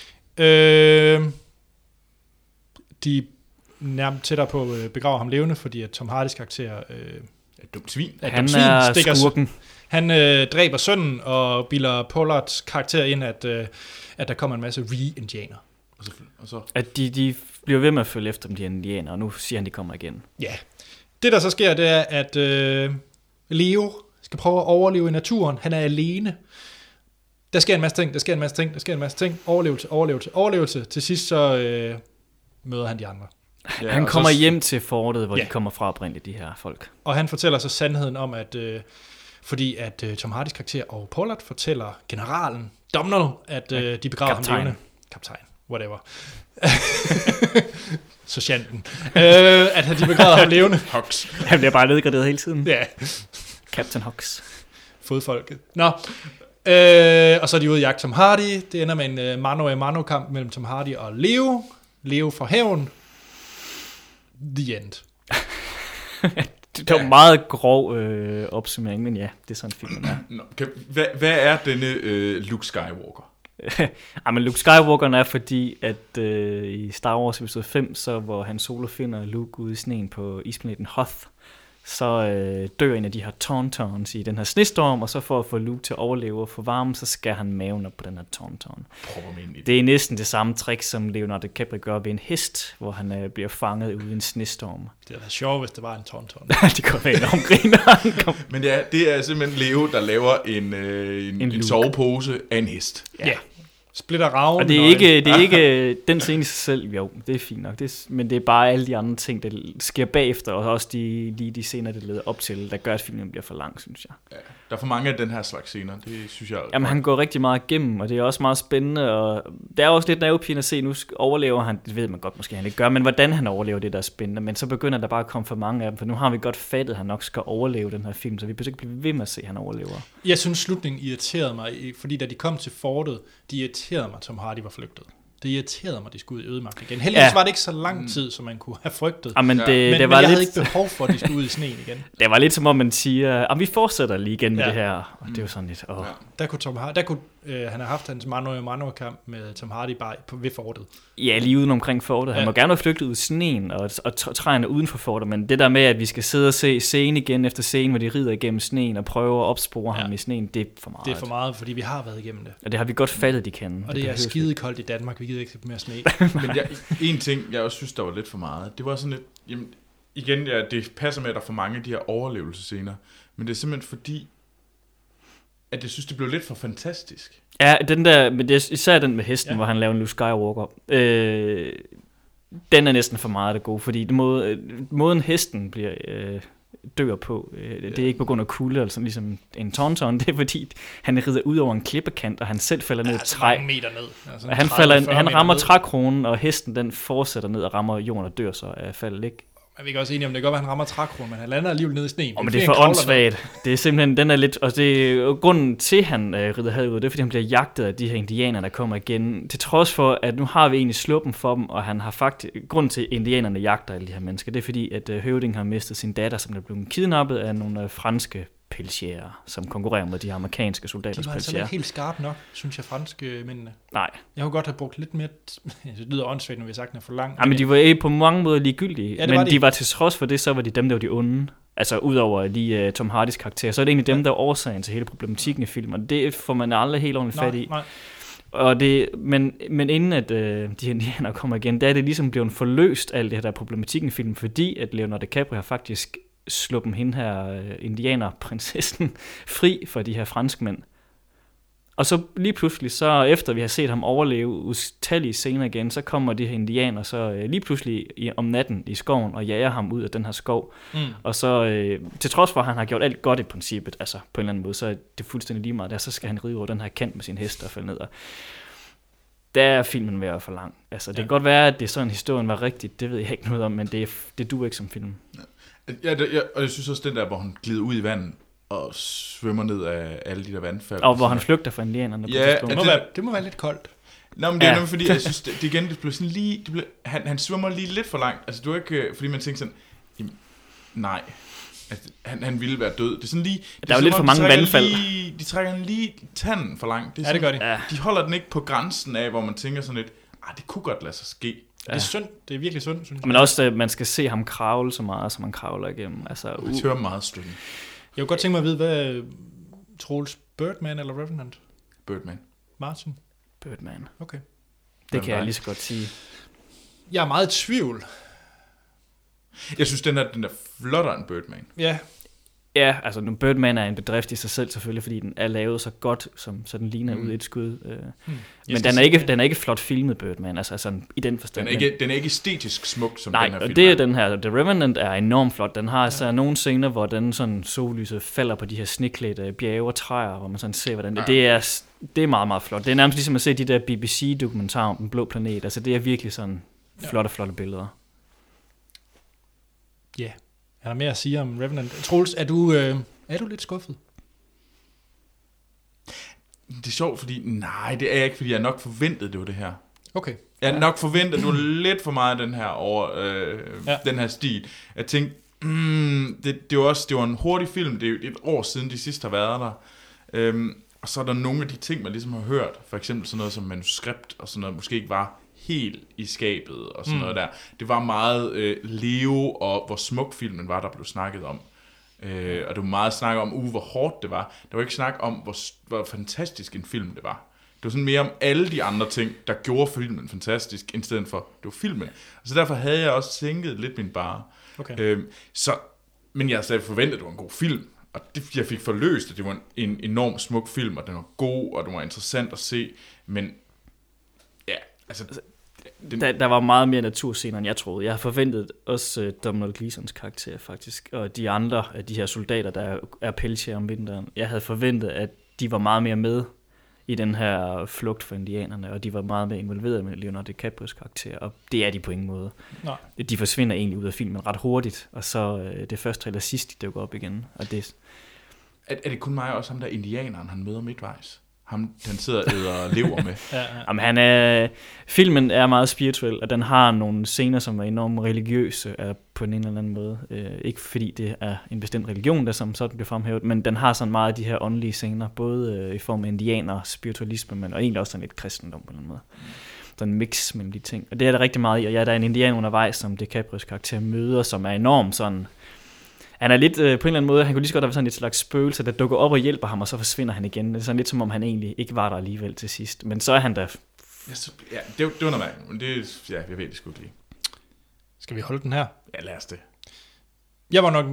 De nærmest tættere på at begrave ham levende, fordi at Tom Hardys karakter er et dumt svin. Han er skurken. Han dræber sønnen og bilder Pollards karakter ind, at der kommer en masse re-indianer. Og så? At de bliver ved med at følge efter dem, de indianer, og nu siger han, de kommer igen. Ja. Det, der så sker, det er, at Leo skal prøve at overleve i naturen. Han er alene. Der sker en masse ting. Overlevelse. Til sidst så møder han de andre. Ja, han kommer hjem til fortet, hvor de kommer fra oprindeligt, de her folk. Og han fortæller så sandheden om, at fordi at Tom Hardys karakter og Pollard fortæller generalen Domhnall, at de begraver ham levende. Kaptajn. Whatever. Sergeanten. At de begraver ham levende. Hox. Han bliver bare nedgraderet hele tiden. Ja. Captain Hux. Fodfolket. Nå, og så er de ude i jagt Tom Hardy. Det ender med en mano-a-mano-kamp mellem Tom Hardy og Leo. Leo får hævn. The end. Det var meget grov opsummering, men ja, det er sådan filmen er. Hvad er denne Luke Skywalker? Men Luke Skywalker er fordi, at i Star Wars episode 5, så hvor Han Solo finder Luke ude i sneen på isplaneten Hoth, så dør en af de her Tauntauns i den her snestorm, og så for at få Luke til at overleve og få varme, så skærer han maven op på den her Tauntaun. Det er næsten det samme trick, som Leonardo DiCaprio gør ved en hest, hvor han bliver fanget ude i en snestorm. Det er da sjovt, hvis det var en Tauntaun. Det kunne være enormt griner. Men det er simpelthen Leo, der laver en sovepose af en hest. Ja. Splitter raven. Og det er ikke den scene i sig selv, jo, det er fint nok. Men det er bare alle de andre ting, der sker bagefter, og også de scener, der leder op til, der gør, at filmen bliver for lang, synes jeg. Ja, der er for mange af den her slags scener, det synes jeg. Jamen, han går rigtig meget igennem, og det er også meget spændende, og det er også lidt nervepirrende at se, nu overlever han, det ved man godt, måske han ikke gør, men hvordan han overlever det, der er spændende, men så begynder der bare at komme for mange af dem, for nu har vi godt fattet, at han nok skal overleve den her film, så vi behøver ikke blive ved med at se, at han overlever. Jeg synes, slutningen irriterede mig, fordi da de kom til fortet, de irriterede mig, Tom Hardy var flygtet. Det irriterede mig, at de skulle ud i ødemarken igen. Heldigvis var det ikke så lang tid, som man kunne have frygtet. Men jeg havde ikke behov for, at de skulle ud i sneen igen. Det var lidt som om man siger, vi fortsætter lige igen med det her. Og det er jo sådan lidt... Der kunne Tom Hardy, han har haft hans mano-a-mano-kamp med Tom Hardy bare ved fortet. Ja, lige uden omkring fortet. Han må gerne have flygtet ud i sneen og træerne uden for fortet, men det der med, at vi skal sidde og se scene igen efter scene, hvor de rider igennem sneen og prøver at opspore ham i sneen, det er for meget. Det er for meget, fordi vi har været igennem det. Og det har vi godt fattet, de kan. Og det er skidekoldt i Danmark, vi gider ikke mere sne. Men en ting, jeg også synes, der var lidt for meget, det var sådan lidt, jamen, igen, det passer med, at der er for mange af de her overlevelsescener, men det er simpelthen fordi, at jeg synes, det blev lidt for fantastisk. Ja, den der, men det er især den med hesten, hvor han laver en Luke Skywalker, den er næsten for meget det gode, fordi måden hesten bliver dør på, det er ikke på grund af kulde, altså ligesom en Tauntaun, det er fordi, han rider ud over en klippekant, og han selv falder ned i et træ. Meter ned. Altså han rammer trækronen, og hesten den fortsætter ned og rammer jorden og dør så af faldet, ikke? Men vi kan også enige om, det går, at han rammer trækronen, men han lander alligevel ned i sneen. Men det er for åndssvagt. Det er simpelthen, den er lidt, og det er grunden til, han rider herud, det er, fordi han bliver jagtet af de her indianer, der kommer igen. Til trods for, at nu har vi egentlig sluppen for dem, og han har faktisk, grund til, at indianerne jagter alle de her mennesker, det er fordi, at høvdingen har mistet sin datter, som er blevet kidnappet af nogle franske pelsjæger, som konkurrerer med de amerikanske soldaters pelsjæger. De var altså ikke helt skarp nok, synes jeg, franske mændene. Nej. Jeg kunne godt have brugt lidt mere... Det lyder åndssvagt, når vi har sagt, den er for lang. Ja, men de var på mange måder ligegyldige. Ja, men de var til trods for det, så var de dem, der var de onde. Altså udover lige Tom Hardys karakter, så er det egentlig dem, der er årsagen til hele problematikken i filmen. Og det får man aldrig helt ordentligt fat i. Nej. Og men inden at de indianer kommer igen, der er det ligesom blevet forløst alt det her der problematikken i filmen, fordi at Leonardo DiCaprio har faktisk sluppen hende her indianerprinsessen fri for de her franskmænd. Og så lige pludselig, så efter vi har set ham overleve utallige scener igen, så kommer de her indianer så lige pludselig om natten i skoven og jager ham ud af den her skov. Og så til trods for, at han har gjort alt godt i princippet, altså på en eller anden måde, så er det fuldstændig lige meget der, så skal han ride over den her kant med sin hest og falde ned. Og der er filmen ved at for lang. Altså det kan godt være, at det sådan historien var rigtigt, det ved jeg ikke noget om, men det duer ikke som film. Og jeg synes også, den der, hvor han glider ud i vandet og svømmer ned af alle de der vandfald. Og hvor han flygter fra indianerne. Ja, det må være lidt koldt. Nå, men det er nemlig fordi, jeg synes, det igen, det blev sådan lige... Han svømmer lige lidt for langt. Altså, du er ikke... Fordi man tænker sådan... Nej. Altså, han ville være død. Det er sådan lige... Der er jo lidt for mange vandfald. De trækker lige tanden for langt. Det gør de. De holder den ikke på grænsen af, hvor man tænker sådan lidt... det kunne godt lade sig ske. Ja. Det er synd. Det er virkelig synd, synes jeg. Men også, man skal se ham kravle så meget, som han kravler igennem. Altså, vi tør meget støtte. Jeg kunne godt tænke mig at vide, hvad Troels, Birdman eller Revenant? Birdman. Martin? Birdman. Okay. Det kan jeg lige så godt sige. Jeg er meget i tvivl. Jeg synes, den er flottere end Birdman. Ja. Ja, altså nu Birdman er en bedrift i sig selv selvfølgelig, fordi den er lavet så godt, så den ligner ud i et skud. Men den er ikke flot filmet, Birdman, altså sådan, i den forstand. Den er ikke æstetisk smuk, som nej, den her film. Nej, og det er den her. The Revenant er enormt flot. Den har altså nogle scener, hvor den sådan sollyset falder på de her sneklædte bjerge og træer, hvor man sådan ser, hvordan det er meget, meget flot. Det er nærmest ligesom at se de der BBC-dokumentarer om Den Blå Planet. Altså det er virkelig sådan flotte billeder. Ja. Er der mere at sige om Revenant? Troels, er Er du lidt skuffet? Det er sjovt, fordi nej, det er jeg ikke, fordi jeg nok forventede, det var det her. Okay. Jeg nok forventede, det var lidt for meget den her den her stil. Jeg tænkte, det var en hurtig film, det er et år siden, de sidste har været der. Og så er der nogle af de ting, man ligesom har hørt, for eksempel sådan noget som manuskript og sådan noget, måske ikke var helt i skabet og sådan noget der. Det var meget leve, og hvor smuk filmen var, der blev snakket om. Og det var meget snak om, hvor hårdt det var. Der var ikke snak om, hvor fantastisk en film det var. Det var sådan mere om alle de andre ting, der gjorde filmen fantastisk, i stedet for, det var filmen. Og så derfor havde jeg også sænket lidt min barre. Okay. Men jeg havde forventet, at det var en god film. Og det, jeg fik forløst, at det var en enorm smuk film, og den var god, og den var interessant at se. Men ja, altså... Der var meget mere naturscener, end jeg troede. Jeg har forventet også Domhnall Gleesons karakter, faktisk. Og de andre af de her soldater, der er pelsjæger om vinteren. Jeg havde forventet, at de var meget mere med i den her flugt for indianerne, og de var meget mere involveret med Leonardo DiCaprios karakter, og det er de på ingen måde. Nej. De forsvinder egentlig ud af filmen ret hurtigt, og så det første eller sidste, de dukker op igen. Og det... Er det kun mig og også ham der indianeren, han møder midtvejs? Han sidder og æder lever med. Ja. Jamen, filmen er meget spirituel, og den har nogle scener, som er enormt religiøse på en eller anden måde. Ikke fordi det er en bestemt religion, der som sådan bliver fremhævet, men den har sådan meget af de her åndelige scener, både i form af indianer, spiritualisme, men og egentlig også sådan lidt kristendom på en eller anden måde. Sådan en mix mellem de ting. Og det er der rigtig meget i, og der er en indianer undervejs, som DiCaprios karakter møder, som er enormt sådan... Han er lidt, på en eller anden måde, han kunne lige så godt have sådan et slags spøgelse, der dukker op og hjælper ham, og så forsvinder han igen. Det er sådan lidt som om, han egentlig ikke var der alligevel til sidst. Men så er han der... Ja, det var noget mærkeligt, men det, ja, jeg ved det sgu ikke. Skal vi holde den her? Ja, lad os det. Jeg var nok...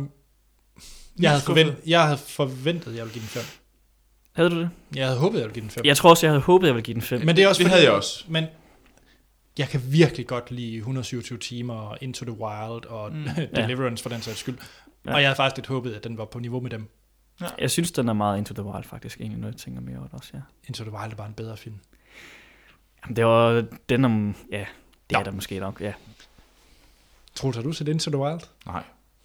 Jeg havde forventet, jeg ville give den 5. Havde du det? Jeg havde håbet, jeg ville give den 5. Jeg tror også, jeg havde håbet, jeg ville give den 5. Men det er også det havde jeg også. Men jeg kan virkelig godt lide 127 timer, Into the Wild og Deliverance for den sags skyld. Ja. Og jeg havde faktisk lidt håbet, at den var på niveau med dem. Ja. Jeg synes, den er meget Into the Wild faktisk, egentlig, når jeg tænker mere over det også, ja. Into the Wild er bare en bedre film. Jamen, det var den om... Ja, det er der måske nok, ja. Troels, har du set Into the Wild? Nej.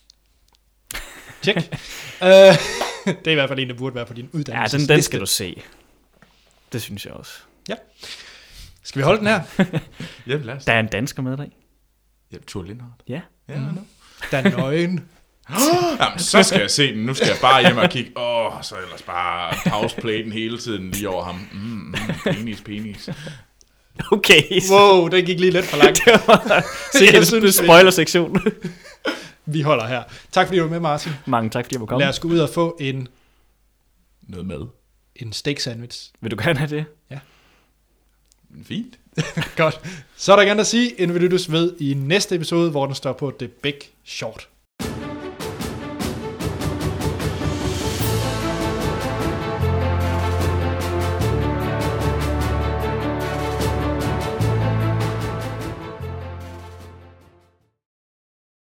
Tjek. Det er i hvert fald en, der burde være på din uddannelse. Ja, den skal du se. Det synes jeg også. Ja. Skal vi holde den her? Ja, lad os. Der er en dansker med dig. Ja, Thor Lindhardt. Ja. Der er nøgen. Jamen, så skal jeg se den. Nu skal jeg bare hjem og kigge. Så ellers bare pause-play den hele tiden lige over ham. Penis. Okay. Wow, den gik lige lidt for langt. Jeg synes, det er spoiler-sektion. Vi holder her. Tak fordi du var med, Martin. Mange tak, fordi jeg var kommet. Lad os gå ud og få noget mad. En steak sandwich. Vil du gerne have det? Ja. Fint. Godt. Så er der gerne at sige, inden vi lyttes ved i næste episode, hvor den står på The Big Short.